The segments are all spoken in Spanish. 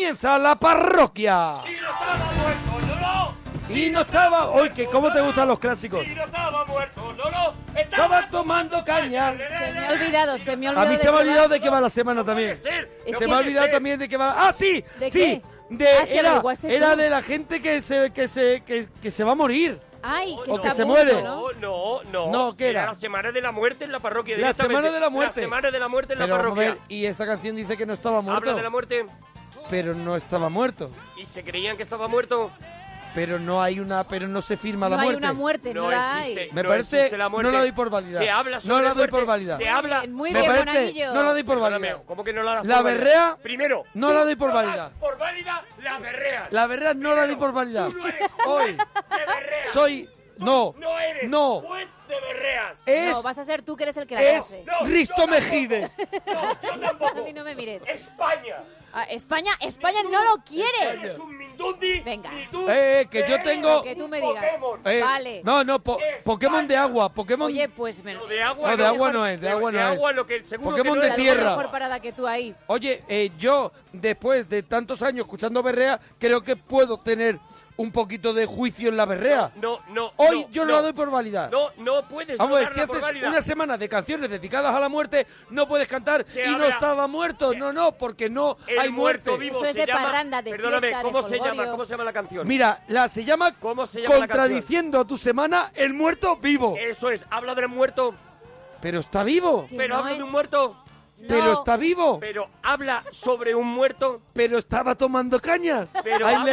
comienza la parroquia. Y no estaba muerto, no. Y no estaba... Oye, ¿cómo te gustan los clásicos? Y no estaba muerto, no. Estaba tomando caña. Se me ha olvidado, A mí se me ha olvidado de qué va la semana también. Es Se que- me ha olvidado también de qué va... ¡Ah, sí! ¿De sí. qué? Ah, sí, averiguaste tú. Era de la gente que se va a morir. Ay, que O está que se a punto, muere. ¿no? No, ¿qué era? La semana de la muerte en la parroquia. La semana de la muerte. La semana de la muerte en Pero la vamos a parroquia. ver, y esta canción dice que no estaba muerto. Habla de la muerte Pero no estaba muerto. y se creían que estaba muerto. Pero no se firma No la hay muerte. una muerte, no la hay. Me no parece, existe la muerte. no la doy por válida. Se habla sobre no la la doy muerte. por válida. Se habla. Muy Me bien, parece, Monaguillo. no la doy por Perdóname, válida. ¿cómo que no la das La por válida? berrea, Primero, no tú la doy por no das válida. Por válida, la berrea. La verdad no la doy por válida. Tú no eres Hoy juez de berrea. soy no. No eres No. juez de berreas. Es No, vas a ser tú que eres el que la es hace. No, Risto yo tampoco. Mejide. No, yo tampoco. A mí no me mires. España. Ah, España no lo quiere. Eres un Mindundi. Venga. Ni tú Que yo eres tengo- Lo que tú me un digas. Pokémon. Vale. No, España. Pokémon de agua, Pokémon. Oye, pues me No, de agua no, de no. agua no es, de agua no de es. agua lo que seguro Pokémon que no de es. Salgo tierra. mejor parada que tú ahí. Oye, yo después de tantos años escuchando berrea, creo que puedo tener un poquito de juicio en la berrea. No. Hoy yo no la doy por válida. No puedes Vamos a ver, darla si por haces válida. una semana de canciones dedicadas a la muerte, no puedes cantar Se y no habla- estaba muerto. se- No, porque no El hay muerto muerte. vivo Eso es se de llama- parranda, de Perdóname, fiesta, de ¿cómo se jolgorio. llama? ¿Cómo se llama la canción? Mira, se llama ¿Cómo se llama la Contradiciendo a tu semana el muerto vivo. Eso es, habla del muerto, Pero está vivo. Que pero no habla es- de un muerto, No. Pero está vivo. pero habla sobre un muerto, Pero estaba tomando cañas. pero Ay,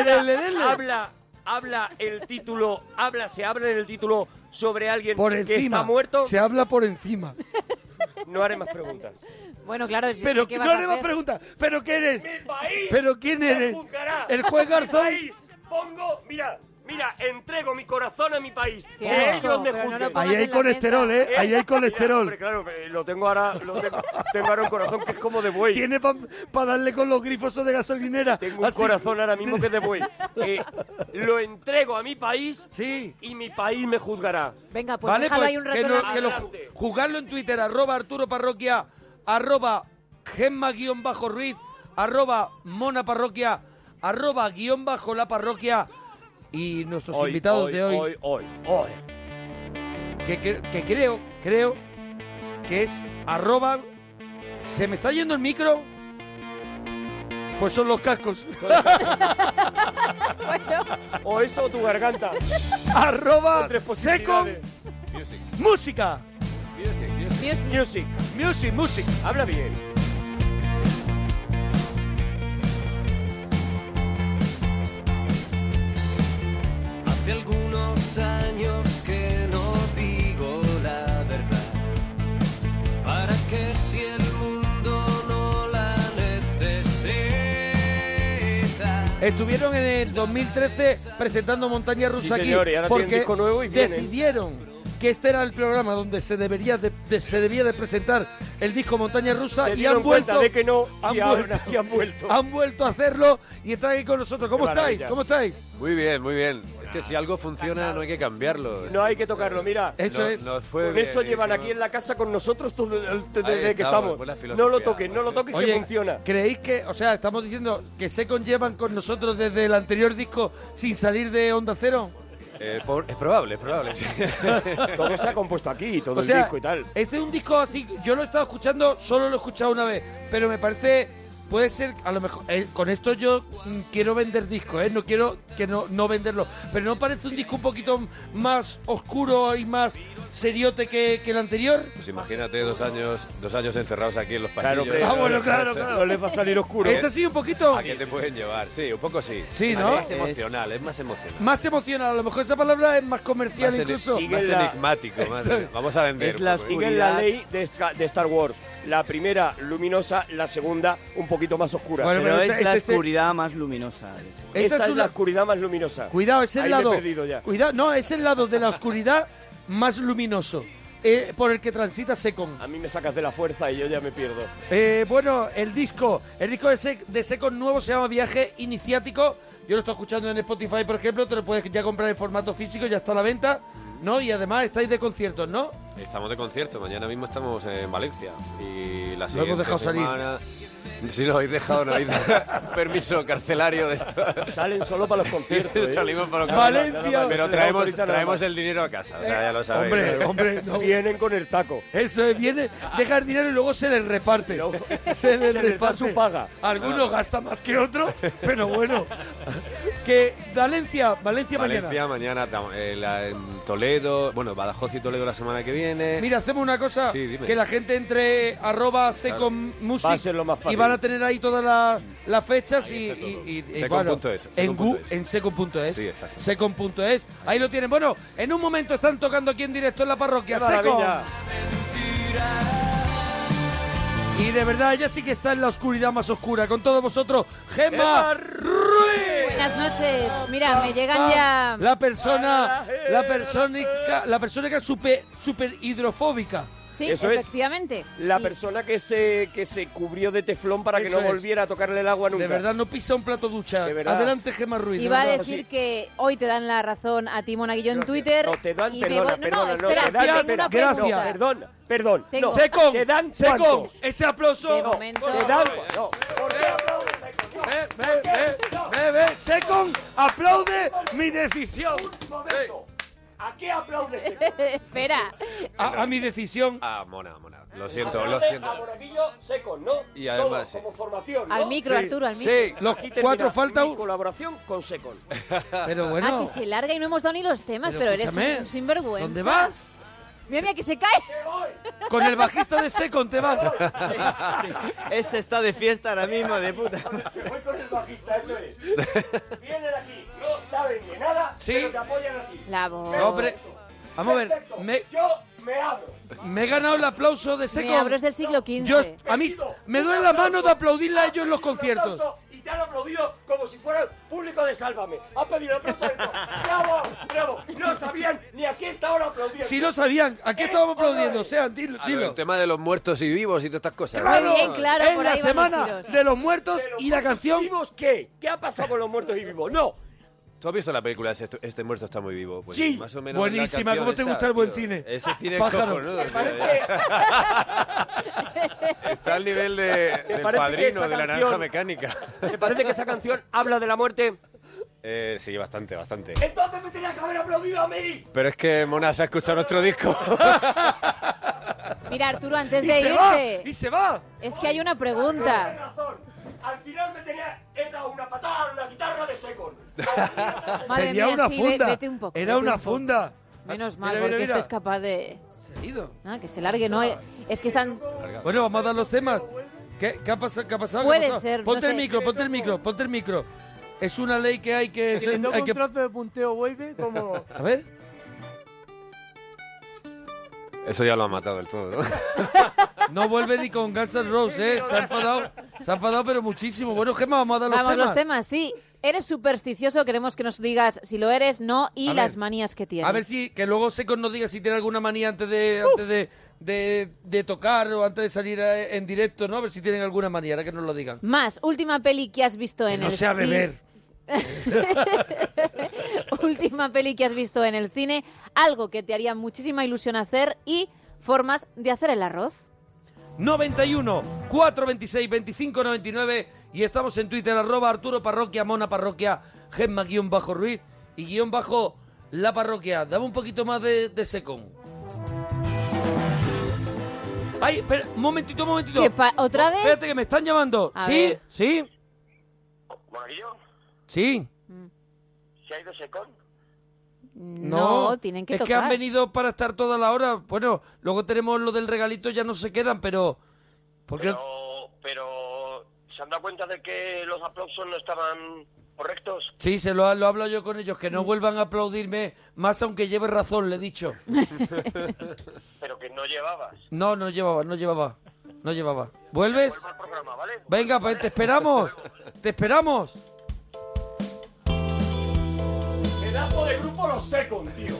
habla el título, se habla en el título sobre alguien por que encima. está muerto. Se habla por encima. No haré más preguntas. Bueno, claro, si Pero ¿qué no vas a haré más hacer? preguntas. ¿Pero qué eres? Mi país ¿Pero quién me eres? juzgará. ¿El juez Mi Garzón? país, pongo, mira, entrego mi corazón a mi país. Qué Que asco, ellos me pero no lo juzguen. pongas Ahí hay en la colesterol, mesa. ¿eh? Ahí hay colesterol. Mira, hombre, claro, lo tengo ahora, tengo ahora un corazón que es como de buey. Tiene para darle con los grifos de gasolinera. Tengo un Así. corazón ahora mismo que es de buey. Lo entrego a mi país Sí. y mi país me juzgará. Venga, pues Vale, déjalo pues ahí un rato que, en la que lo mesa. juzgarlo en Twitter, @Arturo Parroquia, @Gemma_Ruiz, @Mona Parroquia, @la Parroquia. Y nuestros invitados de hoy, hoy. que creo que es ¿se me está yendo el micro? Pues son los cascos. Bueno, O eso o tu garganta. Tres @Secon posibilidades. Música. music. Music. Habla bien. Hace algunos años que no digo la verdad. ¿Para qué si el mundo no la necesita? Estuvieron en el 2013 presentando Montaña Rusa Sí, aquí señor, y ahora tienen porque disco nuevo y vienen. decidieron que este era el programa donde se debía de presentar el disco Montaña Rusa Se y dieron han vuelto cuenta de que no han y ahora vuelto. sí han vuelto. Han vuelto a hacerlo y están aquí con nosotros. ¿Cómo Qué estáis? maravilla. ¿Cómo estáis? Muy bien, muy bien. Es que si algo funciona no hay que cambiarlo. No hay que tocarlo, mira. Eso es. Nos fue Con bien, eso llevan hicimos- aquí en la casa con nosotros desde Ahí que estamos, estamos. buena No filosofía, lo toques, no lo buena toques, que Oye, funciona. ¿creéis que, o sea, estamos diciendo que se conllevan con nosotros desde el anterior disco sin salir de Onda Cero? Es probable, sí. Todo se ha compuesto aquí, todo O el sea, disco y tal. este es un disco así, yo lo he estado escuchando, solo lo he escuchado una vez, pero me parece, puede ser, a lo mejor, con esto yo quiero vender discos, no quiero que no venderlo, pero ¿no parece un disco un poquito más oscuro y más seriote que el anterior? Pues imagínate 2 años encerrados aquí en los Claro, pasillos. hombre, bueno, claro. No les va a salir oscuro. ¿Es así un poquito? ¿A qué te pueden llevar? Sí, un poco sí. Sí, Es ¿no? más emocional, es más emocional. Más emocional, a lo mejor esa palabra es más comercial Más, incluso. Sigue más la- enigmático. Eso es. Vamos a vender. Es la un poco. Siguen la ley de Star Wars. La primera luminosa, la segunda un poquito más oscura. Bueno, Pero pero es la este- oscuridad más luminosa. esta Esta es es una- la oscuridad más luminosa. Cuidado, es el Ahí me he lado. perdido ya. Cuidado, no, es el lado de la oscuridad más luminoso. Por el que transita Secon. A mí me sacas de la fuerza y yo ya me pierdo. Bueno, el disco de Secon nuevo se llama Viaje Iniciático. Yo lo estoy escuchando en Spotify, por ejemplo, te lo puedes ya comprar en formato físico, ya está a la venta. ¿no? Y además estáis de conciertos, ¿no? Estamos de concierto, mañana mismo estamos en Valencia. Y la Lo siguiente hemos dejado salir. semana... Si lo habéis dejado, no habéis dado permiso carcelario de esto. Salen solo para los conciertos. ¿eh? Salimos para los Valencia. Pero traemos el dinero a casa, o sea, ya lo sabéis. Hombre, no. Vienen con el taco. Eso es, viene, deja el dinero y luego se les reparte. Se les se les da reparte. su paga. Algunos gastan más que otros, pero bueno. Que Valencia mañana. En Toledo, bueno, Badajoz y Toledo la semana que viene. Mira, hacemos una cosa, Sí, dime. que la gente entre @secommusic Va a ser lo más fácil. y van a tener ahí todas las fechas y Secom.es, en secom.es. Sí, exacto. Secom.es. Ahí lo tienen. Bueno, en un momento están tocando aquí en directo en la parroquia. ¡Qué Secom. maravilla! Y de verdad, ella sí que está en la oscuridad más oscura. Con todos vosotros, Gemma Ruiz. Buenas noches. Mira, me llegan ya... La persona super hidrofóbica. Sí, Eso es. efectivamente. La Y- persona que se cubrió de teflón para que Eso no es. volviera a tocarle el agua nunca. De verdad, no pisa un plato ducha. De verdad. Adelante, Gemma Ruiz. de Iba a verdad. decir que hoy te dan la razón a ti, Monaguillo, en Twitter. No, te dan, y me perdona, voy- perdona, espera, te dan, tengo espera, una gracias. pregunta. Perdón, Tengo- no. Secom, ¿Te dan Secom, cuántos? ese aplauso. De momento- ¿Te dan no. ¿Por qué aplaudes, Secom? Ve, Secom, aplaude mi decisión. Un momento. ¿A qué aplaudes, Secom? Espera. A mi decisión. Ah, mona. Lo siento, Aplaude lo siento. A Monaguillo, Secom, ¿no? Y además, Todo, como formación, ¿no? Al micro, Sí, Arturo, al micro. Sí, Los Aquí termina 4 falta mi un. colaboración con Secom. Pero bueno. Ah, que se larga y no hemos dado ni los temas, pero eres escúchame, un sinvergüenza. ¿Dónde vas? Mira, que se cae. Con el bajista de Secom te vas. Ese está de fiesta ahora mismo, de puta. Voy con el bajista, eso es. Vienen aquí, no saben de nada, Sí. pero te apoyan aquí. La voz. No, hombre. Vamos a ver. Perfecto. Me Yo me abro. he ganado el aplauso de Me Secom. abro es del siglo XV. Yo, a mí me duele la mano de aplaudirle a ellos en los conciertos. Y te han aplaudido como si fuera el público de Sálvame. Han pedido el aplauso de todos. ¡Bravo! ¡Bravo! No sabían ni a quién estaban aplaudiendo. Si lo sabían, ¿a qué estábamos aplaudiendo? Sean, dilo. El tema de los muertos y vivos y todas estas cosas. Muy bien, claro, Es por la ahí van los semana tiros. de los muertos ¿De los y la muertos canción. vivos qué? ¿Qué ha pasado con los muertos y vivos? No. ¿Tú has visto la película Este muerto está muy vivo? Pues Sí. más o menos Buenísima, la canción ¿cómo te esta, gusta el buen tío. cine? Ese cine es Pájaro. cojonudo, tío. Parece, Está al nivel del parece que Padrino, esa de la canción- Naranja Mecánica. ¿Te parece que esa canción habla de la muerte? Sí, bastante. Entonces me tenías que haber aplaudido a mí. Pero es que, Mona, se ha escuchado nuestro disco. Mira, Arturo, antes Y de se va, irte, y se va. es que hay una Tienes pregunta. razón. Al final he dado una patada a una guitarra de Secon. Madre Sería mía, una sí, funda. vete un poco. Era vete una un poco. funda. Menos mal, Mira, porque mira, este mira. es capaz de... Se ha ido. que se largue, ¿no? Es que están... Bueno, vamos a dar los temas. ¿Qué ha pasado? ¿Qué ha pasado? Puede ¿Qué ha pasado? ser, no Ponte el sé. micro, ponte el micro. Es una ley que hay que... hay que- de punteo vuelve como... A ver. Eso ya lo ha matado del todo, ¿no? No vuelve ni con Guns N' Roses, ¿eh? Se ha enfadado, pero muchísimo. Bueno, Gemma, vamos a dar los Vamos, temas. los temas, sí. ¿Eres supersticioso? Queremos que nos digas si lo eres, no, y A las ver. manías que tienes. A ver si, que luego Secon nos diga si tiene alguna manía antes de tocar o antes de salir en directo, ¿no? A ver si tienen alguna manía, ahora que nos lo digan. Más, última peli que has visto en No el sea cine. beber. Última peli que has visto en el cine, algo que te haría muchísima ilusión hacer y formas de hacer el arroz. 91 426 25 99 y estamos en Twitter @Arturo Parroquia, Mona Parroquia, Gemma_Ruiz y _La Parroquia. Dame un poquito más de Secon. Ay, espera, un momentito. ¿Otra vez? Espérate que me están llamando. A ¿Sí? ver. ¿Sí? ¿Monaguillo? ¿Sí? ¿Se ha ido Secon? No, tienen que es tocar. que han venido para estar toda la hora. Bueno, luego tenemos lo del regalito, ya no se quedan, pero... Porque... Pero ¿se han dado cuenta de que los aplausos no estaban correctos? Sí, lo hablo yo con ellos, que no vuelvan a aplaudirme más aunque lleve razón, le he dicho. Pero que no llevabas. No llevaba. ¿Vuelves? Vuelvo al programa, ¿vale? Venga, pues te esperamos. Pedazo de grupo los Secon, tío.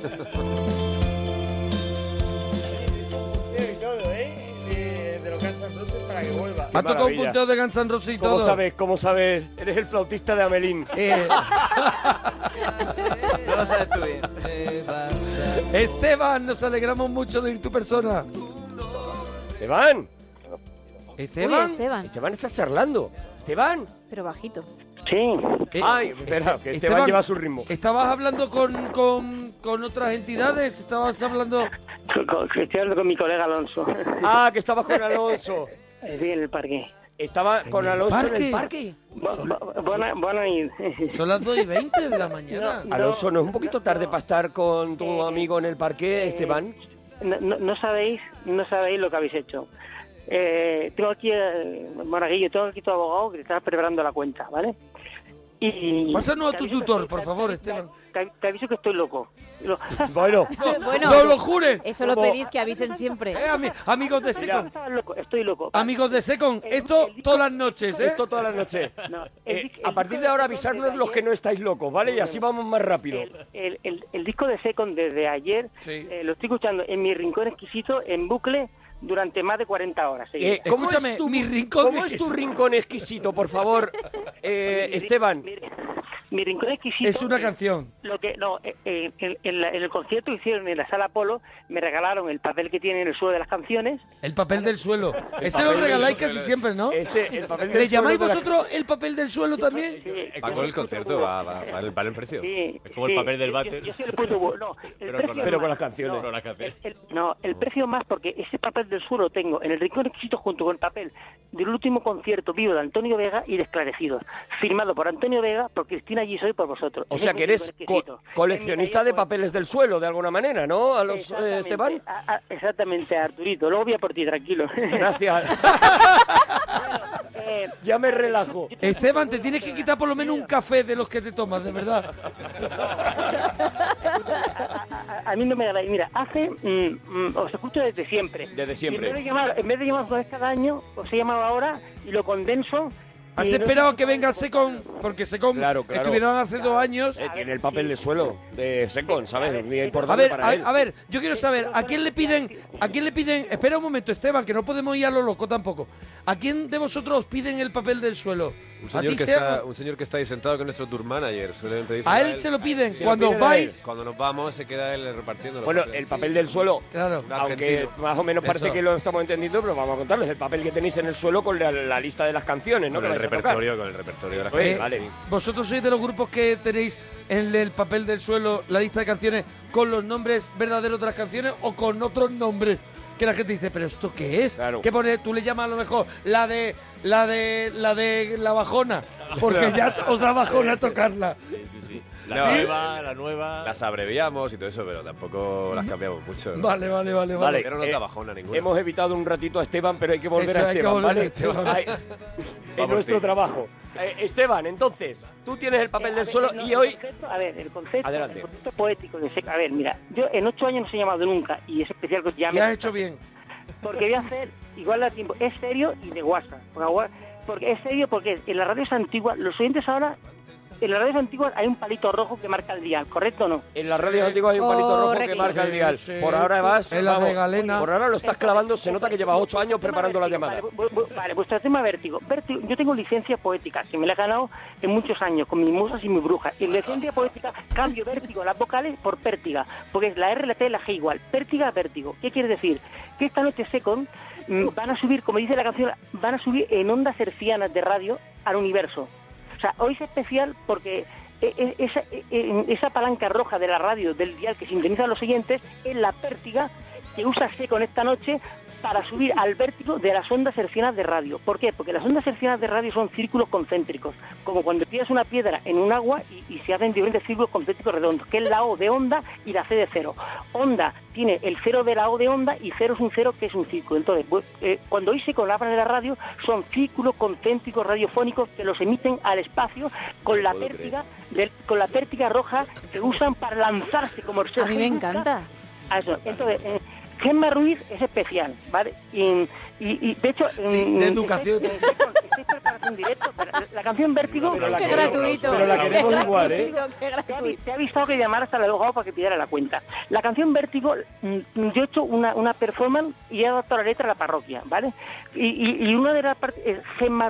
De los Guns N' Roses para que vuelva. Ha tocado un maravilla. punteo de Guns N' Roses y ¿Cómo todo. sabes? Eres el flautista de Amelín. Eh, lo sabes tú bien. Esteban, nos alegramos mucho de ir tu persona. Esteban. Uy, Esteban. Esteban, Está charlando. Esteban. pero bajito. Sí. Eh, Ay, espera, que Esteban Esteban, lleva su ritmo. ¿Estabas hablando con otras entidades? ¿Estabas hablando...? Estoy hablando con mi colega Alonso. Ah, que estabas con Alonso. Sí, en el parque. Estaba con Alonso en el parque. Buena y... Son las 2:20 de la mañana. No. Alonso, ¿no es un poquito tarde para estar con tu amigo en el parque, Esteban? No sabéis lo que habéis hecho. Tengo aquí, Monaguillo, tengo aquí tu abogado que está preparando la cuenta, ¿vale? Y Pásanos a te tu aviso tutor, que- por favor, Esteban. Te aviso que estoy loco. Bueno, Bueno, ¡No lo jures! eso lo pedís que avisen siempre. Amigos de No, Secon. estaba loco, estoy loco. Amigos de Secon, esto todas las noches, ¿eh? esto todas las noches. No, A partir de ahora avisarnos los que no estáis locos, ¿vale? Y así vamos más rápido. El disco de Second desde ayer Sí. lo estoy escuchando en mi rincón exquisito en bucle durante más de 40 horas. seguidas. Escúchame, mi rincón ¿Cómo es tu rincón exquisito, por favor, Esteban? Mi rincón exquisito Es una canción. Lo que no, en el concierto que hicieron en la sala Apolo me regalaron el papel que tiene en el suelo de las canciones. El papel del suelo. Ese lo regaláis casi siempre, ¿no? El papel del ¿Le llamáis suelo de la- vosotros el papel del suelo también? Va con el concierto, vale el precio. Sí, Es como el papel del váter. Yo soy el puto no, el precio pero más. con las canciones. No, Con las canciones. el precio más porque ese papel del suelo lo tengo en el rincón exquisito junto con el papel del último concierto vivo de Antonio Vega y de Esclarecidos, firmado por Antonio Vega, por Cristina Giso y por vosotros. O Ese sea es que mi eres rincón exquisito. coleccionista En mi de taller, papeles del suelo, de alguna manera, ¿no? A los Exactamente, Esteban. Exactamente, Arturito. Luego voy a por ti, tranquilo. Gracias. Ya me relajo. Esteban, te tienes que quitar por lo menos un café de los que te tomas, de verdad. A mí no me da. Mira, os escucho desde siempre. Desde siempre. Y en vez de llamar una vez cada año, os he llamado ahora y lo condenso. ¿Has y no esperado sé- que venga el Secon? Porque Secon Claro. estuvieron hace 2 años. Tiene el papel de suelo de Secon, ¿sabes? Es muy A importante ver, para él. a ver, yo quiero saber, ¿a quién le piden? Espera un momento, Esteban, que no podemos ir a lo loco tampoco. ¿A quién de vosotros os piden el papel del suelo? Un ¿A señor, ti, que Seba? está, un señor que está ahí sentado con nuestro tour manager. Suelen pedir A él se lo piden. Se lo Cuando os piden a él. vais, Cuando nos vamos se queda él repartiendo los Bueno, papeles. el papel del suelo, claro. Un aunque argentino. más o menos parece Eso. que lo estamos entendiendo, pero vamos a contarles el papel que tenéis en el suelo con la lista de las canciones, ¿no? Con Que el vais a tocar. repertorio, con el repertorio de la Oye, gente. vale. ¿Vosotros sois de los grupos que tenéis en el papel del suelo la lista de canciones con los nombres verdaderos de las canciones o con otros nombres? Que la gente dice, ¿pero esto qué es? Claro. ¿Qué pone? Tú le llamas a lo mejor la de la bajona, porque ya os da bajona tocarla. Sí. No, La nueva. Las abreviamos y todo eso, pero tampoco las cambiamos mucho. ¿no? Vale. Vale. Pero no da bajona ninguna. Hemos evitado un ratito a Esteban, pero hay que volver Eso, a hay que Esteban, volver a ¿vale? Esteban. Ay, por en nuestro ti. trabajo. Esteban, entonces, tú tienes el papel del suelo y hoy... El concepto Adelante. poético de Second. A ver, mira, yo en 8 años no os he llamado nunca y es especial que os llame. Y has hecho bien. Porque voy a hacer igual a tiempo. Es serio y de WhatsApp. Porque es serio porque en las radios antiguas, los oyentes ahora, en las radios antiguas hay un palito rojo que marca el dial, ¿correcto o no? En las radios antiguas hay un palito rojo que Correcto. marca el dial. Sí, Por ahora vas... en la vamos, de Galena. Por ahora lo estás clavando, se nota que llevas 8 años preparando la llamada. Vale, vuestro tema Vértigo. Yo tengo licencia poética, que me la he ganado en muchos años, con mis musas y mis brujas. Y en licencia poética cambio vértigo, las vocales, por pértiga, porque es la R, la T y la G igual. Pértiga, vértigo. ¿Qué quiere decir? Que esta noche Second van a subir, como dice la canción, van a subir en ondas hercianas de radio al universo. O sea, hoy es especial porque esa palanca roja de la radio, del dial que sintoniza a los siguientes, es la pértiga que usa Second esta noche para subir al vértigo de las ondas hercianas de radio. ¿Por qué? Porque las ondas hercianas de radio son círculos concéntricos, como cuando tiras una piedra en un agua y se hacen diferentes círculos concéntricos redondos, que es la O de onda y la C de cero. Onda tiene el cero de la O de onda y cero es un cero que es un círculo. Entonces, cuando hoy se colabran en la radio, son círculos concéntricos radiofónicos que los emiten al espacio con la pértiga roja que usan para lanzarse como el A mí me encanta. a eso. Entonces, Gemma Ruiz es especial, ¿vale? Y de hecho... Sí, de educación. Estoy preparando un directo. La canción Vértigo... Pero la Qué queremos, gratuito. pero la queremos Qué igual, ¿eh? gratuito, qué gratuito. Te ha avisado que llamar hasta el abogado para que pidiera la cuenta. La canción Vértigo, yo he hecho una performance y he adaptado la letra a la parroquia, ¿vale? Y una de las partes es Gemma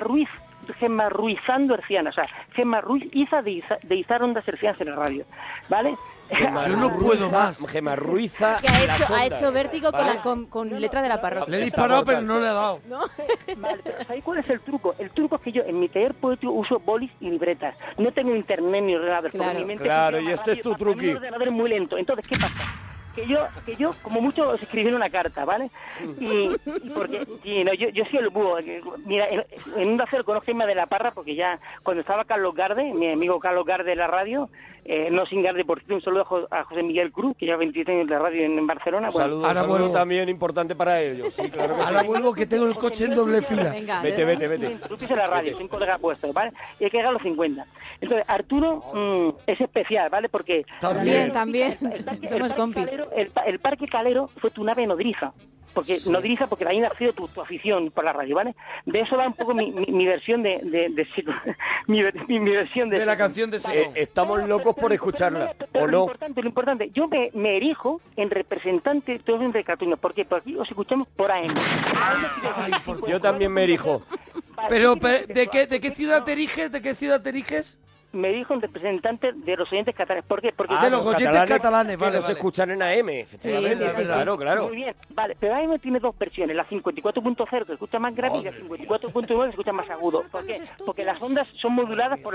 Ruizando hercianas, o sea, Gemma Ruiz de izar ondas hercianas en la radio, ¿vale? Yo no puedo más. Gemarruiza Que ha las hecho, ha ondas. hecho vértigo con, ¿Vale? con letra de la parroquia. Le he disparado, pero no le he dado. ¿No? Vale, pero ¿sabéis cuál es el truco? El truco es que yo en mi taller poético uso bolis y libretas. No tengo internet ni ordenador. Claro. porque mi mente Claro, funciona y más este es rápido, tu para mí truqui. el ordenador es muy lento. Entonces, ¿qué pasa? Que yo como mucho os escribí una carta, ¿vale? Y porque no, yo soy el búho. Mira, en un hacer conozco de la Parra porque ya cuando estaba Carlos Garde, mi amigo Carlos Garde de la radio, no sin Garde, por cierto, un saludo a José Miguel Cruz, que lleva 23 años de radio en Barcelona. Saludos, ahora saludo vuelvo. también importante para ellos. Sí, claro que Ahora sí. vuelvo que tengo el coche en doble fila. Venga, Vete. Tú piensas en la radio, soy un colega puesto, ¿vale? Y hay que llegar a los 50. Entonces, Arturo es especial, ¿vale? Porque También. Somos compis. El Parque Calero fue tu nave nodriza. Porque nodriza, porque de ahí nació tu afición por la radio, ¿vale? De eso va un poco mi versión de mi versión De la canción de Seco. Estamos locos por escucharla, pero ¿o lo no? importante, yo me erijo en representante de todos los Catuño, porque por aquí os escuchamos por AM. Yo también me erijo. Pero, ¿de qué ciudad te eriges? ¿De qué ciudad te eriges? Me dijo un representante de los oyentes catalanes. ¿Por qué? Porque de los oyentes catalanes, que vale, nos vale. escuchan en AM, efectivamente. Sí, sí. Claro. Muy bien, vale, pero AM tiene dos versiones, la 54.0 que se escucha más grave y la 54.9 que se escucha más agudo. ¿Por qué? Porque las ondas son moduladas por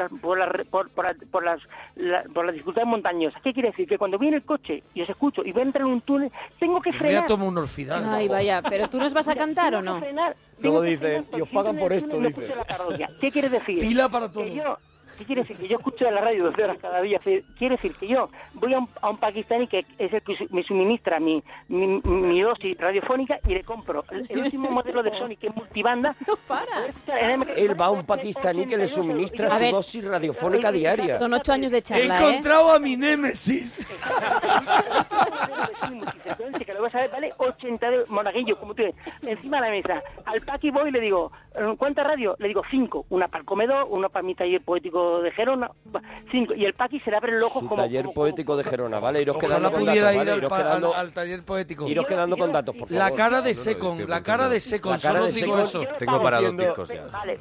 las dificultades montañosas. ¿Qué quiere decir? Que cuando viene el coche y os escucho y voy a entrar en un túnel, tengo que Voy frenar. a tomar un orfidal. Ay, vaya, pero ¿tú nos vas a cantar o no? Luego dice, y os pagan por esto, dice. ¿Qué quiere decir? Pila para todo. ¿Qué quiere decir? Que yo escucho en la radio 12 horas cada día. Quiere decir que yo voy a un pakistaní que es el que me suministra mi dosis radiofónica y le compro el último modelo de Sony que es multibanda. No para. Él va a un pakistaní que le suministra A su ver. dosis radiofónica diaria. Son 8 años de He charla, encontrado a mi némesis. Que lo vas a ver, vale 80 de monaguillo, como tú ves, encima de la mesa. Al paqui voy y le digo, ¿cuántas radios? Le digo 5. Una para el comedor, una para mi taller poético de Gerona, 5. Y el paqui se le abre el ojo Su como... taller poético de Gerona, ¿vale? Iros Ojalá quedando con pudiera datos, ir ¿vale? Iros quedando, al taller poético. iros quedando con datos, por favor. La cara de estoy Secon, la apuntando. cara de Secon, La cara solo de digo Secon. eso. Tengo para dos discos ya. Vale,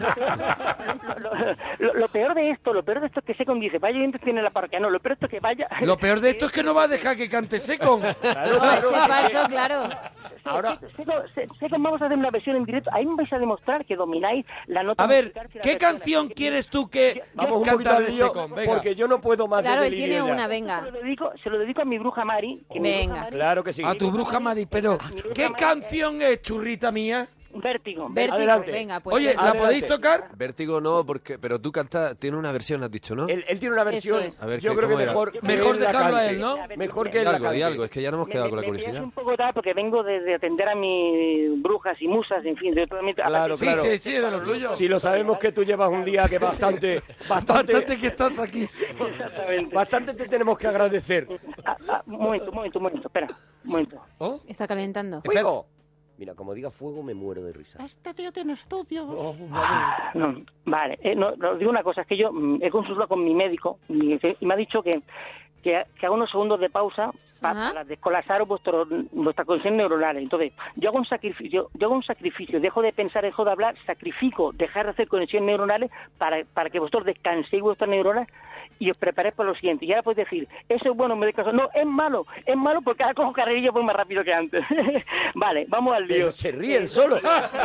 lo peor de esto es que Secon dice, vaya gente tiene la parroquia. No, lo peor de esto es que vaya... Lo peor de esto es que no va a dejar que cante Secon. No, este paso, claro. Ahora, Secon, vamos a hacer una versión en directo. Ahí me vais a demostrar que domináis la nota A ver, musical, que la ¿qué persona- canción quieres tú que vamos un poquito cantar al de lío, Secon? Venga. porque yo no puedo más Claro, de él delirio tiene ya. una, venga. Se lo dedico a mi bruja Mari. Que mi bruja Venga. Mari- Claro que sí. A tu bruja Mari, pero ¿qué canción es, churrita mía? Vértigo. Vértigo, Adelante. venga, pues. Oye, venga. ¿la Adelante. podéis tocar? Vértigo no, pero tú cantas, tiene una versión, has dicho, ¿no? Él tiene una versión, Eso es. A ver, yo ¿qué- creo que cómo era? Mejor él la dejarlo a cante. él, ¿no? Mejor que Di él la algo, di cante. algo, es que ya no hemos quedado con la Me pillas curiosidad. un poco tal porque vengo de atender a mis brujas y musas, en fin, Claro, Sí, claro. sí, de lo tuyo. Si lo sabemos que tú llevas un día que bastante Bastante que estás aquí. Exactamente. bastante te tenemos que agradecer. Un momento, espera, un momento. ¿Oh? Está calentando. ¡Fuego! Mira, como diga fuego me muero de risa. Este tío tiene estudios. No, vale, no, os digo una cosa, es que yo he consultado con mi médico y me ha dicho que haga unos segundos de pausa para descolapsar vuestra conexión neuronal. Entonces, yo hago un sacrificio, dejo de pensar, dejo de hablar, sacrifico dejar de hacer conexiones neuronales para que vosotros descanséis vuestras neuronas y os preparéis para lo siguiente. Y ahora podéis decir, eso es bueno, me descanso. No, es malo porque ahora cojo carrerilla voy más rápido que antes. Vale, vamos al lío. Pero se ríe él solo.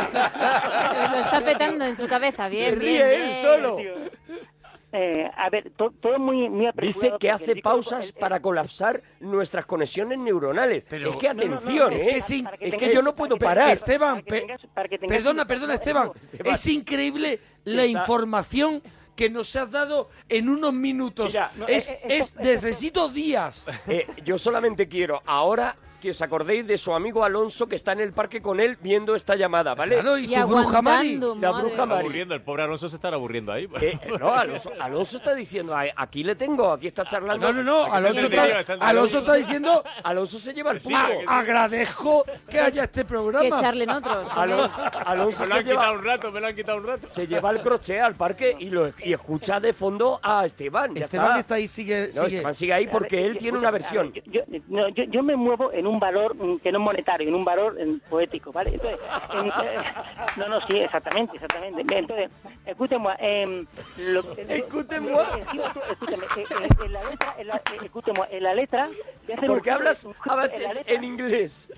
Lo está petando en su cabeza. Bien, Se bien, ríe él bien. solo. A ver, todo muy apresurado. Dice que porque hace el disco- pausas para colapsar nuestras conexiones neuronales. Pero- es que atención, Es ¿eh? que sí, es que yo no puedo parar. Esteban, para que tengas- perdona, Esteban. Es increíble la información que nos has dado en unos minutos. Mira, Necesito días. Yo solamente quiero ahora que os acordéis de su amigo Alonso que está en el parque con él viendo esta llamada, ¿vale? Claro, y Y su bruja Mari. aguantando, La madre bruja mía. Mari. Aburriendo, el pobre Alonso se estará aburriendo ahí. No, Alonso está diciendo, aquí le tengo, aquí está charlando. No, Alonso está diciendo, Alonso se lleva el Sí, pulpo. que sí. agradezco que haya este Que programa. charlen otros. Alonso Me lo se han quitado lleva, un rato, me lo han quitado un rato. se lleva el crochet al parque y escucha de fondo a Esteban. Ya Esteban está. está ahí, sigue. No, Esteban sigue ahí porque él tiene una versión. Yo me muevo en un valor que no es monetario, en un valor poético, ¿vale? Entonces, sí, exactamente. Entonces, escúchame, en la letra... Porque hablas a veces en inglés.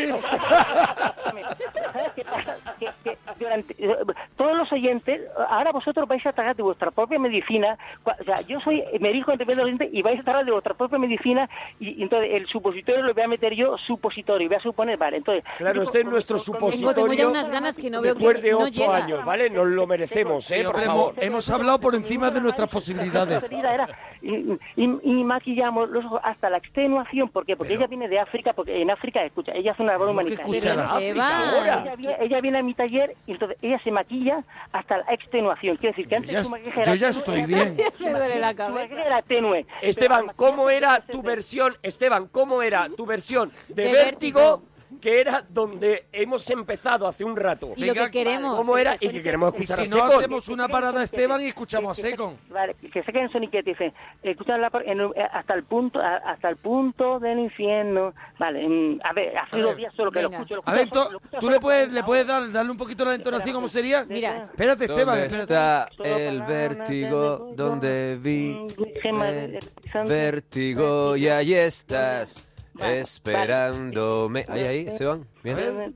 ¿Sabes qué pasa? Que durante, todos los oyentes, ahora vosotros vais a tratar de vuestra propia medicina. O sea, yo me dirijo entre los oyentes y vais a tratar de vuestra propia medicina y entonces el supositorio lo voy a meter yo supositorio, voy a suponer, vale, entonces... Claro, este es nuestro supositorio. Tengo ya unas ganas que no veo que después de no 8 llega. años, ¿vale? Nos lo merecemos, por favor. Hemos hablado por encima de nuestras posibilidades. Y maquillamos los ojos hasta la extenuación. ¿Por qué? Porque ella viene de África, porque en África, escucha, ella hace una labor humanitaria. Ella viene a mi taller y entonces ella se maquilla hasta la extenuación. Quiere decir que antes su maquillaje era... Yo ya estoy bien. Me duele la cabeza. Era tenue. Esteban, ¿cómo era tu versión de Vértigo? Que era donde hemos empezado hace un rato. Y lo que queremos. ¿Cómo era? Y que queremos escuchar Y a si no, Secon. hacemos una parada a Esteban y escuchamos a Secon. Vale, que se queden soniquetes, dicen, escuchan hasta el punto del infierno. Vale, a ver, hace 2 días solo que lo escucho. A ver, tú le puedes darle un poquito la entonación, ¿cómo sería? Mira. Espérate, Esteban. ¿Dónde está el vértigo? ¿Dónde vi el vértigo? Y ahí estás. Esperándome. Ahí, Esteban. Bien.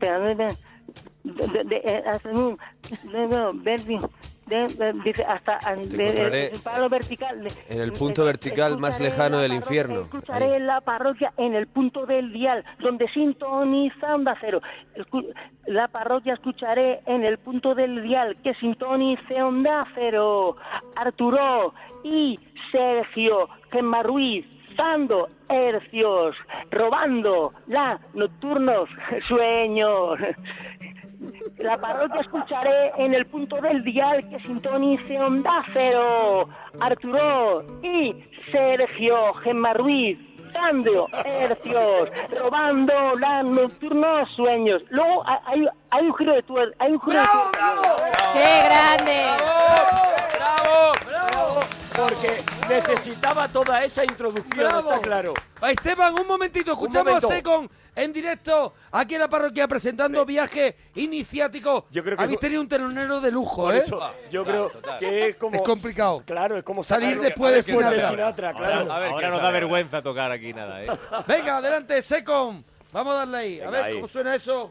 Dice hasta el palo vertical. En el punto vertical más lejano del infierno. Escucharé en la parroquia en el punto del dial, donde sintoniza Onda Cero. La parroquia escucharé en el punto del dial, que sintonice Onda Cero. Arturo y Sergio, Gemma Ruiz, dando hercios, robando la nocturnos sueños. La parroquia escucharé en el punto del dial, que sintonice Onda Cero. Arturo y Sergio, Gemma Ruiz, dando hercios, robando la nocturnos sueños. Luego hay un giro de tuerca. ¡Bravo! ¡Qué grande! ¡Bravo! Porque necesitaba toda esa introducción, está claro. Esteban, un momentito, escuchamos a Secon en directo aquí en la parroquia presentando Viaje Iniciático. Yo creo que habéis tenido un telonero de lujo, por eso, yo creo que es como... Es complicado. Claro, es como salir después de Sinatra. Claro. Ahora nos da vergüenza tocar aquí nada, ¿eh? Venga, adelante, Secon. Vamos a darle ahí. A ver cómo suena eso.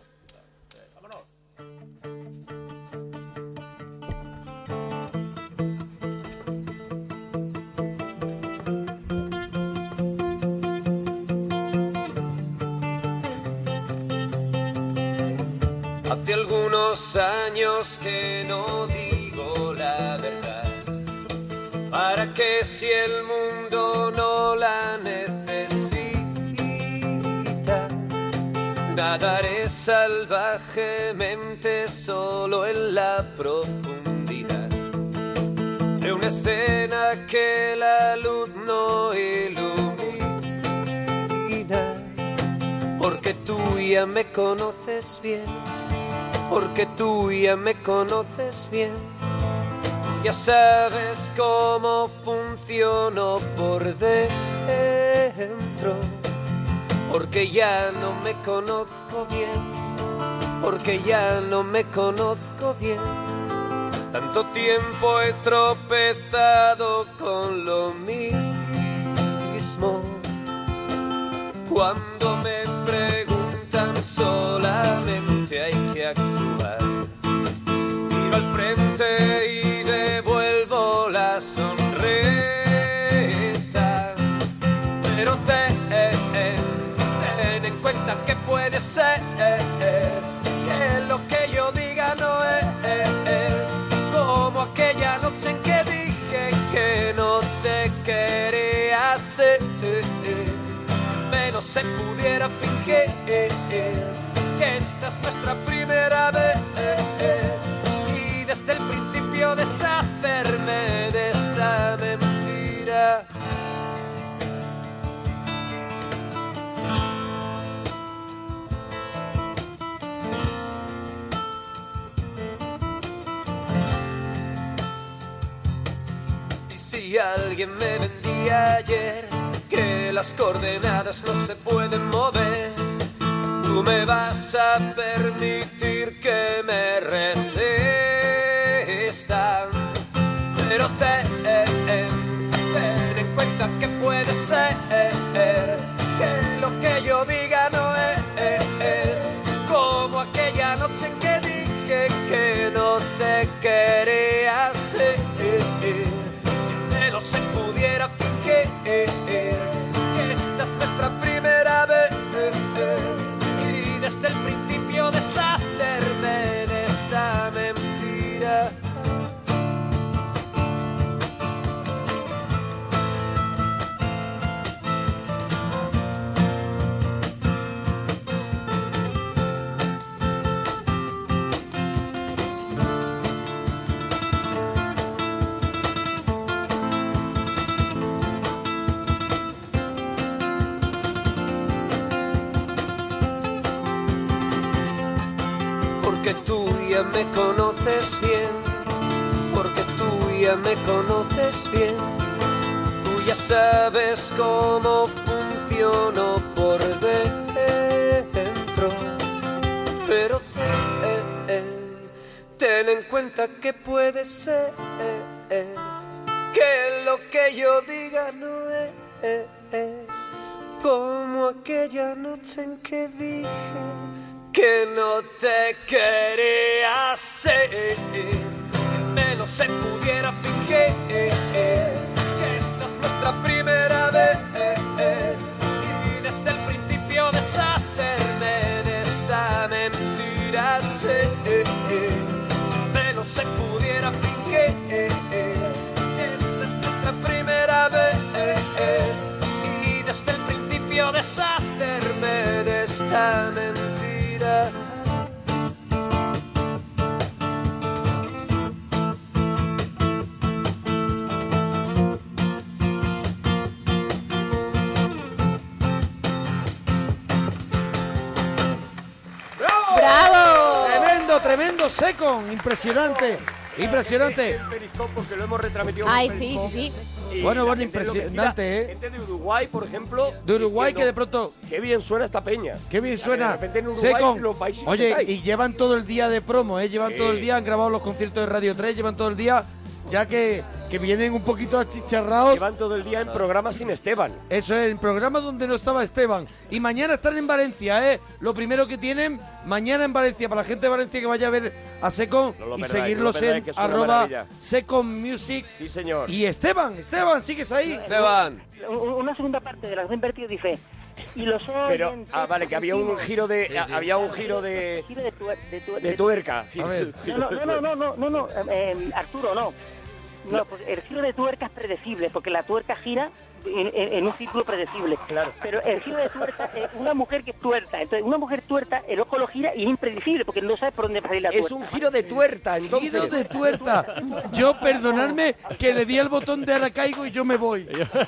Hace algunos años que no digo la verdad. ¿Para qué si el mundo no la necesita? Nadaré salvajemente solo en la profundidad de una escena que la luz no ilumina. Porque tú ya me conoces bien. Porque tú ya me conoces bien, ya sabes cómo funciono por dentro. Porque ya no me conozco bien, porque ya no me conozco bien. Tanto tiempo he tropezado con lo mismo. Cuando me preguntan solamente hay que actuar. Miro al frente y devuelvo la sonrisa. Pero ten en cuenta que puede ser que lo que yo diga no es como aquella noche en que dije que no te quería hacer. Menos se pudiera fingir que esta es nuestra primera vez y desde el principio deshacerme de esta mentira. Y si alguien me vendía ayer que las coordenadas no se pueden mover, tú me vas a permitir que me resista. Pero ten en cuenta que puede ser que lo que yo diga no es como aquella noche en que dije que no te quería ser. Pero se pudiera fingir que esta es nuestra primera vez y desde el principio deshacerme de esta mentira. Porque tú ya me conoces bien, porque tú ya me conoces bien, tú ya sabes cómo funciono por dentro, pero ten en cuenta que puede ser que lo que yo diga no es como aquella noche en que dije que no te quería ser. Menos se pudiera fingir que esta es nuestra primera vez y desde el principio deshacerme de esta mentira. Menos se pudiera fingir que esta es nuestra primera vez y desde el principio deshacerme de esta mentira. ¡Bravo! Tremendo Secon, impresionante. Impresionante. El Periscope porque lo hemos retransmitido. Ay, por sí, Periscope. sí, sí. Y Bueno, la gente lo que impresionante, tira, ¿eh? Gente de Uruguay, por ejemplo. De Uruguay que de diciendo, pronto... Qué bien suena esta peña. Qué bien suena. De repente en Uruguay Secon. los países que Oye, estáis. y llevan todo el día de promo, ¿eh? Llevan Sí. todo el día, han grabado los conciertos de Radio 3, llevan todo el día, ya que vienen un poquito achicharrados. Llevan todo el día en programas sin Esteban. Eso es, en programas donde no estaba Esteban. Y mañana están en Valencia, ¿eh? Lo primero que tienen, mañana en Valencia, para la gente de Valencia que vaya a ver a Secon No lo y perdáis, seguirlos no lo perdáis, en que es una maravilla. @Secon Music. Sí, señor. Y Esteban, ¿sigues ahí? Esteban. Una segunda parte de la canción Vértigo dice... Y los Pero, vale, que había un giro de... Había un giro de... Giro De tuerca. A ver. No, Arturo, no. No, pues el giro de tuerca es predecible, porque la tuerca gira en un círculo predecible. Claro. Pero el giro de tuerca es una mujer que es tuerta. Entonces, una mujer tuerta, el ojo lo gira y es impredecible, porque no sabes por dónde va a salir la tuerta. Es un giro de tuerta, entonces. Giro de tuerta. Yo, perdonadme, que le di el botón de ahora caigo y yo me voy.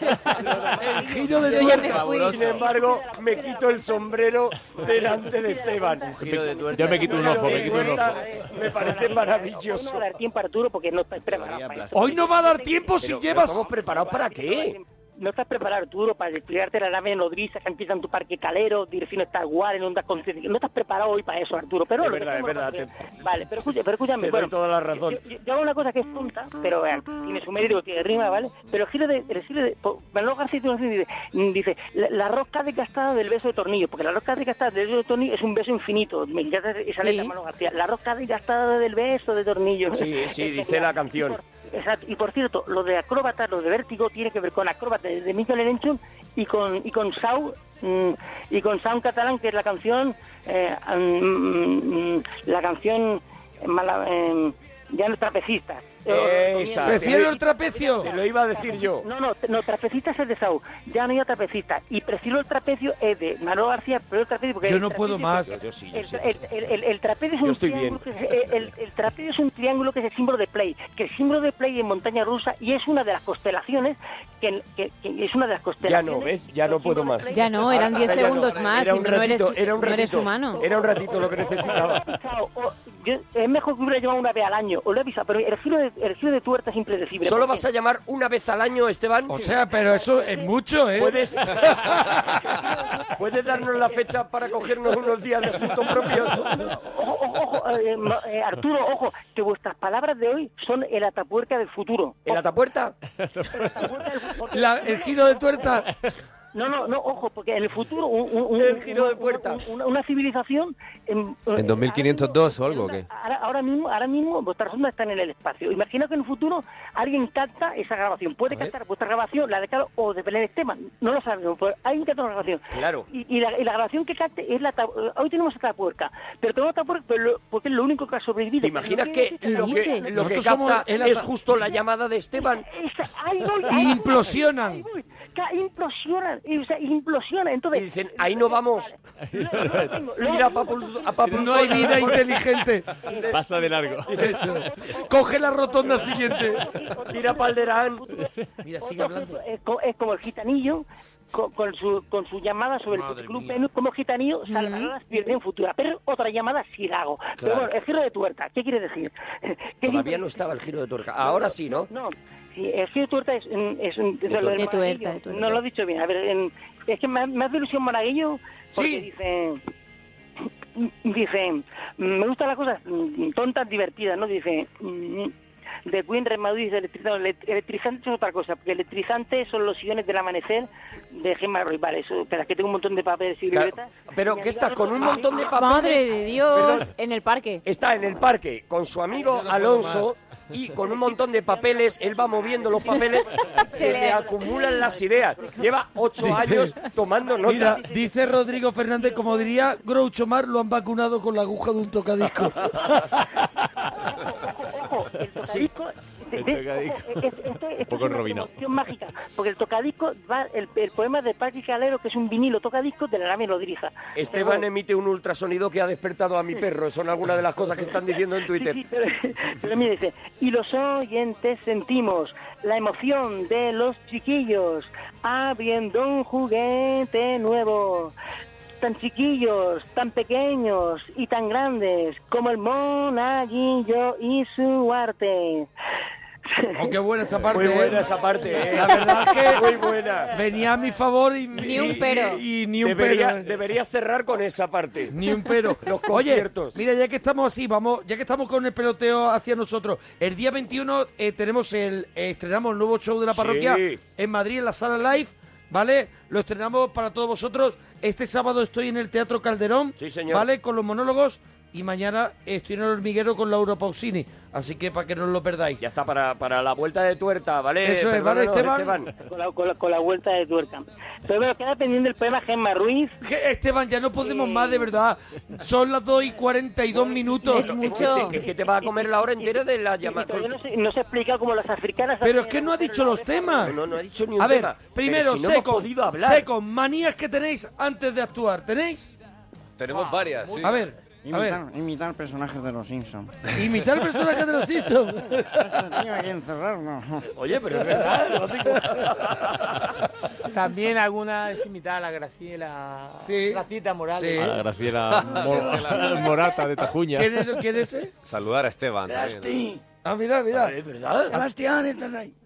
El giro de Yo ya me tuerta. fui. Sin embargo, me quito el sombrero delante de Esteban. Giro de tuerca. Yo me quito un ojo, me quito un ojo. Me parece Hoy no maravilloso. va a dar tiempo, Arturo, porque no estás preparado para eso. Hoy no va a dar tiempo si Pero llevas... ¿estamos preparados para qué? No estás preparado, Arturo, para desplegarte la nave nodriza que empieza en tu parque calero, dirección Star Wars, en ondas conscientes. No estás preparado hoy para eso, Arturo. Pero Es lo verdad, dejamos es verdad, para- Vale, pero escúchame. Te doy toda la razón. Yo hago una cosa que es tonta, pero tiene su mérito, tiene rima, ¿vale? Pero el giro de Manolo García dice la rosca desgastada del beso de tornillo, porque la rosca desgastada del beso de tornillo es un beso infinito. Me encanta esa Sí. letra de Manolo García. La rosca desgastada del beso de tornillo. Sí, dice la canción. Exacto. Y por cierto, lo de Acróbata, lo de Vértigo, tiene que ver con Acróbata de Miquel Erenchun y con Sau y con Sound Catalán, que es la canción ya no es trapecista. Esa. Prefiero el trapecio. Te lo iba a decir yo. No, trapecista es el de Sau, ya no hay trapecista. Y prefiero el trapecio es de Manolo García, pero el trapecio porque Yo el no puedo más. Yo sí. el trapecio es Yo un estoy triángulo el trapecio es un triángulo que es el símbolo de play, que el símbolo de play en montaña rusa y es una de las constelaciones que es una de las Ya constelaciones. no, ¿ves? Ya no puedo más. Ya no, eran 10 Ya no. segundos más Era y un no eres, ratito, era un no eres ratito. humano. Era un ratito lo que necesitaba. Es mejor que hubiera llevado una vez al año, os lo he avisado, pero el giro de tuerta es impredecible. ¿Solo porque- vas a llamar una vez al año, Esteban? O sea, pero eso es mucho, ¿eh? Puedes... ¿Puedes darnos la fecha para cogernos unos días de asuntos propios? Ojo, Arturo, ojo, que vuestras palabras de hoy son el atapuerca del futuro. ¿El atapuerta? El giro de tuerta. No, ojo, porque en el futuro el giro de puerta. Una civilización ¿En 2502 o algo o qué? Ahora mismo vuestras ondas están en el espacio. Imagina que en el futuro alguien capta esa grabación. Puede captar vuestra grabación, la de Carlos o de Belén Esteban, no lo sabemos, pero alguien capta una grabación. Claro. Y la grabación que capte es hoy tenemos Atapuerca, pero tenemos Atapuerca porque es lo único que ha sobrevivido. ¿Te imaginas que lo que capta es justo la llamada de Esteban? Implosionan. Implosiona, entonces... Y dicen, ahí no vamos. Mira a Papu. No hay vida inteligente. Pasa de largo. Eso. Coge la rotonda siguiente. Tira Palderán. Mira, sigue hablando. Es como el gitanillo con su llamada sobre el club Venus, como el gitanillo salvará las piernas en futura. Pero otra llamada sí la hago. Claro. Pero bueno, el giro de tuerta, ¿qué quiere decir? Todavía no estaba el giro de tuerca. Ahora sí, ¿no? No. Sí, el giro de tuerta es de tuerta. No lo he dicho bien. A ver, es que me hace ilusión Monaguillo porque dice, me gustan las cosas tontas, divertidas, ¿no? Dice, de Queen Remadrid dice, electrizante es otra cosa, porque electrizante son los sillones del amanecer de Gemma Ruiz. Vale, eso, espera, que tengo un montón de papeles y libretas. Pero ¿qué estás con un montón de papeles? Madre de Dios, Perdón. en el parque. Está en el parque con su amigo Alonso y con un montón de papeles, él va moviendo los papeles, se le acumulan las ideas. Lleva 8 años tomando notas. Mira, dice Rodrigo Fernández, como diría Groucho Marx, lo han vacunado con la aguja de un tocadisco. Ojo, el tocadisco... Esto es un poco enrobinado. Mágica, porque el tocadisco va el poema de Patrick Calero, que es un vinilo tocadisco de la nave nodriza. Esteban emite un ultrasonido que ha despertado a mi perro. Son algunas de las cosas que están diciendo en Twitter. Sí, pero mira, dice, y los oyentes sentimos la emoción de los chiquillos abriendo un juguete nuevo. Tan chiquillos, tan pequeños y tan grandes como el monaguillo y su arte. Oh, qué buena esa parte. Muy buena esa parte, La verdad es que muy buena. Venía a mi favor y ni un pero. Y ni un pero. Debería cerrar con esa parte. Ni un pero. Los Oye, conciertos. mira, ya que estamos así, ya que estamos con el peloteo hacia nosotros, el día 21 tenemos estrenamos el nuevo show de la parroquia en Madrid, en la Sala Live, ¿vale? Lo estrenamos para todos vosotros. Este sábado estoy en el Teatro Calderón, sí, señor. ¿vale? Con los monólogos. Y mañana estoy en el Hormiguero con Laura Pausini. Así que para que no os lo perdáis. Ya está, para la vuelta de tuerta, ¿vale? Eso es, ¿vale, Esteban? Con la vuelta de tuerca. Pero bueno, queda pendiente el poema Gemma Ruiz. Esteban, ya no podemos más, de verdad. Son las 2:42 minutos. Es mucho. Es que te vas a comer la hora entera de la llamada. No se explica cómo las africanas... Pero es que no ha dicho los temas. No ha dicho ni un tema. A ver, tema. primero, si no hemos podido hablar. Seco, manías que tenéis antes de actuar. ¿Tenéis? Tenemos varias, sí. A ver. Imitar personajes de los Simpsons. ¿Imitar personajes de los Simpsons? Tengo que encerrarnos. Oye, pero es verdad. También alguna es imitar a la Graciela... Sí. Gracita Morales. Sí. A la Graciela Morata de Tajuña. ¿Quién es ese? Saludar a Esteban. Gasti. Ah, mira. Es verdad. Sebastián, ¿estás ahí?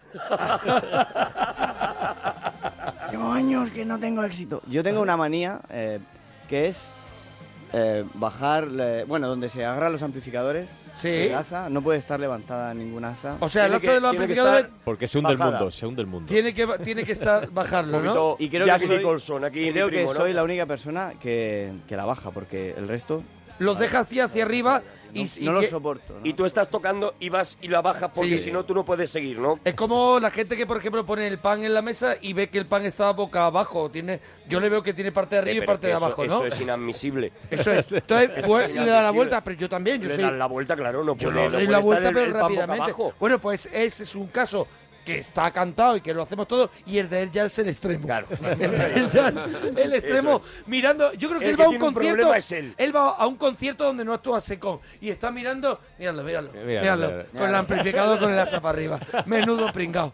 Llevo años que no tengo éxito. Yo tengo una manía que es bajar, donde se agarran los amplificadores. Sí. El asa no puede estar levantada ninguna asa. O sea, el asa de los amplificadores Porque se hunde el mundo, se hunde el mundo. tiene que estar bajarlo, ¿no? Y creo Jack que soy- Nicholson aquí, Creo mi primo, que ¿no? soy la única persona que la baja, porque el resto Los deja hacia arriba y no lo que- soporto, ¿no? Y tú estás tocando y vas y la bajas porque Sí. si no tú no puedes seguir, ¿no? Es como la gente que, por ejemplo, pone el pan en la mesa y ve que el pan está boca abajo. Yo le veo que tiene parte de arriba y Pero parte de eso- abajo, ¿no? Eso es inadmisible. Eso es. Entonces, pues, le da la vuelta, pero yo también. Yo Le soy, das la vuelta, claro, no yo puede- le no doy puede la estar vuelta, el pero pan boca rápidamente. abajo. Bueno, pues ese es un caso que está cantado y que lo hacemos todos, y el de él ya es el extremo. Claro. El de él ya es el extremo, mirando. Yo creo que El él que va a un tiene un concierto. problema es él. Va a un concierto donde no actúa Secón y está mirando. Míralo. Míralo. Con el amplificador con el asa para arriba. Menudo pringao.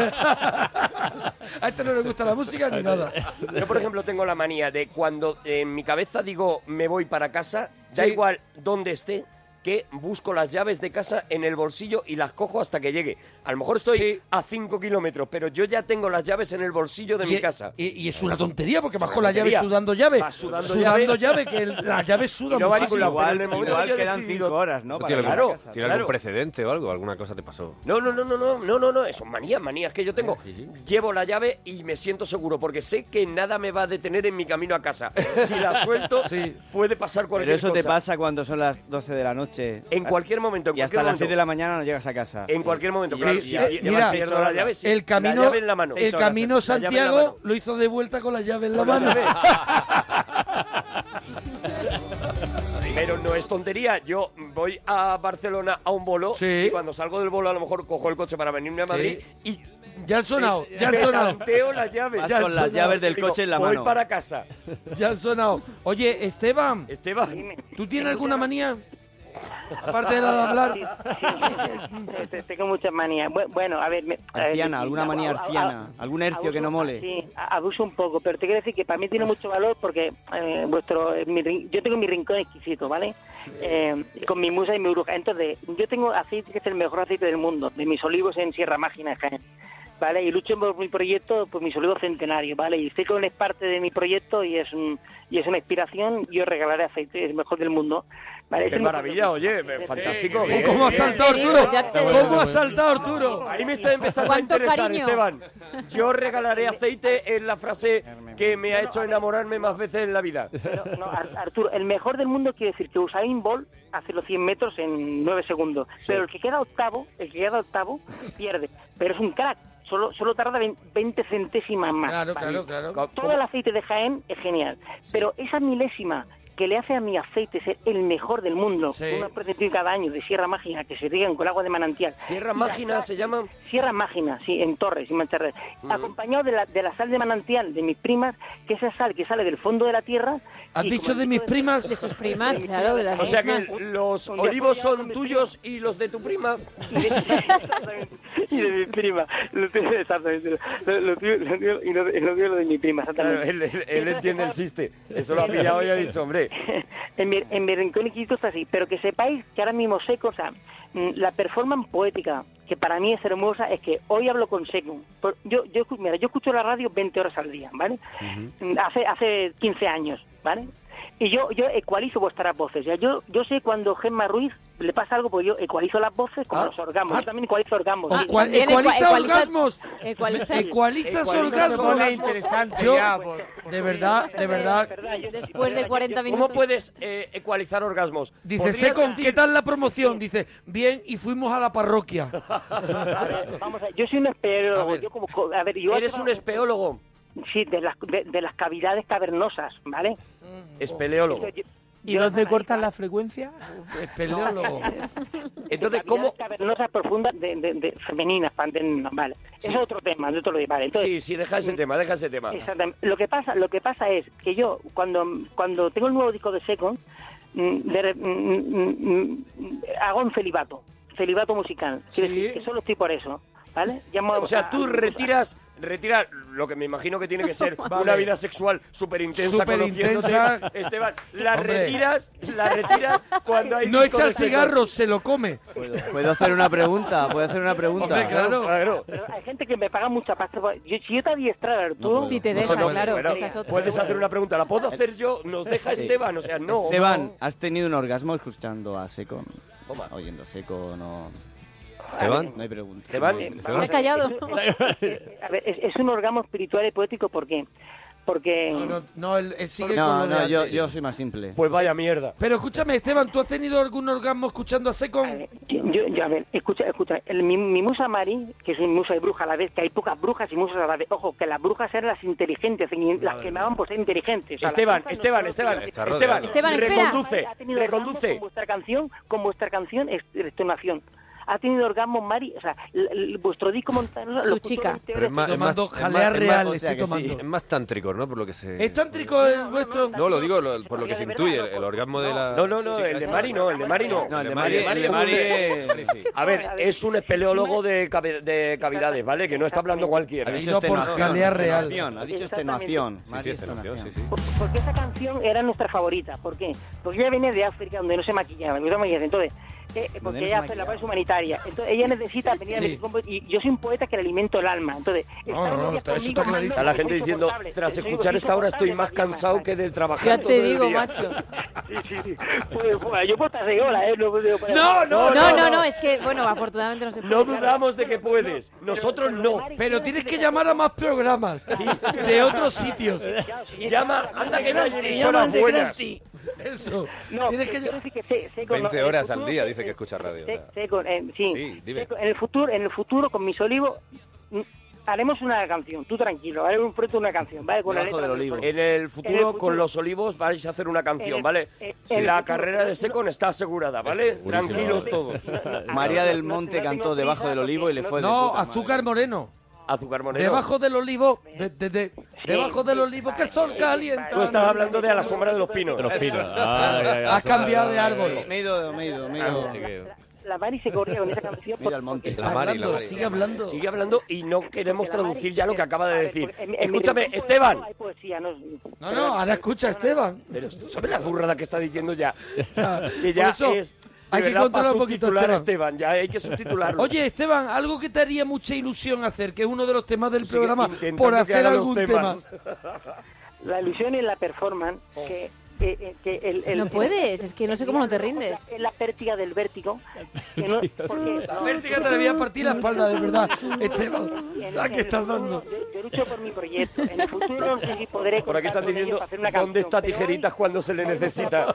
A este no le gusta la música ni nada. Yo, por ejemplo, tengo la manía de cuando en mi cabeza digo me voy para casa, da Sí. igual dónde esté, que busco las llaves de casa en el bolsillo y las cojo hasta que llegue. A lo mejor estoy a 5 kilómetros, pero yo ya tengo las llaves en el bolsillo de mi casa. Y es una tontería, porque vas una con la llave tontería. sudando llave. Vas sudando llave, que las llaves sudan Y no va a muchísimo. ningún lado, pero en el momento que yo he quedan decidido- 5 horas, ¿no? Eso Para tiene llegar claro, a casa. ¿Tiene algún precedente o algo? ¿Alguna cosa te pasó? No, eso es manías que yo tengo. Llevo la llave y me siento seguro, porque sé que nada me va a detener en mi camino a casa. Si la suelto, puede pasar Pero cualquier eso cosa. te pasa cuando son las 12 de la noche. En cualquier momento, en Y hasta cualquier las 6 momento. de la mañana no llegas a casa. En cualquier momento, Y claro. sí, Si mira, pierdo la llave, sí. el camino, La llave en la mano. el camino La llave en la Santiago mano. lo hizo de vuelta con la llave en la Con la mano. llave. Pero no es tontería. Yo voy a Barcelona a un bolo y cuando salgo del bolo a lo mejor cojo el coche para venirme a Madrid y ya han sonado, ya han me sonado. tanteo las llaves. Vas Ya han con las sonado. llaves del Digo, coche en la voy mano. para casa. Ya han sonado. Oye, Esteban, Esteban, ¿tú tienes alguna manía? Aparte de la de hablar. Tengo muchas manías. Bueno, a ver... Arciana, alguna manía arciana, algún hercio que no mole. Sí, abuso un poco, pero te quiero decir que para mí tiene mucho valor porque yo tengo mi rincón exquisito, ¿vale? Con mi musa y mi bruja. Entonces, yo tengo aceite que es el mejor aceite del mundo, de mis olivos en Sierra Mágina, en Jaén, ¿vale? Y lucho por mi proyecto, por mis olivos centenarios, ¿vale? Y Secon es parte de mi proyecto y es una inspiración. Yo regalaré aceite, es el mejor del mundo, ¿vale? Es qué el mejor maravilla, del mundo. oye, fantástico. ¿Cómo ha saltado Arturo? Ya te digo. ¿Cómo ha saltado Arturo? Ahí me está empezando a ¿Cuánto interesar, cariño? Esteban. Yo regalaré aceite es la frase que me ha hecho enamorarme más veces en la vida. No, Arturo, el mejor del mundo quiere decir que Usain Bolt hace los 100 metros en 9 segundos. Pero el que queda octavo pierde. Pero es un crack. Solo tarda 20 centésimas más. Claro. Todo el aceite de Jaén es genial. Pero esa milésima que le hace a mi aceite ser el mejor del mundo, una protección cada año de Sierra Mágina que se riegan con agua de manantial. ¿Sierra Mágina se llama? Sierra Mágina, sí, en Torres y Manchester. Acompañado de la sal de manantial de mis primas, que esa sal que sale del fondo de la tierra. ¿Has dicho de mis primas? De sus primas, claro, de las O sea que mismas. los olivos son tuyos y los de tu prima. Y de mi prima. Exactamente. Lo tuyo y lo de mi prima, Claro, exactamente. él entiende el chiste. Eso lo ha pillado y ha dicho, hombre. En mi rincón exquisito está así, pero que sepáis que ahora mismo Seco, o sea, la performance poética, que para mí es hermosa, es que hoy hablo con Seco. Yo escucho la radio 20 horas al día, ¿vale? Hace 15 años, ¿vale? Y yo ecualizo vuestras voces. Ya yo sé cuando Gemma Ruiz le pasa algo, porque yo ecualizo las voces como los orgasmos. Yo también ecualizo orgasmos. Sí. ¿Ecualiza orgasmos? Ecualizas orgasmos. interesante Yo, ya. de verdad. Después de 40 minutos. ¿Cómo puedes ecualizar orgasmos? Dice, ¿Podrías Secon, decir- ¿qué tal la promoción? Dice, bien, y fuimos a la parroquia. A ver, vamos a ver, yo soy un espeólogo. Yo Eres un espeólogo. Sí, de las cavidades cavernosas, ¿vale? Espeleólogo. ¿Y dónde cortan la frecuencia? Espeleólogo. Entonces, ¿cómo? Cavernosas profundas de femeninas, vale. Eso es otro tema, de otro lo vale. Entonces, Sí, deja ese tema. exactamente. Lo que pasa es que yo, cuando tengo el nuevo disco de Secon, hago un celibato musical. Quiero decir que solo estoy por eso, ¿vale? O sea, tú retiras lo que me imagino que tiene que ser una vida sexual súper intensa, conociéndote, Esteban. La Hombre. retiras cuando hay No disco echa de el Secon. cigarro, se lo come. ¿Puedo hacer una pregunta? Hombre, claro. Pero hay gente que me paga mucha pasta. Si yo te adiestrara, Arturo... Si te deja, claro, Bueno, esa es otra. puedes hacer una pregunta. ¿La puedo hacer yo? ¿Nos deja Sí. Esteban? O sea, no. Esteban, ¿has tenido un orgasmo escuchando a Secon? Toma. Oyendo Secon o... ¿Esteban? No hay pregunta. Esteban, Se ha callado. A ver, es un orgasmo espiritual y poético, ¿por qué? Porque... No, él sigue No, con lo no, de yo antes. soy más simple. Pues vaya mierda. Pero escúchame, Esteban, ¿tú has tenido algún orgasmo escuchando a Secon? A ver, escucha, mi musa Mari, que es mi musa y bruja a la vez, que hay pocas brujas y musas a la vez. Ojo, que las brujas eran las inteligentes, las que me daban por ser inteligentes. O sea, Esteban, las Esteban, brujas Esteban, no- Esteban, Esteban, espera. reconduce, Ha tenido orgasmo reconduce. con vuestra canción, Extenuación. ha tenido orgasmos, Mari, o sea, vuestro disco montano... Su chica. Pero es más, tomando es más- jalea es más- real, o sea estoy que sí, tomando. es más tántrico, ¿no? Por lo que se... ¿Es tántrico el vuestro? No, lo digo por lo que se intuye, el orgasmo de la... No, el de Mari no, el de Mari no. No, el de Mari sí. A ver, es un espeleólogo de cavidades, ¿vale? Que no está hablando cualquiera. Ha Ahí dicho no por extenuación, jalea real. extenuación, ha dicho extenuación. Sí, sí, extenuación, sí, sí. Porque esa canción era nuestra favorita. ¿Por qué? Porque ella viene de África, donde no se maquillaba. Entonces, porque ella hace labores humanitarias. Entonces, ella necesita venir a mi y yo soy un poeta que le alimento el alma. Entonces, eso está clarísimo. Está la gente diciendo, tras escuchar esta hora estoy más cansado que del trabajar Ya todo te el digo, día. macho. Sí. Pues, yo puedo estar 6 horas, ¿eh? No, es que, bueno, afortunadamente no se puede. No dudamos de que puedes. Nosotros no. Pero tienes que llamar a más programas de otros sitios. Llama, anda que no hay llama emisoras al de buenas. Crusty. Eso. No, Tienes que... quiero decir que sé 20 horas al día dice que escucha radio. Sí, dime. En el futuro con mis olivos haremos una canción, tú tranquilo, haremos un proyecto de una canción, ¿vale? Con la Debajo letra del olivo. En el futuro, con los olivos, vais a hacer una canción, ¿vale? La carrera de Secon está asegurada, ¿vale? Tranquilos todos. María del Monte cantó Debajo del olivo y le fue de No, puta madre. Azúcar Moreno. Azúcar Moreno. Debajo del olivo, debajo del olivo que el sol calienta. Tú estás hablando de A la sombra de los pinos. De los pinos. Has cambiado de árbol. Me he ido. La Mari se corría con esa canción. Mira al monte. Está hablando, sigue hablando. Sigue hablando y no queremos traducir ya lo que acaba de decir. En mi Escúchame, rincón Esteban. hay poesía, no. No, ahora escucha, Esteban. Pero tú sabes la burrada que está diciendo ya. sea, Que ya por eso es... hay que verdad, controlar para un poquito, subtitular, Esteban. ya hay que subtitularlo. Oye, Esteban, algo que te haría mucha ilusión hacer, que es uno de los temas del Sigue programa, intentando por que hacer haga los algún tema. temas. La ilusión y la performance, que No puedes, es que no sé cómo no te rindes. Es la pértiga del vértigo. Que no, porque, La vértiga te le voy a partir la espalda, de verdad. Esteban, la que estás dando. Yo lucho por mi proyecto. En el futuro no sé si podré Por aquí contar están con ellos diciendo para hacer una dónde canción, está pero Tijeritas cuando se le necesita.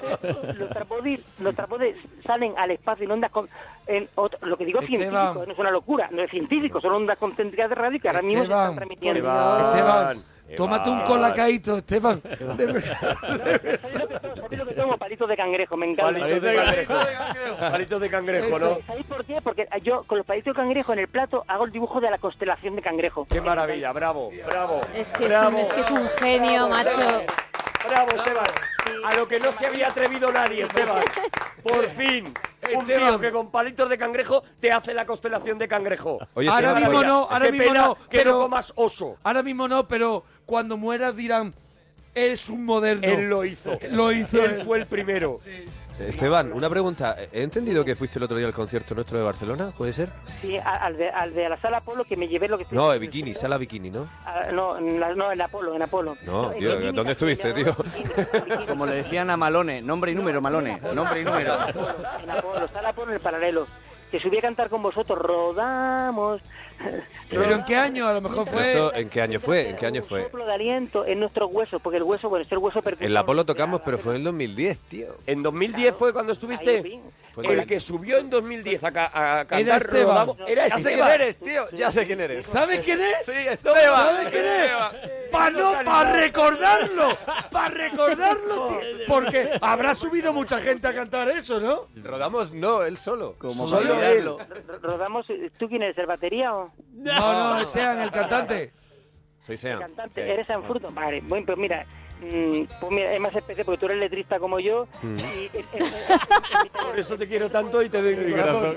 Los trapodis salen al espacio en ondas lo que digo es Esteban. científico, no es una locura, no es científico, son ondas concéntricas de radio que ahora mismo se Esteban. están transmitiendo. Esteban, tómate un colacaíto, Esteban. De verdad. ¿Sabéis lo que tomo? Palitos de cangrejo, me encanta. Palitos de cangrejo. Palitos de cangrejo, ¿no? ¿Sabéis por qué? Porque yo con los palitos de cangrejo en el plato hago el dibujo de la constelación de cangrejo. Qué maravilla, bravo. Es que es un genio, macho. Bravo, Esteban. A lo que no se había atrevido nadie, Esteban. Por fin. Un tío que con palitos de cangrejo te hace la constelación de cangrejo. Oye, Ahora Esteban, mismo oye, no, ahora Qué mismo pena no, que pero no comas oso. ahora mismo no, pero cuando mueras dirán, eres un moderno. Él lo hizo. Lo hizo Él fue el primero. Esteban, una pregunta. ¿He entendido que fuiste el otro día al concierto nuestro de Barcelona? ¿Puede ser? Sí, al de la sala Apolo que me llevé lo que... No, de bikini, sala bikini, ¿no? No, en Apolo. No, En tío, bikini, ¿dónde estuviste, tío? Como le decían a Malone, nombre y número, Malone, nombre y número. En Apolo, sala Apolo en el paralelo. Que subí a cantar con vosotros, rodamos. ¿Pero en qué año? A lo mejor ¿Pero fue... esto en qué año fue? ¿En qué año Un fue? soplo de aliento en nuestros huesos, porque el hueso, bueno, es el hueso percutido. En la Apolo tocamos, pero fue en el 2010, tío. En 2010 fue cuando estuviste. Ahí, Fue El con- que subió en 2010 a cantar Era Esteban. Rodamos, era Ya sé Esteban. quién eres, tío. Ya sé quién eres. ¿Sabes quién es? Sí, Esteban. ¿Sabes quién es? Para recordarlo, para recordarlo, tío. Porque habrá subido mucha gente a cantar eso, ¿no? Rodamos, no, él solo. Como Solo para él. Rodamos, ¿tú quién eres, el batería o No, sean el cantante. Soy el Sean. cantante? ¿Eres Sanfruto? Vale, bueno, pues mira, es más especial porque tú eres letrista como yo. Y, Por eso te quiero tanto y te doy mi corazón.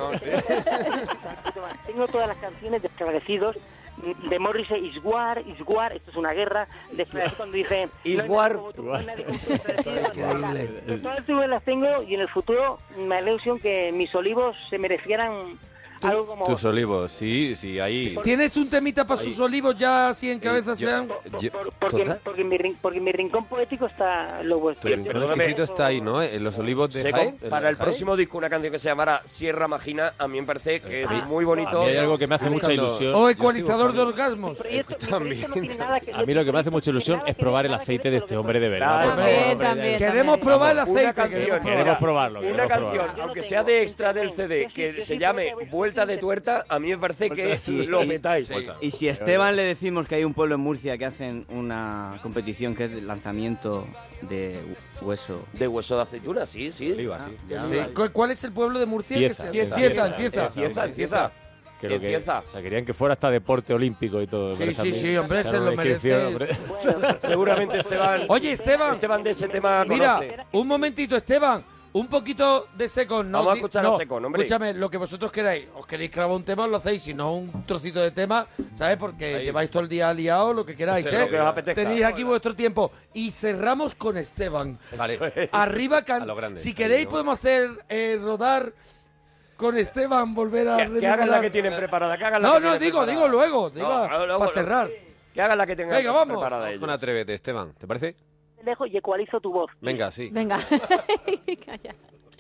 tengo todas las canciones de Esclarecidos. De Morrissey, Is War, esto es una guerra. De cuando dice Is no hay War. nada como tú, no hay nadie como tú, Esclarecidos. Increíble. Todas las tengo y en el futuro me da la ilusión que mis olivos se merecieran algo como... Tus olivos, sí, ahí. ¿Tienes un temita para sus olivos ya así en cabeza sean? Porque en mi rincón poético está lo vuestro. Tu rincón Perdóname. exquisito está ahí, ¿no? En los olivos de Seco, Jaén. para el Jaén. próximo disco una canción que se llamará Sierra Magina, a mí me parece que es muy A bonito. mí hay algo que me hace mucha ilusión. O ecualizador de orgasmos. Mi proyecto no tiene nada que- A mí lo que me hace mucha ilusión es probar el aceite de este hombre de verdad. Claro. por favor, También, hombre, también. Queremos probar el Una aceite. canción, Queremos probarlo. una queremos canción, probarlo. aunque sea de extra del CD, que se llame vuelta de tuerta, a mí me parece que lo metáis. Y si a Esteban le decimos que hay un pueblo en Murcia que hacen una competición que es de lanzamiento de hueso. De hueso de aceituna, sí. Ya. Sí. ¿Cuál es el pueblo de Murcia? Cieza. Cieza. Creo que, o sea, querían que fuera hasta deporte olímpico y todo. Sí, hombre, se lo merece. Seguramente Esteban. Oye, Esteban de ese tema mira, conoce. un momentito, Esteban. Un poquito de Secon, ¿no? Vamos a escuchar a Secon, hombre. Escúchame, lo que vosotros queráis. Os queréis clavar un tema, os lo hacéis. Si no, un trocito de tema, ¿sabes? Porque lleváis todo el día liado, lo que queráis, Sí, lo que os apetezca. Tenéis aquí vuestro tiempo. Y cerramos con Esteban. Vale. Arriba, A lo grande. si queréis, podemos hacer rodar con Esteban, volver a Que hagan la que tienen preparada. Que hagan la No, que no, tienen digo preparada. luego, luego, para cerrar. Que hagan la que tengan Venga, vamos. preparada ellos. Con Atrévete, Esteban, ¿te parece? Lejos y ecualizo tu voz. Venga, sí. Venga. Calla.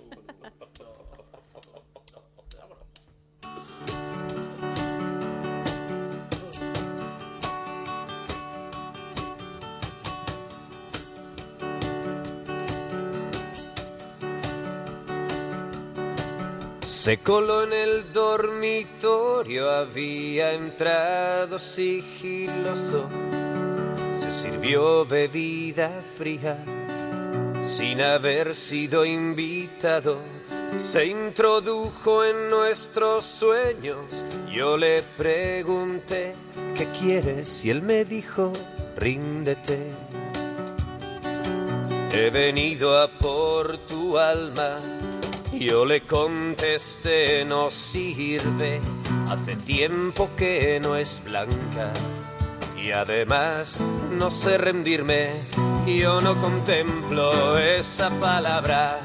Se coló en el dormitorio, había entrado sigiloso. Se sirvió bebida fría, sin haber sido invitado. Se introdujo en nuestros sueños. Yo le pregunté, ¿qué quieres? Y él me dijo, ríndete. He venido a por tu alma. Yo le contesté, no sirve, hace tiempo que no es blanca. Y además no sé rendirme, yo no contemplo esa palabra.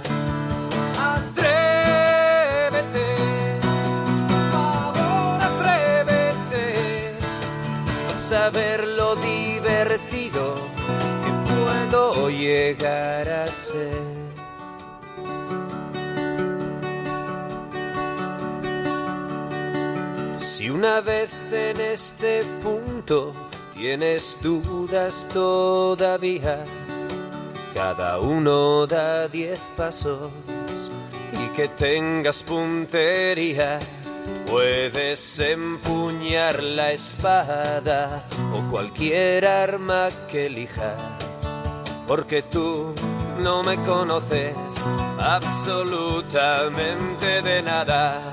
Atrévete, por favor, atrévete, a saber lo divertido que puedo llegar a ser. Si una vez en este punto tienes dudas todavía, cada uno da 10 pasos, y que tengas puntería, puedes empuñar la espada o cualquier arma que elijas, porque tú no me conoces absolutamente de nada.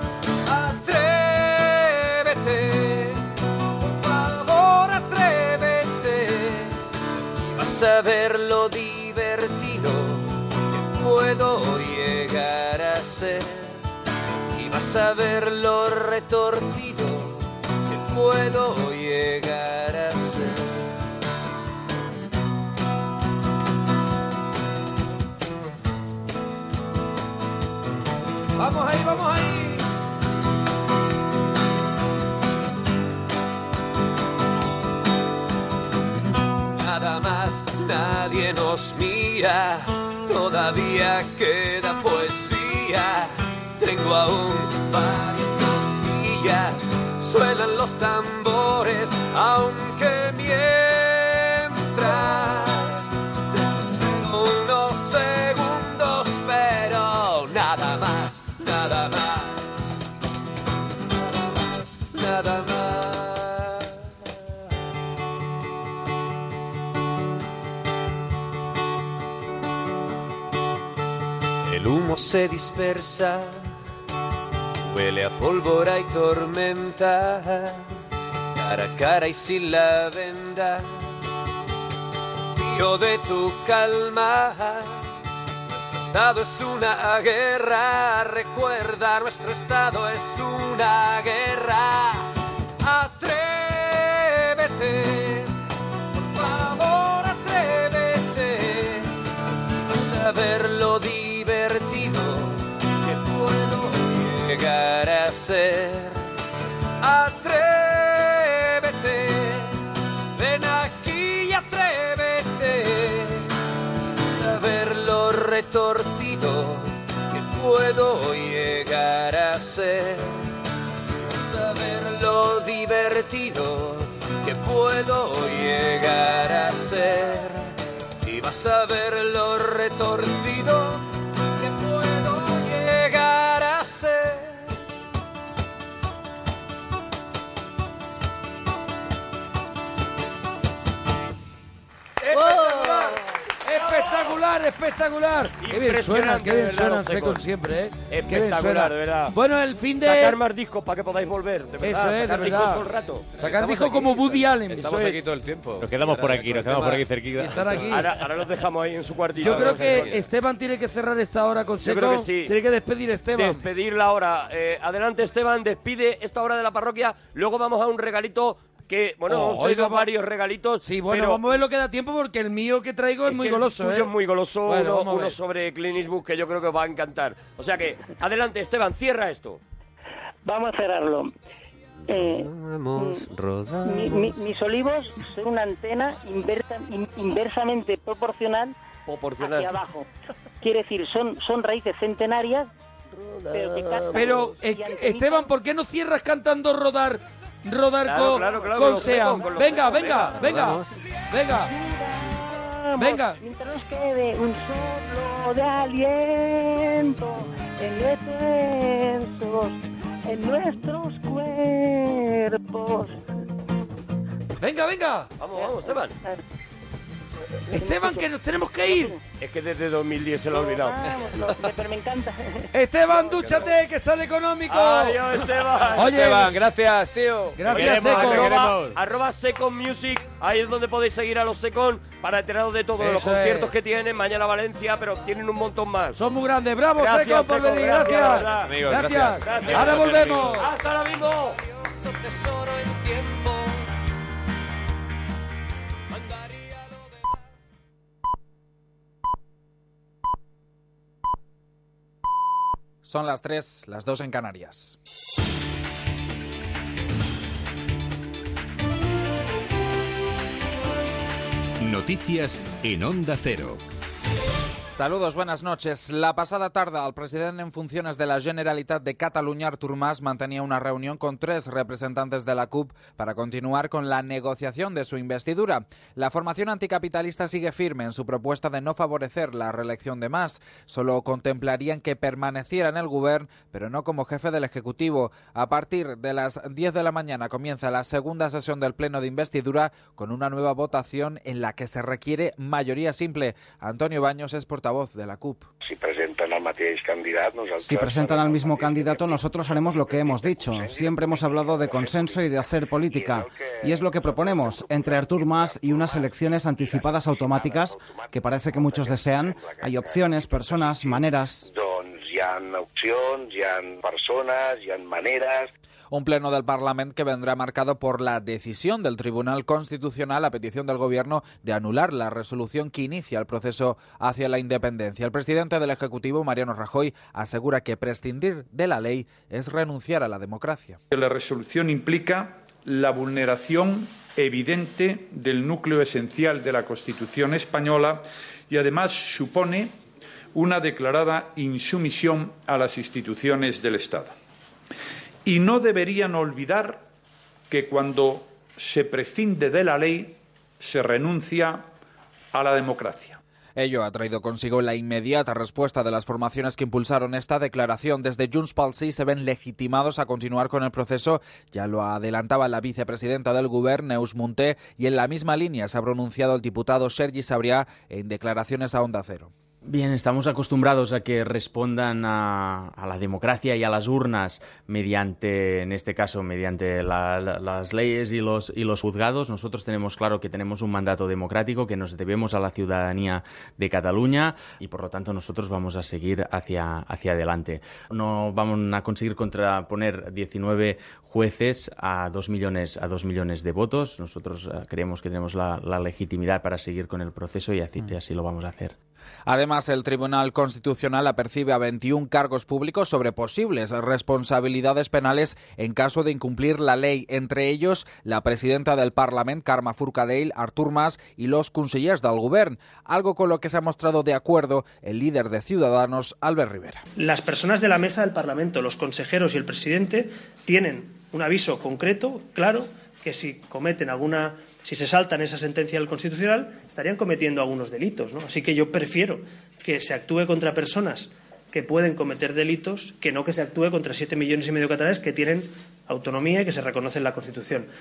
Atrévete, por favor, atrévete, y vas a ver lo divertido que puedo llegar a ser, y vas a ver lo retorcido que puedo llegar a ser. Vamos ahí, vamos ahí. Nada más, nadie nos mira, todavía queda poesía. Tengo aún varias costillas, suenan los tambores, aunque mientras tengo unos segundos, pero nada más, nada más, nada más. El humo se dispersa, huele a pólvora y tormenta, cara a cara y sin la venda, desconfío de tu calma. Nuestro estado es una guerra, recuerda, nuestro estado es una guerra. Atrévete, por favor, atrévete, vas a ver lo divertido que puedo llegar a ser. Atrévete, ven aquí y atrévete, a ver lo retorcido que puedo llegar a ser, a ver lo divertido que puedo llegar a ser, y vas a ver lo retorcido que puedo llegar a ser. espectacular. Qué bien suena, qué bien suenan Secon siempre, ¿eh? Qué bien Espectacular, suena. de verdad. Bueno, el fin de... Sacar más discos para que podáis volver, de verdad. Eso es, sacar de discos verdad. todo el rato. Sacar discos como Woody Allen. Estamos Eso aquí es. todo el tiempo. Nos quedamos por aquí, cerquita. Están aquí. Ahora los dejamos ahí en su cuartito. Yo creo que Esteban tiene que cerrar esta hora con Secon. Yo creo que sí. Tiene que despedir Esteban. Despedir la hora. Adelante, Esteban, despide esta hora de la parroquia. Luego vamos a un regalito que, bueno, hemos traído varios regalitos. Sí, bueno, pero vamos a ver lo que da tiempo porque el mío que traigo es muy que goloso, el tuyo es muy goloso, Bueno, vamos a uno ver. sobre Clint Eastwood que yo creo que os va a encantar. O sea que, adelante, Esteban, cierra esto. Vamos a cerrarlo. Mis olivos son una antena inversamente proporcional hacia abajo. Quiere decir, son raíces centenarias, Pero, Esteban, ¿por qué no cierras cantando rodar Claro, con los Sean? secos, con los Venga, secos, venga. Venga. Mientras nos quede un soplo de aliento en nuestros cuerpos. Venga. Vamos, Esteban. Esteban, que nos tenemos que ir. Es que desde 2010 se lo ha olvidado. Pero me encanta. Esteban, dúchate, que sale económico. Adiós, Esteban. Oye, Esteban, gracias, tío. Gracias, Te queremos, Secon. Arroba Secon Music. Ahí es donde podéis seguir a los Secon para enteraros de todos los Eso conciertos es. que tienen. Mañana Valencia, pero tienen un montón más. Son muy grandes. Bravo, Gracias, Secon, por Secon, venir. gracias, Gracias. verdad. Amigos, Gracias. gracias. Ahora volvemos. Hasta ahora mismo. Tesoro en tiempo. Son las 3, las 2 en Canarias. Noticias en Onda Cero. Saludos, buenas noches. La pasada tarde, el presidente en funciones de la Generalitat de Cataluña, Artur Mas, mantenía una reunión con 3 representantes de la CUP para continuar con la negociación de su investidura. La formación anticapitalista sigue firme en su propuesta de no favorecer la reelección de Mas. Solo contemplarían que permaneciera en el Govern, pero no como jefe del Ejecutivo. A partir de las 10 de la mañana comienza la segunda sesión del Pleno de Investidura con una nueva votación en la que se requiere mayoría simple. Antonio Baños es portavoz de la CUP. Si presenten el mateix candidat, nosaltres... Si presentan al mismo candidato, nosotros haremos lo que hemos dicho. Siempre hemos hablado de consenso y de hacer política. Y es lo que proponemos, entre Artur Mas y unas elecciones anticipadas automáticas, que parece que muchos desean. Hay opciones, personas, maneras... Doncs hi ha opcions, hi ha persones, hi ha maneres... Un pleno del Parlamento que vendrá marcado por la decisión del Tribunal Constitucional a petición del Gobierno de anular la resolución que inicia el proceso hacia la independencia. El presidente del Ejecutivo, Mariano Rajoy, asegura que prescindir de la ley es renunciar a la democracia. La resolución implica la vulneración evidente del núcleo esencial de la Constitución española y además supone una declarada insumisión a las instituciones del Estado. Y no deberían olvidar que cuando se prescinde de la ley se renuncia a la democracia. Ello ha traído consigo la inmediata respuesta de las formaciones que impulsaron esta declaración. Desde Junts pel Sí se ven legitimados a continuar con el proceso. Ya lo adelantaba la vicepresidenta del Govern, Neus Munté, y en la misma línea se ha pronunciado el diputado Sergi Sabrià en declaraciones a Onda Cero. Bien, estamos acostumbrados a que respondan a la democracia y a las urnas mediante, en este caso, mediante las leyes y los juzgados. Nosotros tenemos claro que tenemos un mandato democrático, que nos debemos a la ciudadanía de Cataluña y, por lo tanto, nosotros vamos a seguir hacia adelante. No vamos a conseguir contraponer 19 jueces a 2 millones de votos. Nosotros creemos que tenemos la legitimidad para seguir con el proceso y así lo vamos a hacer. Además, el Tribunal Constitucional apercibe a 21 cargos públicos sobre posibles responsabilidades penales en caso de incumplir la ley, entre ellos la presidenta del Parlament, Carme Forcadell, Artur Mas y los consellers del Govern, algo con lo que se ha mostrado de acuerdo el líder de Ciudadanos, Albert Rivera. Las personas de la mesa del Parlamento, los consejeros y el presidente, tienen un aviso concreto, claro, que si se saltan esa sentencia del Constitucional, estarían cometiendo algunos delitos, ¿no? Así que yo prefiero que se actúe contra personas que pueden cometer delitos que no que se actúe contra 7,5 millones de catalanes que tienen autonomía y que se reconoce en la Constitución.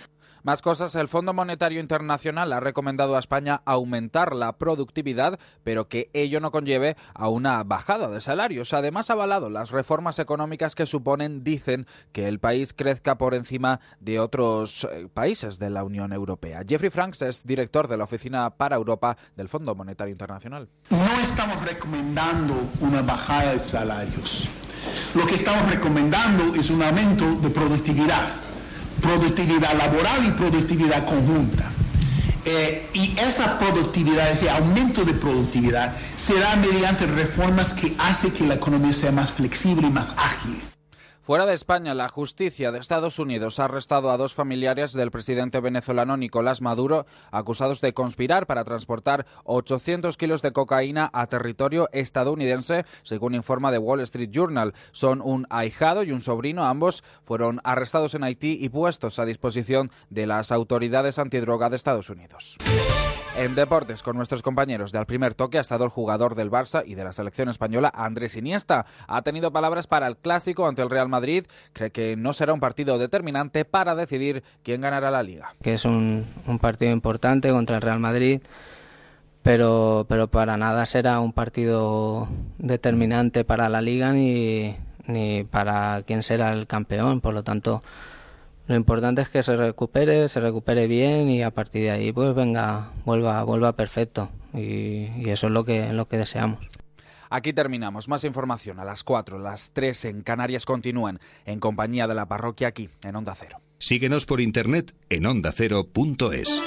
Más cosas, el Fondo Monetario Internacional ha recomendado a España aumentar la productividad, pero que ello no conlleve a una bajada de salarios. Además, ha avalado las reformas económicas que suponen, dicen, que el país crezca por encima de otros países de la Unión Europea. Jeffrey Franks es director de la Oficina para Europa del Fondo Monetario Internacional. No estamos recomendando una bajada de salarios. Lo que estamos recomendando es un aumento de productividad laboral y productividad conjunta. Y esa productividad, ese aumento de productividad, será mediante reformas que hacen que la economía sea más flexible y más ágil. Fuera de España, la justicia de Estados Unidos ha arrestado a 2 familiares del presidente venezolano Nicolás Maduro, acusados de conspirar para transportar 800 kilos de cocaína a territorio estadounidense, según informa The Wall Street Journal. Son un ahijado y un sobrino, ambos fueron arrestados en Haití y puestos a disposición de las autoridades antidroga de Estados Unidos. En deportes, con nuestros compañeros de Al Primer Toque, ha estado el jugador del Barça y de la selección española, Andrés Iniesta. Ha tenido palabras para el Clásico ante el Real Madrid. Cree que no será un partido determinante para decidir quién ganará la Liga. Que es un partido importante contra el Real Madrid, pero para nada será un partido determinante para la Liga ni para quién será el campeón. Por lo tanto, lo importante es que se recupere bien y a partir de ahí pues vuelva perfecto y eso es lo que deseamos. Aquí terminamos. Más información a las 4, las 3 en Canarias continúan en compañía de la parroquia aquí en Onda Cero. Síguenos por internet en ondacero.es.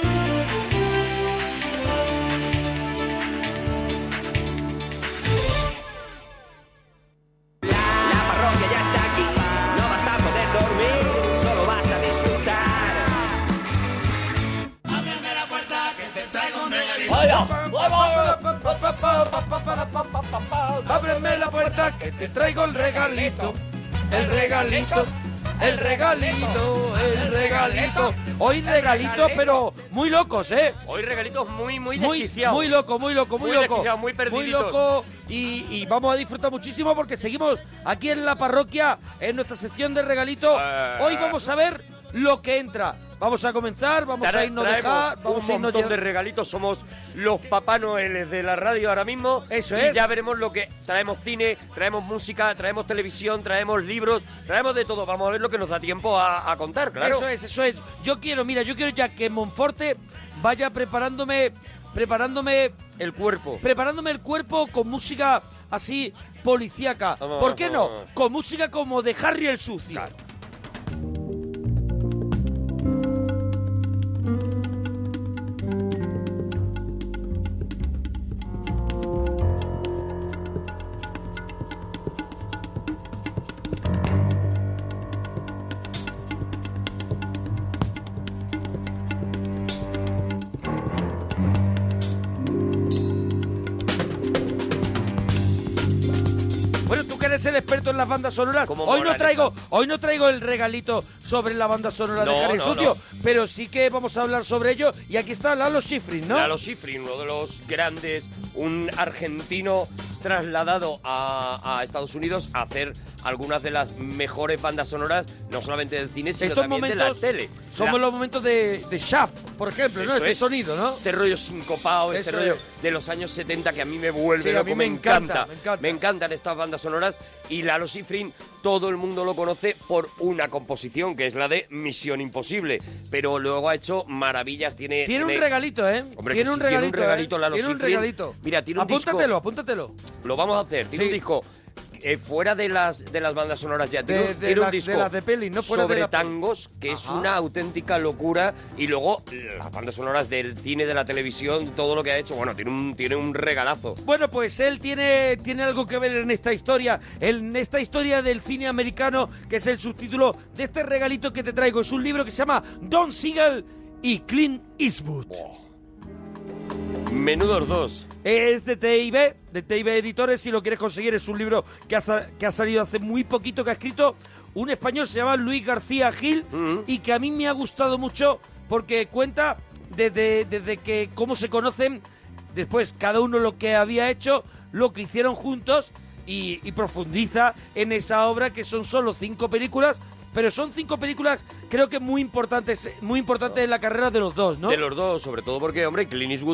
Ábreme la puerta que te traigo el regalito. El regalito. El regalito, el regalito. Hoy regalitos, pero muy locos, ¿eh? Hoy regalitos muy desquiciados. Muy loco. Muy desquiciados, muy perdiditos. Muy loco y vamos a disfrutar muchísimo porque seguimos aquí en la parroquia, en nuestra sección de regalitos. Hoy vamos a ver lo que entra. Vamos a comenzar, vamos a irnos a dejar. Vamos un montón de regalitos, somos los Papá Noeles de la radio ahora mismo. Eso y es. ya veremos lo que... Traemos cine, traemos música, traemos televisión, traemos libros, traemos de todo. Vamos a ver lo que nos da tiempo a contar, claro. Eso es. Yo quiero ya que Monforte vaya preparándome el cuerpo. Preparándome el cuerpo con música así policíaca. ¿Por qué no? Con música como de Harry el Sucio. Claro. Bueno, tú que eres el experto en las bandas sonoras, hoy no traigo el regalito sobre la banda sonora de Harry Sucio, pero sí que vamos a hablar sobre ello. Y aquí está Lalo Schifrin, ¿no? Lalo Schifrin, uno de los grandes, un argentino trasladado a Estados Unidos a hacer algunas de las mejores bandas sonoras, no solamente del cine, sino también de la tele. Somos los momentos de Shaft, por ejemplo, ¿no? Este sonido, ¿no? Este rollo sincopado, este rollo de los años 70 que a mí me vuelve loco, me encanta. Me encantan estas bandas sonoras y Lalo Schifrin, todo el mundo lo conoce por una composición que es la de Misión Imposible, pero luego ha hecho maravillas, tiene un regalito, ¿eh? Hombre, tiene un regalito, Lalo Schifrin. Tiene un regalito. Mira, tiene un disco. Apúntatelo. Lo vamos a hacer. Tiene un disco fuera de las bandas sonoras ya. Tiene un disco de las de peli, no fuera sobre de la tangos, que es una auténtica locura. Y luego las bandas sonoras del cine, de la televisión, todo lo que ha hecho. Bueno, tiene un regalazo. Bueno, pues él tiene algo que ver en esta historia del cine americano, que es el subtítulo de este regalito que te traigo. Es un libro que se llama Don Siegel y Clint Eastwood. Menudos dos. Es de TIB Editores. Si lo quieres conseguir, es un libro que ha salido hace muy poquito, que ha escrito un español, se llama Luis García Gil, y que a mí me ha gustado mucho porque cuenta desde que cómo se conocen, después cada uno lo que había hecho, lo que hicieron juntos, y profundiza en esa obra, que son solo 5 películas, pero son 5 películas creo que es muy importante en la carrera de los dos, ¿no? De los dos, sobre todo porque, hombre, Clint Eastwood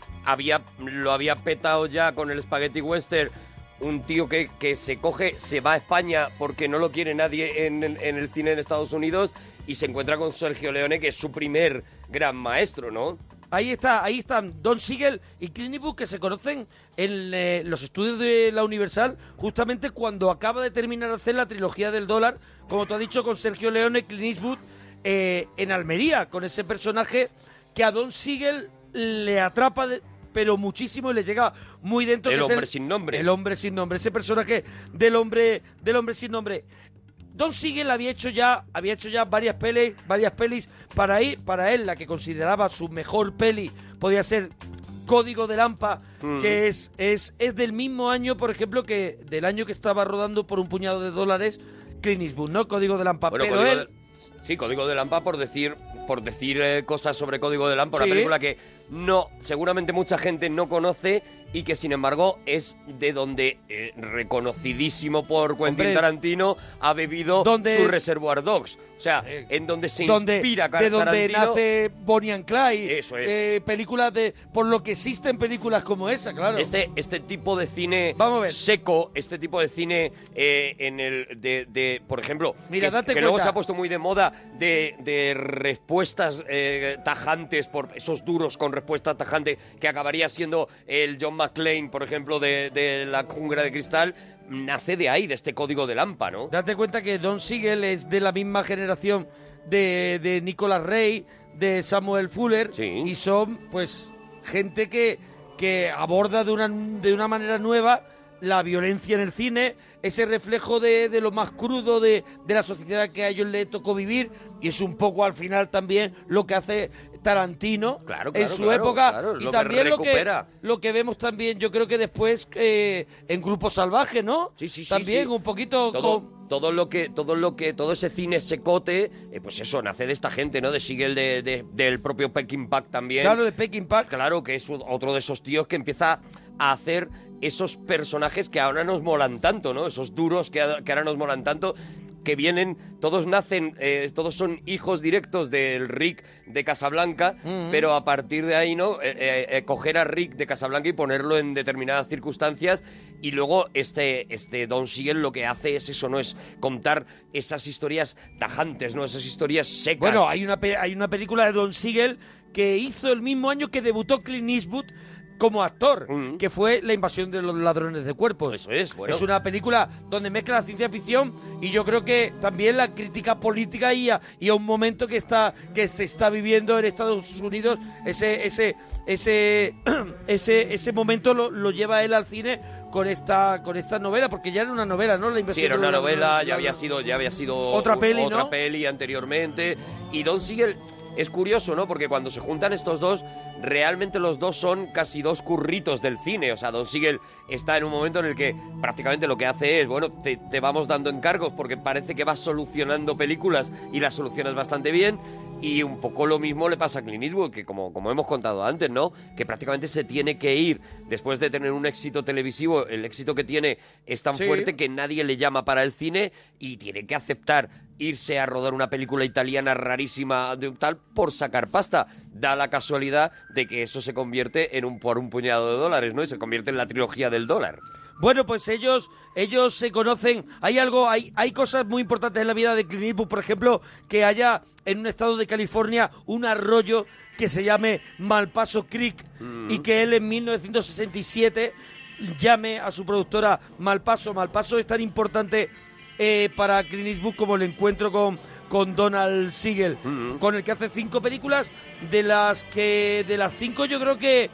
lo había petado ya con el Spaghetti Western, un tío que se va a España porque no lo quiere nadie en el cine en Estados Unidos y se encuentra con Sergio Leone, que es su primer gran maestro, ¿no? Ahí están Don Siegel y Clint Eastwood, que se conocen en los estudios de la Universal justamente cuando acaba de terminar de hacer la trilogía del dólar, como tú has dicho, con Sergio Leone, Clint Eastwood en Almería, con ese personaje que a Don Siegel le atrapa pero muchísimo y le llega muy dentro. El hombre sin nombre. El hombre sin nombre, ese personaje del hombre sin nombre. Don Siegel había hecho ya varias pelis para él, la que consideraba su mejor peli podía ser Código de Lampa, que es del mismo año, por ejemplo, que del año que estaba rodando por un puñado de dólares Clint Eastwood, ¿no? Código de Lampa. Bueno, pero Código de Lampa, por decir cosas sobre Código de Lampa, Sí. una película que seguramente mucha gente no conoce y que sin embargo es de donde reconocidísimo por Quentin Tarantino ha bebido su Reservoir Dogs, o sea, en donde se inspira de donde Tarantino. nace Bonnie and Clyde. Eso es. Películas por lo que existen películas como esa, claro. Este tipo de cine seco, este tipo de cine por ejemplo, Mira, que date luego cuenta. se ha puesto muy de moda de respuestas tajantes, por esos duros con respuesta tajante, que acabaría siendo el John McClane, por ejemplo, de La Jungla de Cristal, nace de ahí, de este Código de Lampa, ¿no? Date cuenta que Don Siegel es de la misma generación de Nicolas Ray, de Samuel Fuller, y son, pues, gente que aborda de una manera nueva la violencia en el cine, ese reflejo de lo más crudo de la sociedad que a ellos les tocó vivir, y es un poco al final también lo que hace Tarantino en su época, y también lo que vemos también, yo creo que después en Grupo Salvaje, ¿no? Sí, también sí. un poquito todo ese cine secote, pues eso, nace de esta gente, ¿no? De Siegel, del propio Peckinpah también. Claro, de Peckinpah. Claro, que es otro de esos tíos que empieza a hacer esos personajes que ahora nos molan tanto, ¿no? Esos duros que ahora nos molan tanto, que vienen, todos son hijos directos del Rick de Casablanca, pero a partir de ahí, ¿no? Coger a Rick de Casablanca y ponerlo en determinadas circunstancias, y luego este Don Siegel lo que hace es eso, ¿no? Es contar esas historias tajantes, ¿no? Esas historias secas. Bueno, hay una película de Don Siegel que hizo el mismo año que debutó Clint Eastwood como actor, que fue La invasión de los ladrones de cuerpos. Eso es, bueno. Es una película donde mezcla la ciencia ficción y yo creo que también la crítica política y a un momento que se está viviendo en Estados Unidos. Ese momento lo lleva él al cine con esta novela, porque ya era una novela, ¿no? La invasión. Sí, era de los una novela, ladrones. ya había sido otra peli, ¿no? peli anteriormente. Y Don Siegel es curioso, ¿no? Porque cuando se juntan estos dos, realmente los dos son casi dos curritos del cine. O sea, Don Siegel está en un momento en el que prácticamente lo que hace es, bueno, te vamos dando encargos porque parece que vas solucionando películas y las solucionas bastante bien. Y un poco lo mismo le pasa a Clint Eastwood, que como hemos contado antes, ¿no? Que prácticamente se tiene que ir después de tener un éxito televisivo. El éxito que tiene es tan fuerte que nadie le llama para el cine y tiene que aceptar irse a rodar una película italiana rarísima de tal por sacar pasta. Da la casualidad de que eso se convierte por un puñado de dólares, ¿no? Y se convierte en la trilogía del dólar. Bueno, pues ellos se conocen. Hay cosas muy importantes en la vida de Clint Eastwood, por ejemplo, que haya en un estado de California un arroyo que se llame Malpaso Creek y que él en 1967 llame a su productora Malpaso. Malpaso es tan importante para Clint Eastwood como el encuentro con Donald Siegel, con el que hace 5 películas, de las 5 yo creo que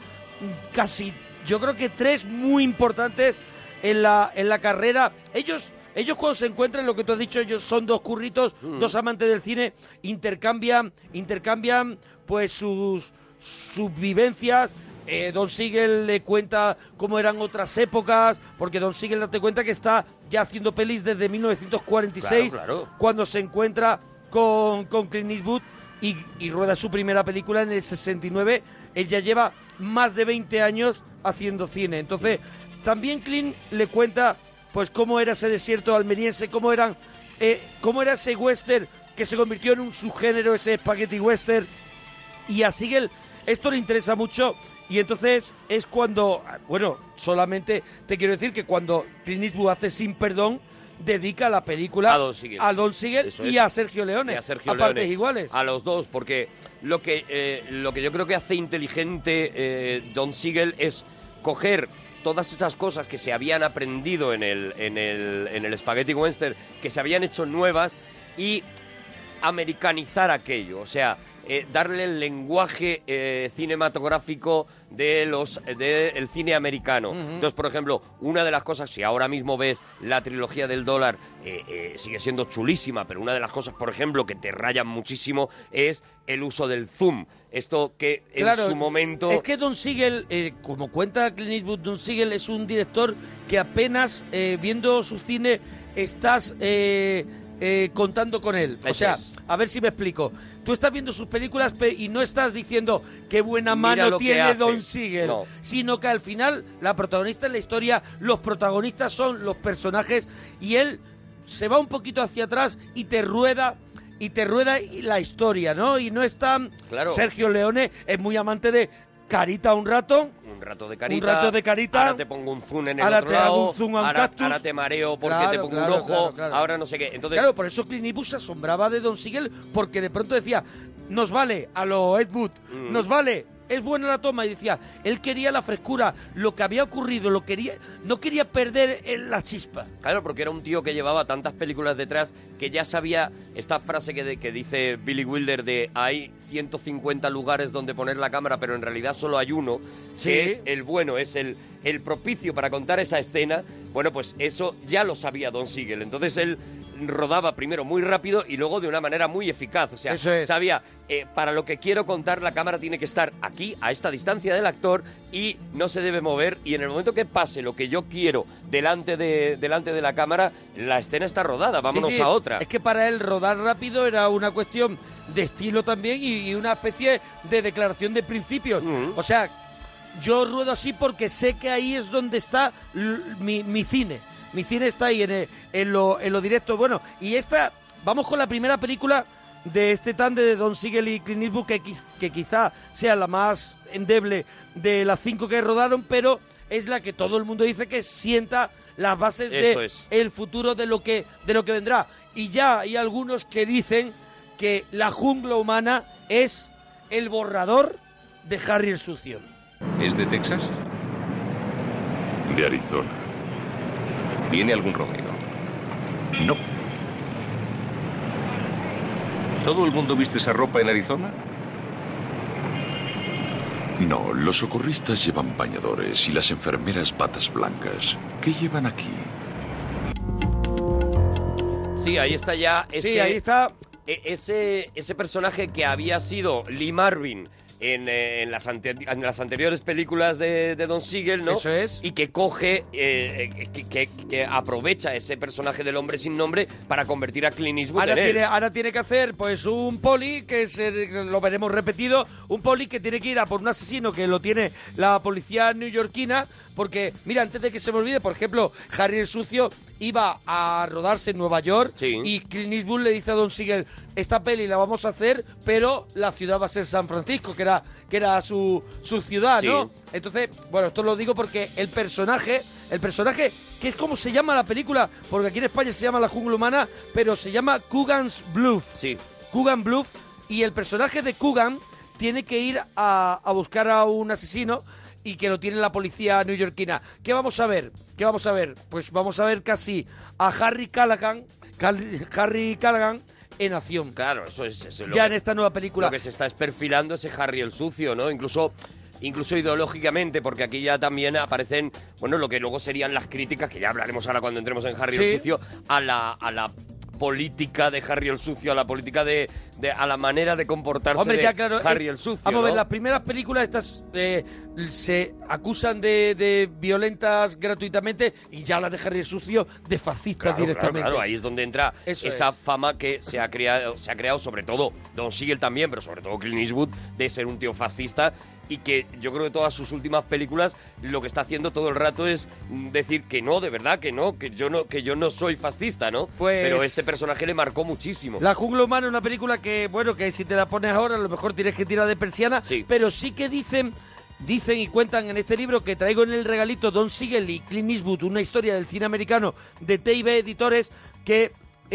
3 muy importantes en la carrera. Ellos cuando se encuentran, lo que tú has dicho, ellos son dos curritos, dos amantes del cine, intercambian pues sus vivencias. Don Siegel le cuenta cómo eran otras épocas, porque Don Siegel, date cuenta que está ya haciendo pelis desde 1946, Claro. cuando se encuentra con Clint Eastwood y rueda su primera película en el 69. Él ya lleva más de 20 años haciendo cine. Entonces, también Clint le cuenta pues cómo era ese desierto almeriense, cómo era ese western que se convirtió en un subgénero, ese spaghetti western, y a Siegel esto le interesa mucho, y entonces es cuando, bueno, solamente te quiero decir que cuando Clint Eastwood hace Sin Perdón, dedica la película a Don Siegel y a Sergio Leone, a partes iguales. A los dos, porque lo que yo creo que hace inteligente Don Siegel es coger todas esas cosas que se habían aprendido en el Spaghetti Western, que se habían hecho nuevas, y americanizar aquello, o sea, darle el lenguaje cinematográfico del cine americano. Entonces, por ejemplo, una de las cosas, si ahora mismo ves la trilogía del dólar, sigue siendo chulísima, pero una de las cosas, por ejemplo, que te rayan muchísimo es el uso del zoom. Esto que en su momento... Es que Don Siegel, como cuenta Clint Eastwood, Don Siegel es un director que apenas viendo su cine estás... contando con él. O sea, a ver si me explico. Tú estás viendo sus películas y no estás diciendo qué buena mano tiene Don Siegel, sino que al final la protagonista en la historia, los protagonistas son los personajes, y él se va un poquito hacia atrás y te rueda la historia, ¿no? Y no es tan... Claro. Sergio Leone es muy amante de carita un rato de carita, ahora te pongo un zoom en el otro lado, hago un zoom a un cactus, ahora te mareo porque te pongo un ojo, ahora no sé qué. Entonces, claro, por eso Clint Eastwood se asombraba de Don Siegel, porque de pronto decía, nos vale a lo Ed Wood, nos vale, es buena la toma, y decía, él quería la frescura, lo que había ocurrido, no quería perder la chispa. Claro, porque era un tío que llevaba tantas películas detrás que ya sabía esta frase que dice Billy Wilder de hay 150 lugares donde poner la cámara, pero en realidad solo hay uno, que es el bueno, es el propicio para contar esa escena. Bueno, pues eso ya lo sabía Don Siegel, entonces él rodaba primero muy rápido y luego de una manera muy eficaz, o sea, sabía, para lo que quiero contar la cámara tiene que estar aquí, a esta distancia del actor, y no se debe mover, y en el momento que pase lo que yo quiero delante de la cámara, la escena está rodada, vámonos a otra. Es que para él rodar rápido era una cuestión de estilo también y una especie de declaración de principios. O sea, yo ruedo así porque sé que ahí es donde está mi cine. Mi cine está ahí en lo directo. Bueno, y vamos con la primera película de este tándem de Don Siegel y Clint Eastwood, que quizá sea la más endeble de las 5 que rodaron, pero es la que todo el mundo dice que sienta las bases el futuro de lo que vendrá. Y ya hay algunos que dicen que La jungla humana es el borrador de Harry el Sucio. ¿Es de Texas? De Arizona. ¿Viene algún Romero? No. ¿Todo el mundo viste esa ropa en Arizona? No, los socorristas llevan bañadores y las enfermeras batas blancas. ¿Qué llevan aquí? Sí, ahí está ya ahí está. Ese personaje que había sido Lee Marvin en las anteriores películas de Don Siegel, ¿no? Eso es. Y que coge, que aprovecha ese personaje del hombre sin nombre para convertir a Clint Eastwood en él. Ahora tiene que hacer pues un poli, lo veremos repetido, un poli que tiene que ir a por un asesino que lo tiene la policía neoyorquina, porque, mira, antes de que se me olvide, por ejemplo, Harry el Sucio iba a rodarse en Nueva York y Clint Eastwood le dice a Don Siegel, esta peli la vamos a hacer, pero la ciudad va a ser San Francisco, que era su ciudad, ¿no? Entonces, bueno, esto lo digo porque el personaje, que es como se llama la película, porque aquí en España se llama La jungla humana, pero se llama Coogan's Bluff. Sí. Coogan Bluff, y el personaje de Coogan tiene que ir a buscar a un asesino y que lo tiene la policía neoyorquina. ¿Qué vamos a ver? Pues vamos a ver casi a Harry Callaghan en acción. Claro, eso es lo ya en esta nueva película. Lo que se está es perfilando ese Harry el Sucio, ¿no? Incluso ideológicamente, porque aquí ya también aparecen, bueno, lo que luego serían las críticas, que ya hablaremos ahora cuando entremos en Harry el Sucio, a la política de Harry el Sucio, a la política a la manera de comportarse de Harry el Sucio. Vamos a ver, las primeras películas estas se acusan de violentas gratuitamente, y ya las de Harry el Sucio de fascistas directamente. Claro, ahí es donde entra esa fama que se ha creado sobre todo Don Siegel también, pero sobre todo Clint Eastwood, de ser un tío fascista. y que yo creo que todas sus últimas películas lo que está haciendo todo el rato es decir que no, de verdad, que yo no soy fascista, ¿no? Pues... Pero este personaje le marcó muchísimo. La jungla humana es una película que, bueno, que si te la pones ahora a lo mejor tienes que tirar de persiana, pero sí que dicen y cuentan en este libro que traigo en el regalito Don Siegel y Clint Eastwood, una historia del cine americano de T&B Editores, que